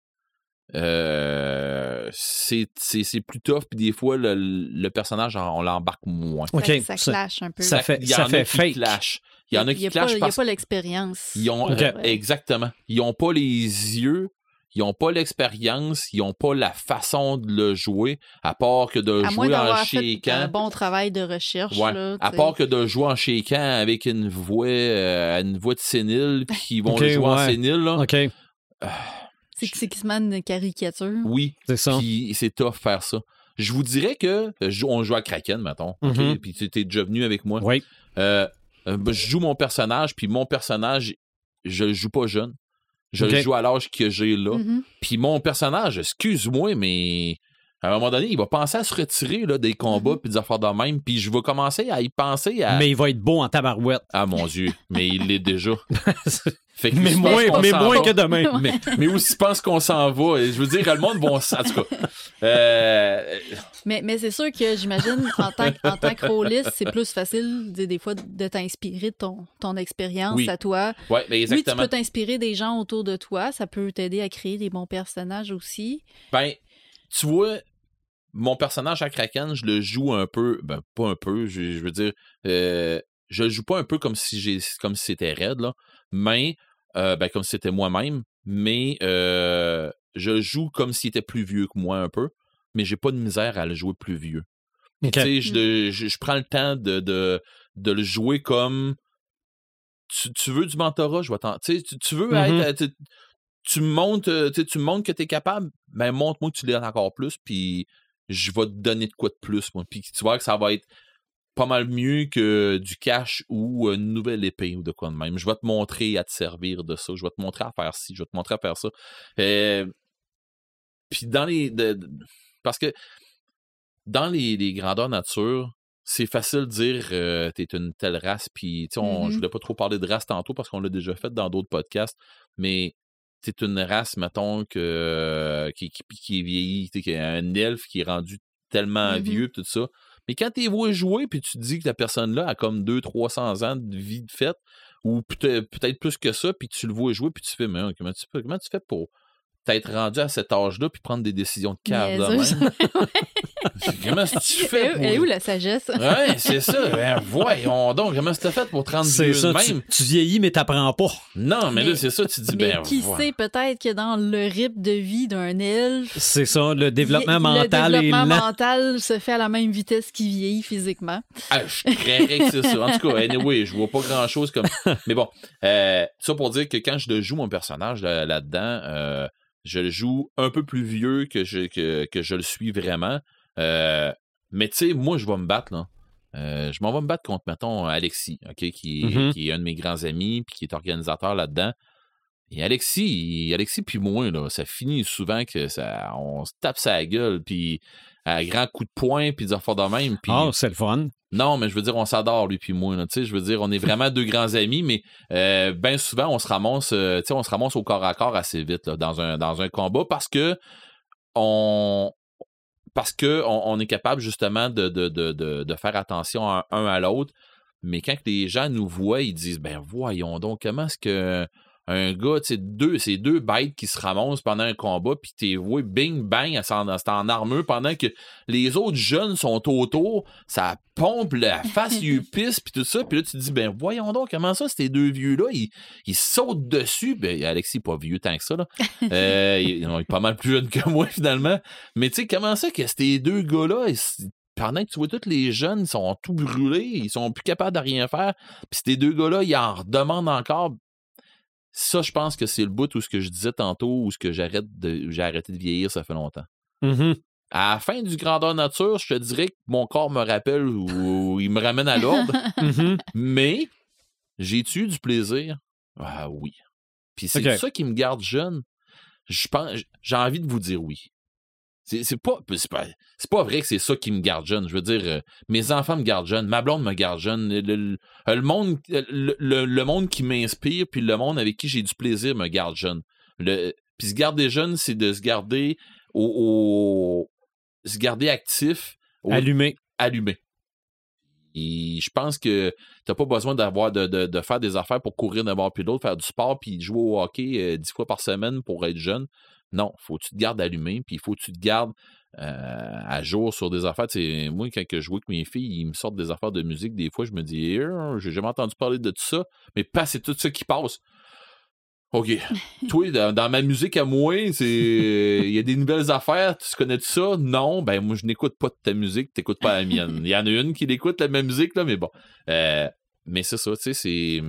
euh, c'est, c'est, c'est plus tough puis des fois le, le personnage on l'embarque moins. Okay. Ça, ça clash un peu. Ça fait, ça fait fake. Clash. Il y en a qui clashent clashent parce... Il n'y a pas l'expérience. Ils ont, okay. euh, exactement. Ils n'ont pas les yeux ils n'ont pas l'expérience, ils n'ont pas la façon de le jouer, à part que de à jouer moins en fait shakeant. un bon travail de recherche. Ouais. Là, à part que de jouer en shakeant avec une voix, euh, une voix de sénile, puis qu'ils vont okay, le jouer ouais. en sénile. Là. OK. Euh, c'est c'est quasiment une caricature. Oui, c'est ça. Puis c'est tough faire ça. Je vous dirais que on joue à Kraken, mettons. Mm-hmm. Okay? Puis tu es déjà venu avec moi. Oui. Euh, je joue mon personnage, puis mon personnage, je le joue pas jeune. Je okay. le joue à l'âge que j'ai là. Mm-hmm. Puis mon personnage, excuse-moi, mais à un moment donné, il va penser à se retirer là, des combats puis mm-hmm. des affaires de même. Puis je vais commencer à y penser à... Mais il va être beau en tabarouette. Ah mon Dieu, mais il l'est déjà. Fait que mais moins, mais moins que demain. mais, mais aussi, je pense qu'on s'en va. Je veux dire, le monde va... En tout cas... Euh... Mais, mais c'est sûr que j'imagine, en tant, en tant que rôliste, c'est plus facile, des fois, de t'inspirer de ton, ton expérience oui. à toi. Ouais, mais exactement. Oui, tu peux t'inspirer des gens autour de toi. Ça peut t'aider à créer des bons personnages aussi. Ben, tu vois... Mon personnage à Kraken, je le joue un peu, ben pas un peu, je, je veux dire, euh, je le joue pas un peu comme si j'ai, comme si c'était Red là, mais euh, ben comme si c'était moi-même, mais euh, je le joue comme s'il était plus vieux que moi un peu, mais j'ai pas de misère à le jouer plus vieux. Okay. Tu sais, je, je, je prends le temps de, de, de le jouer comme tu, tu veux du mentorat, je vais t'en, tu sais, tu, tu veux mm-hmm. être, tu, tu me montres, tu me montres que t'es capable, ben montre-moi que tu l'es encore plus, puis je vais te donner de quoi de plus, moi. Puis tu vois que ça va être pas mal mieux que du cash ou une nouvelle épée ou de quoi de même. Je vais te montrer à te servir de ça. Je vais te montrer à faire ci. Je vais te montrer à faire ça. Euh, puis dans les... De, de, parce que dans les, les grandeurs nature, c'est facile de dire euh, t'es une telle race. Puis tu sais, mm-hmm. je voulais pas trop parler de race tantôt parce qu'on l'a déjà fait dans d'autres podcasts. Mais... c'est une race, mettons, que, qui, qui, qui est vieillie, qui est un elfe qui est rendu tellement mm-hmm. vieux, tout ça. Mais quand tu vois jouer, puis tu te dis que la personne-là a comme deux cents à trois cents ans de vie de fête, ou peut-être, peut-être plus que ça, puis tu le vois jouer, puis tu fais, mais comment tu, comment tu fais pour t'être rendu à cet âge-là, puis prendre des décisions de cave de même? Comment tu fais pour... Et où la sagesse? Ouais, c'est ça. Ben, voyons donc, comment tu fait pour te rendre vieux de même? Tu, tu vieillis, mais t'apprends pas. Non, mais, mais là, c'est ça, tu dis, mais ben... qui voilà. sait, peut-être que dans le rythme de vie d'un elfe... C'est ça, le développement y, mental le développement est lent. mental se fait à la même vitesse qu'il vieillit physiquement. Ah, je créerais que c'est ça. En tout cas, anyway, je vois pas grand-chose comme... Mais bon, euh, ça pour dire que quand je le joue, mon personnage, là, là-dedans... Euh, je le joue un peu plus vieux que je, que, que je le suis vraiment. Euh, mais tu sais, moi, je vais me battre, là. Euh, je m'en vais me battre contre, mettons, Alexis, okay, qui, est, mm-hmm. qui est un de mes grands amis, puis qui est organisateur là-dedans. Et Alexis, Alexis puis moi, là, ça finit souvent que ça, on se tape sa gueule, puis à grands coups de poing, puis des affaires de même. Pis... Oh, c'est le fun. Non, mais je veux dire, on s'adore, lui puis moi. Tu sais, je veux dire, on est vraiment deux grands amis, mais euh, bien souvent, on se ramasse, euh, tu sais, on se ramasse au corps à corps assez vite là, dans un dans un combat parce que on parce que on, on est capable justement de de, de, de de faire attention un, un à l'autre. Mais quand les gens nous voient, ils disent, ben voyons donc, comment est-ce que un gars, tu sais, deux, c'est deux bêtes qui se ramassent pendant un combat, puis t'es voué, bing, bang, c'est en, en armure, pendant que les autres jeunes sont autour, ça pompe la face, ils pissent, puis tout ça, puis là, tu te dis, ben voyons donc, comment ça, ces deux vieux-là, ils, ils sautent dessus, ben Alexis n'est pas vieux tant que ça, là, euh, il, il est pas mal plus jeune que moi, finalement, mais tu sais, comment ça que ces deux gars-là, ils, pendant que tu vois tous les jeunes, ils sont tout brûlés, ils sont plus capables de rien faire, puis ces deux gars-là, ils en redemandent encore. Ça, je pense que c'est le bout où ce que je disais tantôt, où ce que j'arrête de, j'ai arrêté de vieillir, ça fait longtemps. Mm-hmm. À la fin du grandeur nature, je te dirais que mon corps me rappelle ou, ou il me ramène à l'ordre. Mm-hmm. Mais j'ai-tu eu du plaisir? Ah oui. Puis c'est okay. ça qui me garde jeune. Je pense, j'ai envie de vous dire oui. C'est, c'est, pas, c'est, pas, c'est pas vrai que c'est ça qui me garde jeune. Je veux dire, euh, mes enfants me gardent jeune, ma blonde me garde jeune. Le, le, le, monde, le, le, le monde qui m'inspire, puis le monde avec qui j'ai du plaisir me garde jeune. Le, puis se garder jeune, c'est de se garder au, au se garder actif. Au, allumé. Allumé. Et je pense que t'as pas besoin d'avoir de, de, de faire des affaires pour courir d'un bord puis de l'autre, faire du sport puis jouer au hockey euh, dix fois par semaine pour être jeune. Non, faut que tu te gardes allumé, puis il faut que tu te gardes euh, à jour sur des affaires. T'sais, moi, quand je joue avec mes filles, ils me sortent des affaires de musique. Des fois, je me dis, eh, j'ai jamais entendu parler de tout ça, mais pas c'est tout ça qui passe. OK. Toi, dans, dans ma musique à moi, c'est il y a des nouvelles affaires. Tu connais -tu ça? Non. Ben, moi, je n'écoute pas de ta musique. Tu n'écoutes pas la mienne. Il y en a une qui l'écoute, la même musique, là, mais bon. Euh, mais c'est ça, tu sais, c'est...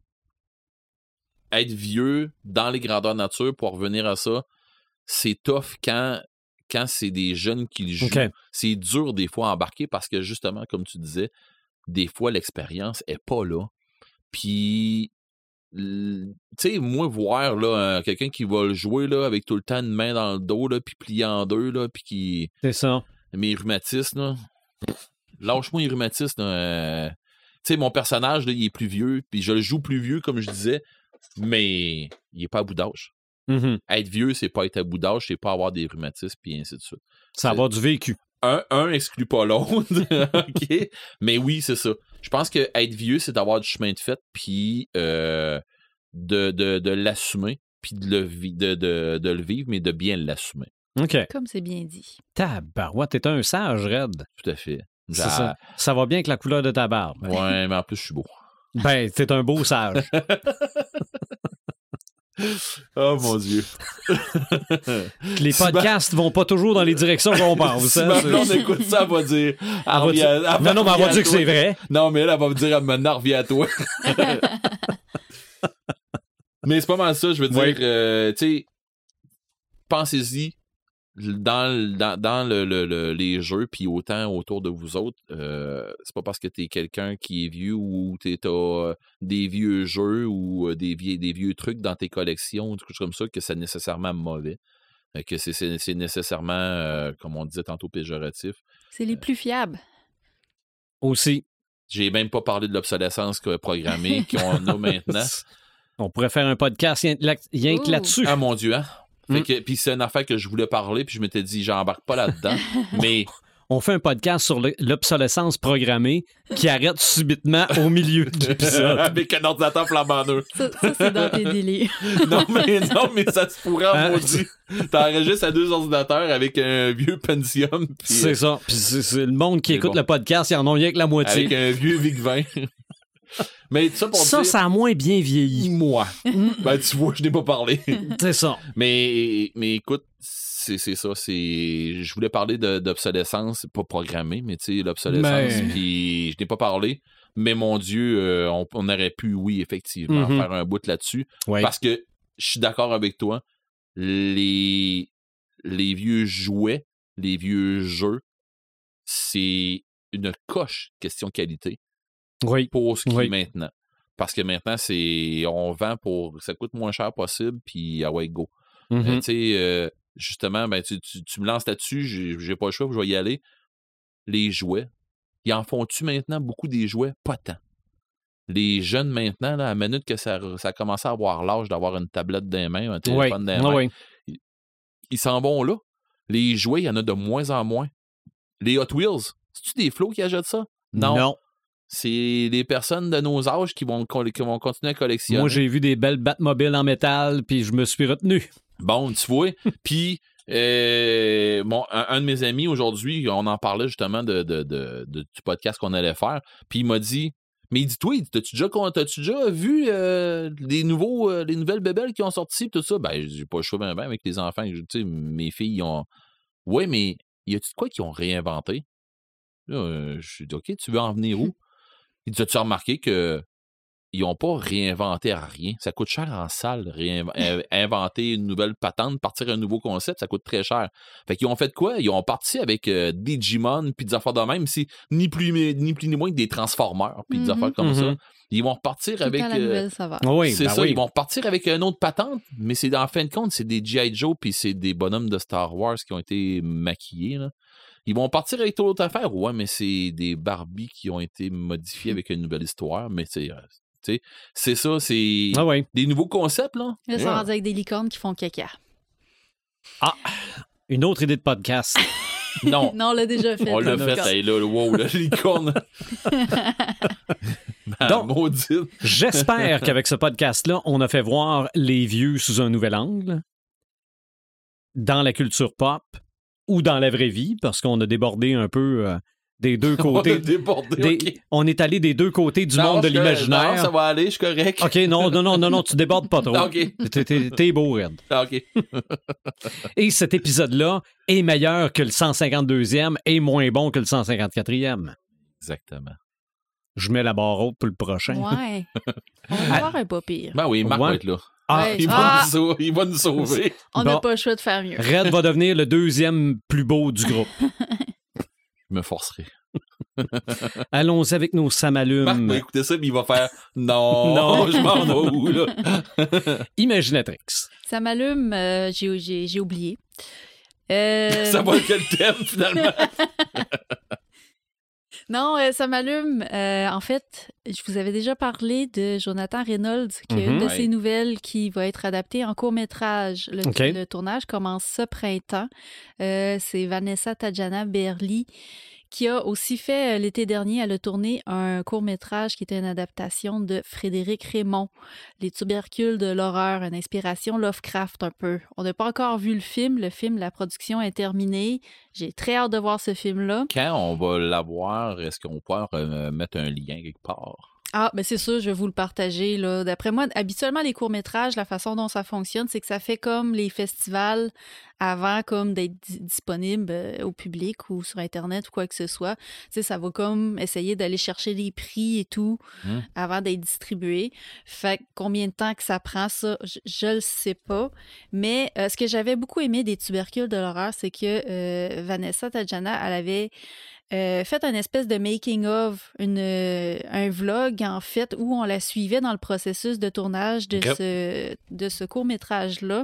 Être vieux dans les grandeurs nature, pour revenir à ça, c'est tough quand, quand c'est des jeunes qui le jouent. Okay. C'est dur des fois à embarquer parce que justement, comme tu disais, des fois l'expérience est pas là. Puis, tu sais, moi, voir là, quelqu'un qui va le jouer là, avec tout le temps une main dans le dos, là, puis plié en deux, là, puis qui... C'est ça. Mes rhumatismes, là, lâche-moi les rhumatismes. Euh... Tu sais, mon personnage, là, il est plus vieux, puis je le joue plus vieux, comme je disais, mais il est pas à bout d'âge. Mm-hmm. Être vieux, c'est pas être à bout d'âge, c'est pas avoir des rhumatismes, puis ainsi de suite. C'est avoir du vécu. Un, un exclut pas l'autre, OK? Mais oui, c'est ça. Je pense que être vieux, c'est d'avoir du chemin de fait, puis euh, de, de, de l'assumer, puis de le, vi- de, de, de le vivre, mais de bien l'assumer. OK. Comme c'est bien dit. Tabarouette, t'es un sage, Red. Tout à fait. C'est ça. Ça va bien avec la couleur de ta barbe. Ouais, mais en plus, je suis beau. Ben, t'es un beau sage. Oh mon Dieu. Les Si podcasts vont pas toujours dans les directions qu'on pense. Si hein, ma c'est- blonde écoute ça, elle va dire... Elle va reviens- dire- elle va- Non, non, mais elle va reviens à dire que toi. c'est vrai. Non, mais elle, elle va me dire, maintenant, reviens à toi. Mais c'est pas mal ça, je veux dire, Oui. euh, tu sais, pensez-y, dans, le- dans, dans le, le- le- les jeux, puis autant autour de vous autres, euh, c'est pas parce que t'es quelqu'un qui est vieux ou t'es- t'as euh, des vieux jeux ou euh, des, vieux, des vieux trucs dans tes collections, ou des trucs comme ça, que c'est nécessairement mauvais. Euh, Que c'est, c'est, c'est nécessairement, euh, comme on disait tantôt, péjoratif. C'est les plus fiables. Aussi. J'ai même pas parlé de l'obsolescence que- programmée qu'on a maintenant. On pourrait faire un podcast rien rien que Ouh. là-dessus. Ah mon Dieu, hein? Fait Mm. que, puis c'est une affaire que je voulais parler, puis je m'étais dit, j'embarque pas là-dedans. Mais On fait un podcast sur le- l'obsolescence programmée qui arrête subitement au milieu de l'épisode. avec un ordinateur flambant neuf. Ça, ça, c'est dans tes délires. Non, mais non, mais ça se pourrait, Hein? maudit. T'enregistres à deux ordinateurs avec un vieux Pentium, puis C'est ça. Puis c'est, c'est le monde qui C'est écoute bon. le podcast, ils en ont rien que la moitié. avec un vieux Vic vingt. Mais ça pour Ça, dire, ça a moins bien vieilli. moi. Ben, tu vois, je n'ai pas parlé. C'est ça. Mais, mais écoute, c'est, c'est ça. C'est, je voulais parler de, d'obsolescence, pas programmée, mais tu sais, l'obsolescence. Mais- Puis je n'ai pas parlé. Mais mon Dieu, euh, on, on aurait pu, oui, effectivement, Mhm. faire un bout là-dessus. Oui. Parce que je suis d'accord avec toi. Les, les vieux jouets, les vieux jeux, c'est une coche question qualité Oui. pour ce qui Oui. est maintenant. Parce que maintenant, c'est on vend pour ça coûte moins cher possible, puis ah ouais, go. Mhm. Euh, tu sais, euh, justement, ben, tu, tu, tu me lances là-dessus, j'ai, j'ai pas le choix, je vais y aller. Les jouets, ils en font-tu maintenant beaucoup des jouets? Pas tant. Les jeunes maintenant, là, à la minute que ça, ça a commencé à avoir l'âge d'avoir une tablette dans les mains, un Oui. téléphone dans les mains, Oui. ils s'en vont là. Les jouets, il y en a de moins en moins. Les Hot Wheels, c'est-tu des flots qui achètent ça? Non. Non. C'est des personnes de nos âges qui vont, qui vont continuer à collectionner. Moi, j'ai vu des belles Batmobiles en métal, puis je me suis retenu. Bon, tu vois. Puis, euh, bon, un, un de mes amis aujourd'hui, on en parlait justement de, de, de, de- du podcast qu'on allait faire. Puis il m'a dit, mais il dit, toi, t'as-tu déjà, t'as-tu déjà vu euh, les, nouveaux, euh, les nouvelles bébelles qui ont sorti, tout ça? Ben, j'ai pas le choix ben, ben avec les enfants. Tu sais, mes filles, ils ont. Ouais, mais y a-tu de quoi qu'ils ont réinventé? Là, euh, je suis dit, OK, tu veux en venir où? Il dit, as-tu remarqué que ils n'ont pas réinventé à rien. Ça coûte cher en salle, réinv- euh, inventer une nouvelle patente, partir un nouveau concept, ça coûte très cher. Fait qu'ils ont fait quoi? Ils ont parti avec euh, Digimon puis des affaires de même, c'est ni plus, ni plus ni moins que des Transformers puis des Mhm. affaires comme Mhm. ça. Ils vont repartir Tout le avec... temps la euh, nouvelle saveur. Oui, c'est ben ça, oui. ils vont repartir avec une autre patente, mais c'est en fin de compte, c'est des G I. Joe puis c'est des bonhommes de Star Wars qui ont été maquillés, là. Ils vont partir avec toute l'autre affaire. Ouais, mais c'est des Barbie qui ont été modifiés avec une nouvelle histoire, mais tu sais, euh, tu sais, c'est ça, c'est Ah oui. des nouveaux concepts, là. Là, ils sont Yeah. rendus avec des licornes qui font caca. Ah, une autre idée de podcast. Non, Non, on l'a déjà fait. on l'a la fait, licorne. hey, là, wow, la licorne. Ben, Donc- maudite. J'espère qu'avec ce podcast-là, on a fait voir les vieux sous un nouvel angle, dans la culture pop ou dans la vraie vie, parce qu'on a débordé un peu euh, des deux côtés. Débordé, des, okay. On est allé des deux côtés du non, monde de l'imaginaire. Non, ça va aller, je suis correct. OK, non, non, non, non, non, tu débordes pas trop. OK. T'es, t'es, t'es beau, Red. OK. Et cet épisode-là est meilleur que le cent cinquante-deuxième et moins bon que le cent cinquante-quatrième. Exactement. Je mets la barre haute pour le prochain. Ouais. On va avoir un pas pire. Ben oui, Marc Ouais. va être là. Ah, Ouais. Il va, Ah! nous, sauver, il va nous sauver. On n'a Bon. pas le choix de faire mieux. Red va devenir le deuxième plus beau du groupe. Je me forcerai. Allons avec nos samalumes. Marc va écouter ça, puis il va faire non, Non. je m'en vais où, là? Imaginatrix. Ça m'allume, euh, j'ai, j'ai, j'ai oublié. Euh, Ça va être quel thème, finalement? Non, euh, ça m'allume. Euh, en fait, je vous avais déjà parlé de Jonathan Reynolds, qui est Mhm. une de Ouais. ses nouvelles qui va être adaptée en court-métrage. Le, OK. le tournage commence ce printemps. Euh, c'est Vanessa Tadjana Berli qui a aussi fait, euh, l'été dernier, elle a tourné un court-métrage qui était une adaptation de Frédéric Raymond, Les tubercules de l'horreur, une inspiration Lovecraft un peu. On n'a pas encore vu le film. Le film, la production est terminée. J'ai très hâte de voir ce film-là. Quand on va l'avoir, est-ce qu'on peut euh, mettre un lien quelque part? Ah, ben c'est sûr, je vais vous le partager. Là. D'après moi, habituellement, les courts-métrages, la façon dont ça fonctionne, c'est que ça fait comme les festivals avant comme d'être di- disponible euh, au public ou sur Internet ou quoi que ce soit. Tu sais, ça va comme essayer d'aller chercher les prix et tout Hmm. avant d'être distribué. Fait que combien de temps que ça prend, ça, je, je le sais pas. Mais euh, ce que j'avais beaucoup aimé des tubercules de l'horreur, c'est que euh, Vanessa Tadjana, elle avait euh, fait un espèce de making-of, une, euh, un vlog, en fait, où on la suivait dans le processus de tournage de Ok. ce, de ce court-métrage-là.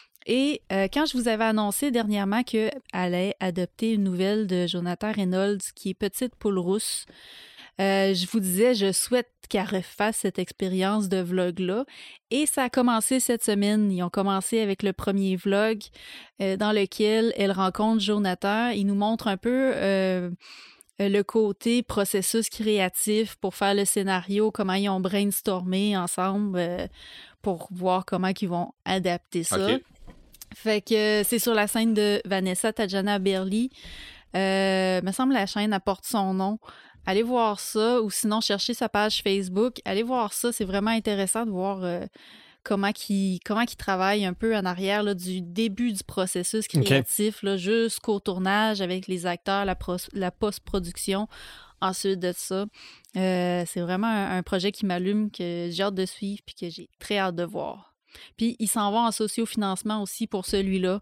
Et euh, quand je vous avais annoncé dernièrement qu'elle allait adopter une nouvelle de Jonathan Reynolds, qui est Petite poule rousse, euh, je vous disais, je souhaite qu'elle refasse cette expérience de vlog-là. Et ça a commencé cette semaine. Ils ont commencé avec le premier vlog euh, dans lequel elle rencontre Jonathan. Il nous montre un peu euh, le côté processus créatif pour faire le scénario, comment ils ont brainstormé ensemble euh, pour voir comment ils vont adapter ça. OK. Fait que euh, c'est sur la scène de Vanessa Tadjana Berli. Euh, me semble la chaîne apporte son nom. Allez voir ça, ou sinon cherchez sa page Facebook. Allez voir ça, c'est vraiment intéressant de voir euh, comment il comment qu'il travaille un peu en arrière là, du début du processus créatif là, jusqu'au tournage avec les acteurs, la, pros- la post-production. Ensuite de ça, euh, c'est vraiment un, un projet qui m'allume, que j'ai hâte de suivre puis que j'ai très hâte de voir. Puis, il s'en va en sociofinancement aussi pour celui-là.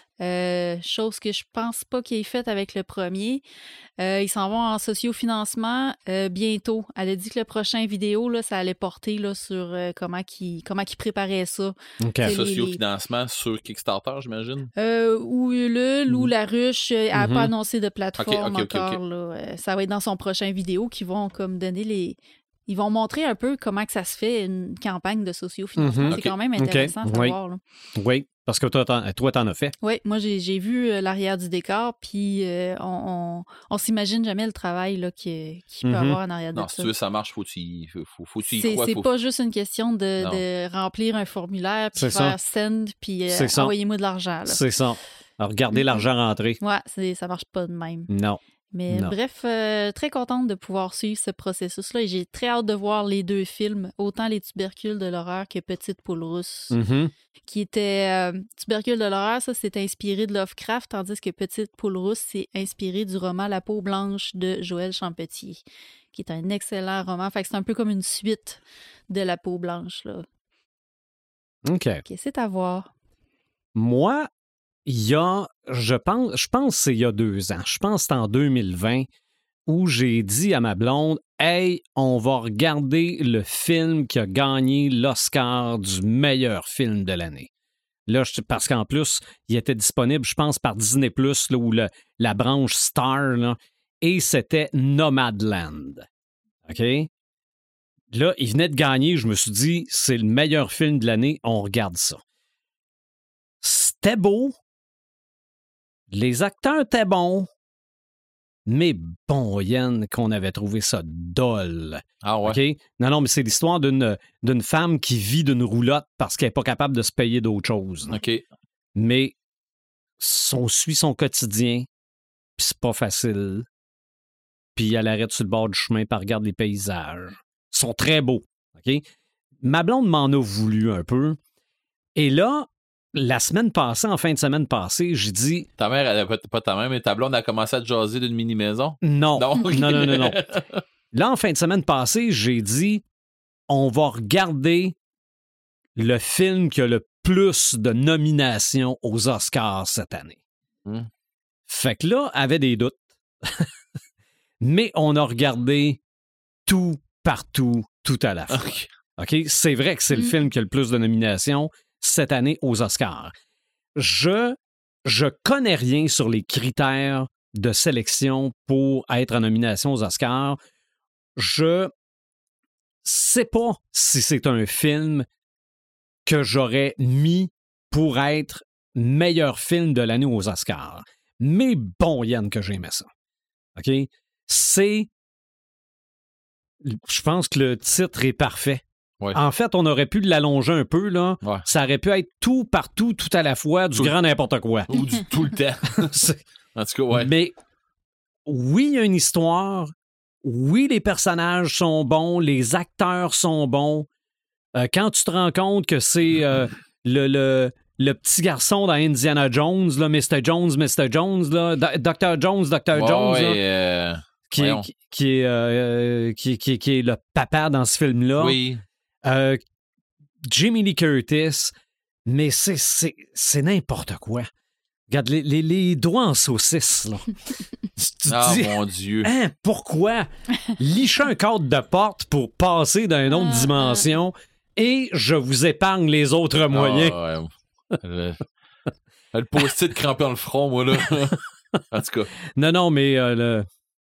Euh, chose que je pense pas qu'il ait faite avec le premier. Euh, ils s'en vont en sociofinancement euh, bientôt. Elle a dit que le prochain vidéo, là, ça allait porter là, sur euh, comment ils comment qu'ils préparaient ça. OK. C'est les- Sociofinancement sur Kickstarter, j'imagine? Euh, ou Ulule ou La Ruche, euh, elle n'a Mhm. pas annoncé de plateforme Ok, ok, ok, encore. ok. Là. Euh, ça va être dans son prochain vidéo qui vont comme donner les... Ils vont montrer un peu comment que ça se fait, une campagne de sociofinancement. Mhm. C'est Ok. quand même Ok. intéressant à Oui. savoir. Là. Oui, parce que toi, t'en, toi, t'en as fait. Oui, moi, j'ai, j'ai vu euh, l'arrière du décor, puis euh, on, on, on s'imagine jamais le travail là, qu'il qu'il peut Mhm. avoir en arrière de Non, si ça. tu veux que ça marche, faut que tu y, faut, faut, faut que tu y C'est, crois. c'est faut- pas juste une question de, Non. de remplir un formulaire, puis C'est faire send, puis euh, C'est ça. envoyez-moi de l'argent. Là. C'est ça. Alors, regardez Mhm. l'argent rentrer. Ouais, c'est, ça marche pas de même. Non. Mais Non. bref, euh, très contente de pouvoir suivre ce processus-là et j'ai très hâte de voir les deux films, autant Les tubercules de l'horreur que Petite poule rousse, Mhm. qui était... euh, Tubercules de l'horreur, ça, c'est inspiré de Lovecraft, tandis que Petite poule rousse, c'est inspiré du roman La peau blanche de Joël Champetier, qui est un excellent roman. Fait que c'est un peu comme une suite de La peau blanche, là. OK. Ok, c'est à voir. Moi, il y a, je pense, je pense que c'est il y a deux ans, je pense que c'est en deux mille vingt, où j'ai dit à ma blonde, « Hey, on va regarder le film qui a gagné l'Oscar du meilleur film de l'année. » Là, je- parce qu'en plus, il était disponible, je pense, par Disney+, là, ou le- la branche Star, là, et c'était Nomadland. OK? Là, il venait de gagner, je me suis dit, c'est le meilleur film de l'année, on regarde ça. C'était beau, les acteurs étaient bons, mais bon, Yann, qu'on avait trouvé ça dole. Ah ouais. OK? Non, non, mais c'est l'histoire d'une, d'une femme qui vit d'une roulotte parce qu'elle n'est pas capable de se payer d'autre chose. OK. Mais on suit son quotidien, puis c'est pas facile. puis elle arrête sur le bord du chemin, puis elle regarde les paysages. Ils sont très beaux. OK? Ma blonde m'en a voulu un peu. Et là, la semaine passée, en fin de semaine passée, j'ai dit... Ta mère, elle, pas, pas ta mère, mais ta blonde a commencé à te jaser d'une mini-maison? Non. Non, okay. non, non, non, non. Là, en fin de semaine passée, j'ai dit, on va regarder le film qui a le plus de nominations aux Oscars cette année. Mm. Fait que là, avait des doutes. Mais on a regardé tout, partout, tout à la fois. Okay. OK? C'est vrai que c'est mm. le film qui a le plus de nominations cette année aux Oscars. Je, je connais rien sur les critères de sélection pour être en nomination aux Oscars. Je sais pas si c'est un film que j'aurais mis pour être meilleur film de l'année aux Oscars. Mais bon, Yann, que j'aimais ça. OK? C'est... Je pense que le titre est parfait. Ouais. En fait, on aurait pu l'allonger un peu, là. Ouais. Ça aurait pu être tout, partout, tout à la fois, du tout grand n'importe quoi. Ou du tout le temps. En tout cas, ouais. Mais oui, il y a une histoire. Oui, les personnages sont bons. Les acteurs sont bons. Euh, quand tu te rends compte que c'est euh, le, le, le petit garçon dans Indiana Jones, là, mister Jones, mister Jones, là, docteur Jones, docteur ouais, Jones, ouais, là, euh... qui, est, qui, qui, est, euh, qui, qui, qui est le papa dans ce film-là. Oui. Euh, Jamie Lee Curtis, mais c'est, c'est, c'est n'importe quoi. Regarde, les, les, les doigts en saucisse, là. Tu ah, dis, mon Dieu. Hein, pourquoi? Licher un cadre de porte pour passer dans une autre dimension et je vous épargne les autres moyens. Ah, ouais. le, le post-it crampé dans le front, moi, là. En tout cas. Non, non, mais euh, le...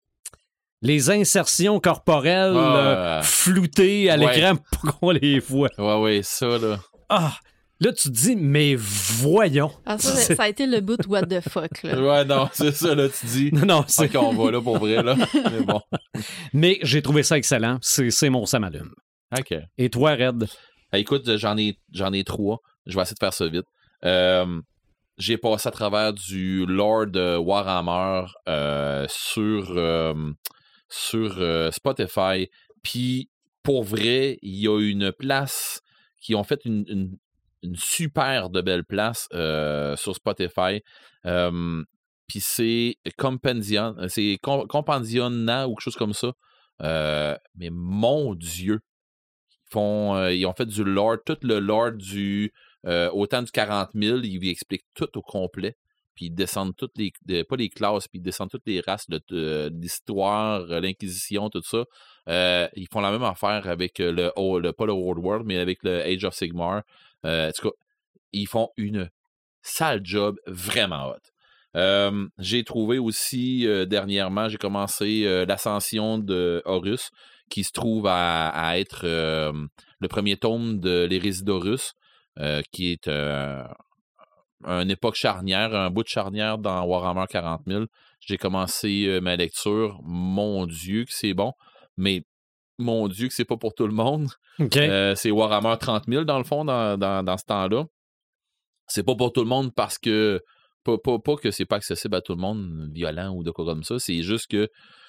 les insertions corporelles ah, euh, floutées à ouais. l'écran pour qu'on les voit. Ouais, ouais, ça, là. Ah! Là, tu te dis, mais voyons. Ah, ça, ça a été le bout what the fuck, là. Ouais, non, c'est ça, là, tu dis. Non, non, c'est... OK, on va là pour vrai, là. Mais bon. Mais j'ai trouvé ça excellent. C'est, c'est mon ça m'allume. OK. Et toi, Red? Hey, écoute, j'en ai, j'en ai trois. Je vais essayer de faire ça vite. Euh, j'ai passé à travers du lore de Warhammer euh, sur, euh, sur euh, Spotify. Puis, pour vrai, il y a une place qui ont fait une... une une super de belle place euh, sur Spotify. Euh, Puis c'est Compendion, c'est Compendiona ou quelque chose comme ça. Euh, mais mon Dieu, ils, font, euh, ils ont fait du lore, tout le lore du euh, autant du quarante mille, ils expliquent tout au complet. Puis ils descendent toutes les, de, pas les classes, puis ils descendent toutes les races de, de, de l'histoire, l'Inquisition, tout ça. Euh, ils font la même affaire avec le, oh, le pas le Old World, mais avec le Age of Sigmar. Euh, en tout cas, ils font une sale job vraiment hot. Euh, j'ai trouvé aussi, euh, dernièrement, j'ai commencé euh, l'Ascension de Horus, qui se trouve à, à être euh, le premier tome de l'Hérésie d'Horus, euh, qui est euh, une époque charnière, un bout de charnière dans Warhammer quarante mille. J'ai commencé euh, ma lecture. Mon Dieu que c'est bon, mais mon Dieu que c'est pas pour tout le monde. Okay. Euh, c'est Warhammer trente mille dans le fond, dans, dans, dans ce temps-là. C'est pas pour tout le monde parce que pas, pas, pas que c'est pas accessible à tout le monde, violent ou de quoi comme ça, c'est juste que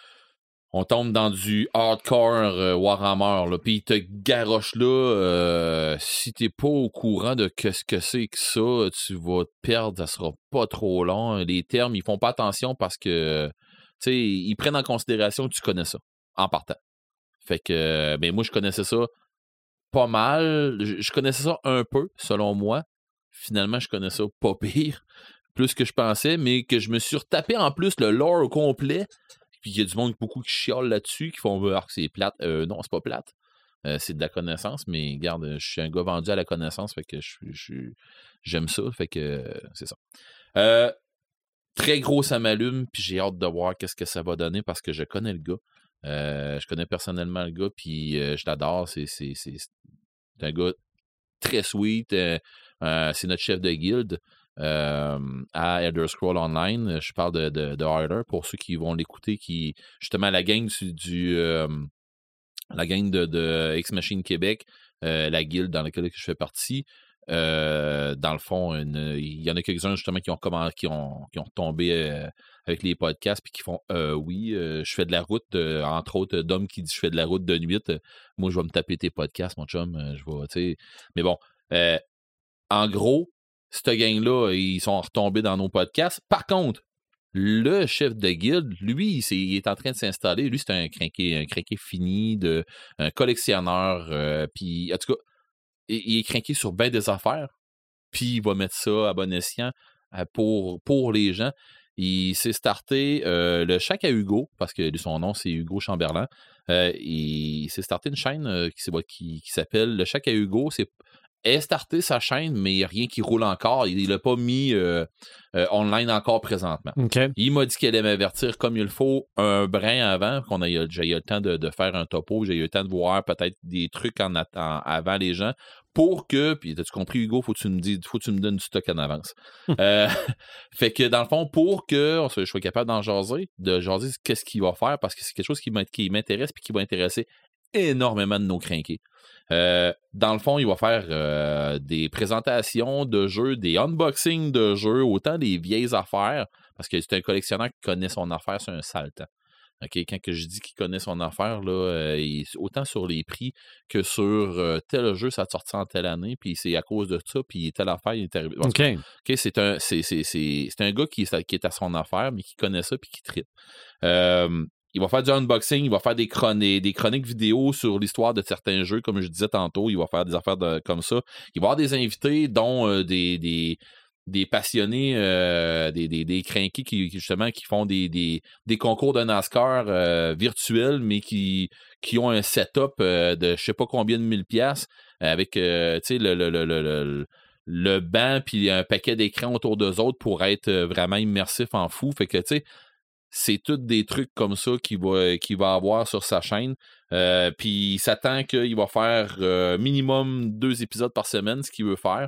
on tombe dans du hardcore euh, Warhammer, là, puis il te garoche là, euh, si t'es pas au courant de qu'est-ce que c'est que ça, tu vas te perdre, ça sera pas trop long. Les termes, ils font pas attention parce que, tu sais, ils prennent en considération que tu connais ça, en partant. Fait que, ben moi, je connaissais ça pas mal. Je, je connaissais ça un peu, selon moi. Finalement, je connais ça pas pire, plus que je pensais, mais que je me suis retapé en plus le lore au complet. Puis il y a du monde beaucoup qui chiale là-dessus, qui font voir que c'est plate. Euh, non, c'est pas plate. Euh, c'est de la connaissance, mais regarde, je suis un gars vendu à la connaissance, fait que je, je, j'aime ça, fait que euh, c'est ça. Euh, très gros, ça m'allume, puis j'ai hâte de voir qu'est-ce que ça va donner parce que je connais le gars. Euh, je connais personnellement le gars, puis euh, je l'adore. C'est, c'est, c'est, c'est un gars très sweet. Euh, euh, c'est notre chef de guilde. Euh, à Elder Scrolls Online, je parle de, de, de Harder pour ceux qui vont l'écouter, qui justement la gang du, du euh, la gang de, de X-Machine Québec, euh, la guilde dans laquelle je fais partie, euh, dans le fond, une, il y en a quelques-uns justement qui ont, comment, qui ont, qui ont tombé euh, avec les podcasts puis qui font euh, oui, euh, je fais de la route, euh, entre autres, Dom qui dit je fais de la route de nuit. Euh, moi, je vais me taper tes podcasts, mon chum. Euh, je vais, tu sais. Mais bon, euh, en gros, cette gang-là, ils sont retombés dans nos podcasts. Par contre, le chef de guilde, lui, c'est, il est en train de s'installer. Lui, c'est un crinqué, un crinqué fini, de, un collectionneur. Euh, puis, en tout cas, il, il est crinqué sur bien des affaires. Puis, il va mettre ça à bon escient euh, pour, pour les gens. Il s'est starté euh, le Shack à Hugo, parce que son nom, c'est Hugo Chamberlain. Euh, il, il s'est starté une chaîne euh, qui, qui, qui s'appelle Le Shack à Hugo. C'est est starté sa chaîne, mais il n'y a rien qui roule encore. Il l'a pas mis euh, euh, online encore présentement. Okay. Il m'a dit qu'elle allait m'avertir comme il faut un brin avant, qu'on ait, j'ai eu le temps de, de faire un topo, j'ai eu le temps de voir peut-être des trucs en, en avant les gens pour que, puis as-tu compris Hugo, faut que tu me dises, faut que tu me donnes du stock en avance. euh, fait que dans le fond, pour que je sois capable d'en jaser, de jaser qu'est-ce qu'il va faire, parce que c'est quelque chose qui m'intéresse et qui va intéresser énormément de nos crinqués. Euh, dans le fond, il va faire euh, des présentations de jeux, des unboxings de jeux, autant des vieilles affaires, parce que c'est un collectionneur qui connaît son affaire, c'est un sale temps. Okay? Quand que je dis qu'il connaît son affaire, là, euh, il, autant sur les prix que sur euh, tel jeu, ça a sorti en telle année, puis c'est à cause de ça, puis telle affaire, il est arrivé. Bon, okay. Okay, c'est, un, c'est, c'est, c'est, c'est un gars qui est, qui est à son affaire, mais qui connaît ça, puis qui tripe. Euh, Il va faire du unboxing, il va faire des chroniques, des chroniques vidéo sur l'histoire de certains jeux, comme je disais tantôt. Il va faire des affaires de, comme ça. Il va avoir des invités, dont euh, des, des, des passionnés, euh, des, des, des crinqués qui, justement, qui font des, des, des concours de NASCAR euh, virtuels, mais qui, qui ont un setup euh, de je sais pas combien de mille piastres, avec euh, tu sais, le, le, le, le, le le banc puis un paquet d'écrans autour d'eux autres pour être vraiment immersif en fou. Fait que, tu sais, c'est tous des trucs comme ça qu'il va, qu'il va avoir sur sa chaîne. Euh, puis il s'attend qu'il va faire euh, minimum deux épisodes par semaine, ce qu'il veut faire.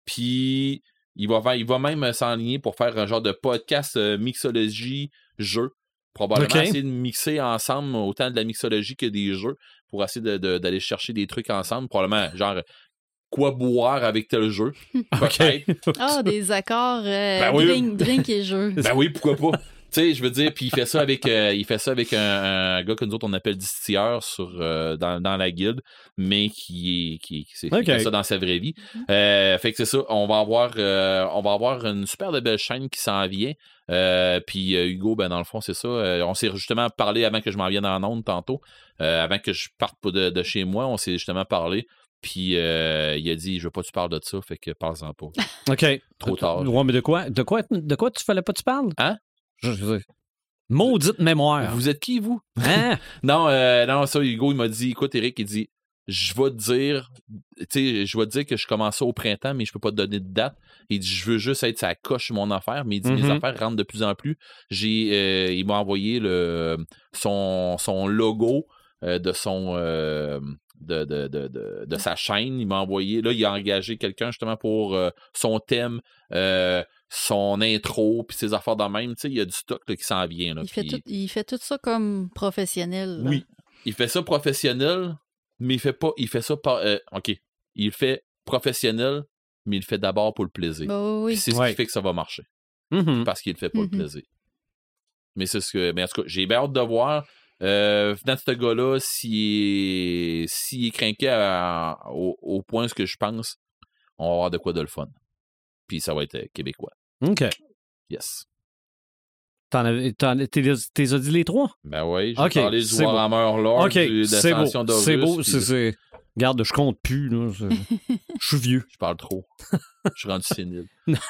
Puis il va, il va même s'enligner pour faire un genre de podcast euh, mixologie jeu. Probablement okay. essayer de mixer ensemble autant de la mixologie que des jeux pour essayer de, de, d'aller chercher des trucs ensemble. Probablement, genre, quoi boire avec tel jeu. OK. Ah, oh, des accords euh, ben oui. drink, drink et jeu. Ben oui, pourquoi pas. Tu sais, je veux dire, puis il fait ça avec euh, il fait ça avec un, un gars que nous autres on appelle distilleur sur euh, dans, dans la guilde, mais qui est qui, qui, okay. qui fait ça dans sa vraie vie. Euh, fait que c'est ça, on va avoir euh, on va avoir une super de belle chaîne qui s'en vient. Euh, puis euh, Hugo, ben dans le fond, c'est ça. Euh, on s'est justement parlé avant que je m'en vienne en onde tantôt, euh, avant que je parte de, de chez moi, on s'est justement parlé. Puis euh, il a dit je veux pas que tu parles de ça, fait que parle-en pas. OK. Trop tard. Ouais, mais de quoi de quoi de quoi tu fallait pas que tu parles? Hein? Je, je, maudite mémoire. Vous êtes qui, vous? Hein? non, euh, non, ça, Hugo, il m'a dit, écoute, Eric, il dit, je vais te dire, tu sais, je vais te dire que je commence ça au printemps, mais je peux pas te donner de date. Il dit, je veux juste être sa coche sur mon affaire, mais il dit, mm-hmm. mes affaires rentrent de plus en plus. J'ai, euh, il m'a envoyé le, son, son logo euh, de son... Euh, De, de, de, de, de sa chaîne. Il m'a envoyé, là, il a engagé quelqu'un justement pour euh, son thème, euh, son intro, puis ses affaires de même. Tu sais, il y a du stock là, qui s'en vient. Là, il, fait puis... tout, il fait tout ça comme professionnel. Là. Oui, il fait ça professionnel, mais il fait pas, il fait ça par, euh, OK, il le fait professionnel, mais il le fait d'abord pour le plaisir. Bah, oui. Puis c'est ce ouais. qui fait que ça va marcher. Mm-hmm. Parce qu'il le fait pour mm-hmm. le plaisir. Mais c'est ce que, mais en tout cas, j'ai bien hâte de voir. Euh, dans ce gars-là, s'il est, s'il est crinqué à, à, au, au point ce que je pense, on va avoir de quoi de le fun. Puis ça va être euh, québécois. OK. Yes. T'en avais, t'en, t'es, t'es as dit les trois? Ben oui, j'ai okay, parlé du Warhammer Lord, okay, du, de l'ascension d'Horus. C'est beau, c'est beau. C'est... Regarde, je compte plus. Là. Je suis vieux. Je parle trop. Je suis rendu sénile.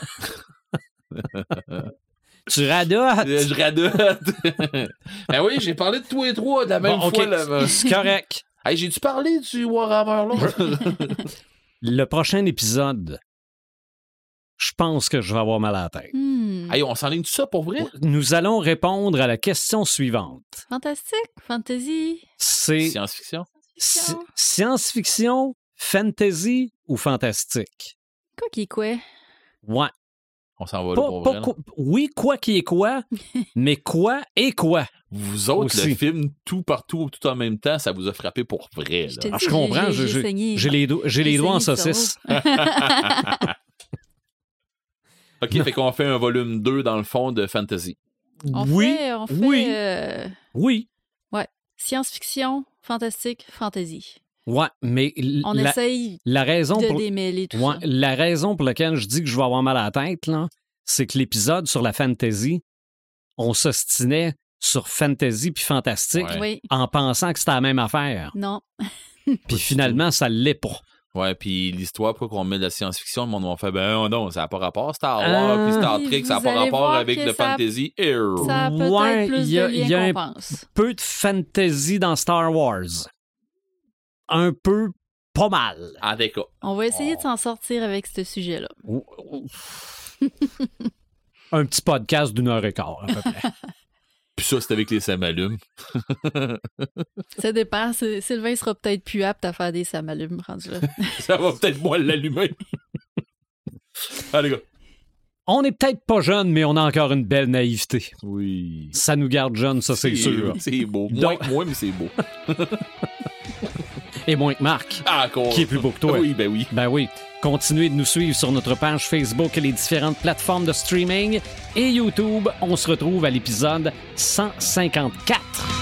Tu radotes! Je radote! Ben oui, j'ai parlé de tous les trois de la même bon, okay. fois. Là, c'est correct. Hey, j'ai-tu parlé du Warhammer là? Le prochain épisode, je pense que je vais avoir mal à la tête. Hmm. Hey, on s'enligne tout ça pour vrai? Nous allons répondre à la question suivante. Fantastique, fantasy. C'est science-fiction. Science-fiction. Si- science-fiction, fantasy ou fantastique? Quoi qui est quoi? Ouais. On s'en va là Pas, pour pas vrai. quoi- oui, quoi qui est quoi, mais quoi et quoi? vous autres, Aussi. le film tout partout, tout en même temps, ça vous a frappé pour vrai. Je Là. te Ah, dis, je comprends, j'ai- je- j'ai je- saigné. j'ai les, do- j'ai les J'ai doigts en saigné de saucisse. OK, fait qu'on fait un volume deux dans le fond de fantasy. On oui, fait, on fait oui, euh, oui. science-fiction, fantastique, fantasy. Ouais, mais l- On la, essaye la raison de pour... démêler tout Ouais, ça. la raison pour laquelle je dis que je vais avoir mal à la tête, là, c'est que l'épisode sur la fantasy, on s'ostinait sur fantasy puis fantastique Ouais. Oui, en pensant que c'était la même affaire. non. Puis finalement, ça l'est pas. Ouais, puis l'histoire, pourquoi qu'on met de la science-fiction, le monde va faire, ben non, non, ça n'a pas rapport, Star Wars, Euh, puis Star oui, Trek, ça n'a vous pas allez rapport voir avec que le ça- fantasy. Ew. Ça a peut-être Ouais, plus il y a- de il y liens a qu'on un- pense. Peu de fantasy dans Star Wars. Un peu, pas mal. En tout cas. On va essayer Oh. de s'en sortir avec ce sujet-là. Un petit podcast d'une heure et quart, à peu près. Puis ça, c'est avec les samalumes. Ça dépend. Sy- Sylvain sera peut-être plus apte à faire des samalumes rendu là. Ça va peut-être moins l'allumer. Allez, gars. On n'est peut-être pas jeune, mais on a encore une belle naïveté. Oui. Ça nous garde jeunes, ça c'est sûr. C'est beau. Moins Donc- que moi, mais c'est beau. Et moins que Marc, Ah, encore. qui est plus beau que toi. Oui, ben oui. Ben oui. Continuez de nous suivre sur notre page Facebook et les différentes plateformes de streaming et YouTube. On se retrouve à l'épisode cent cinquante-quatre.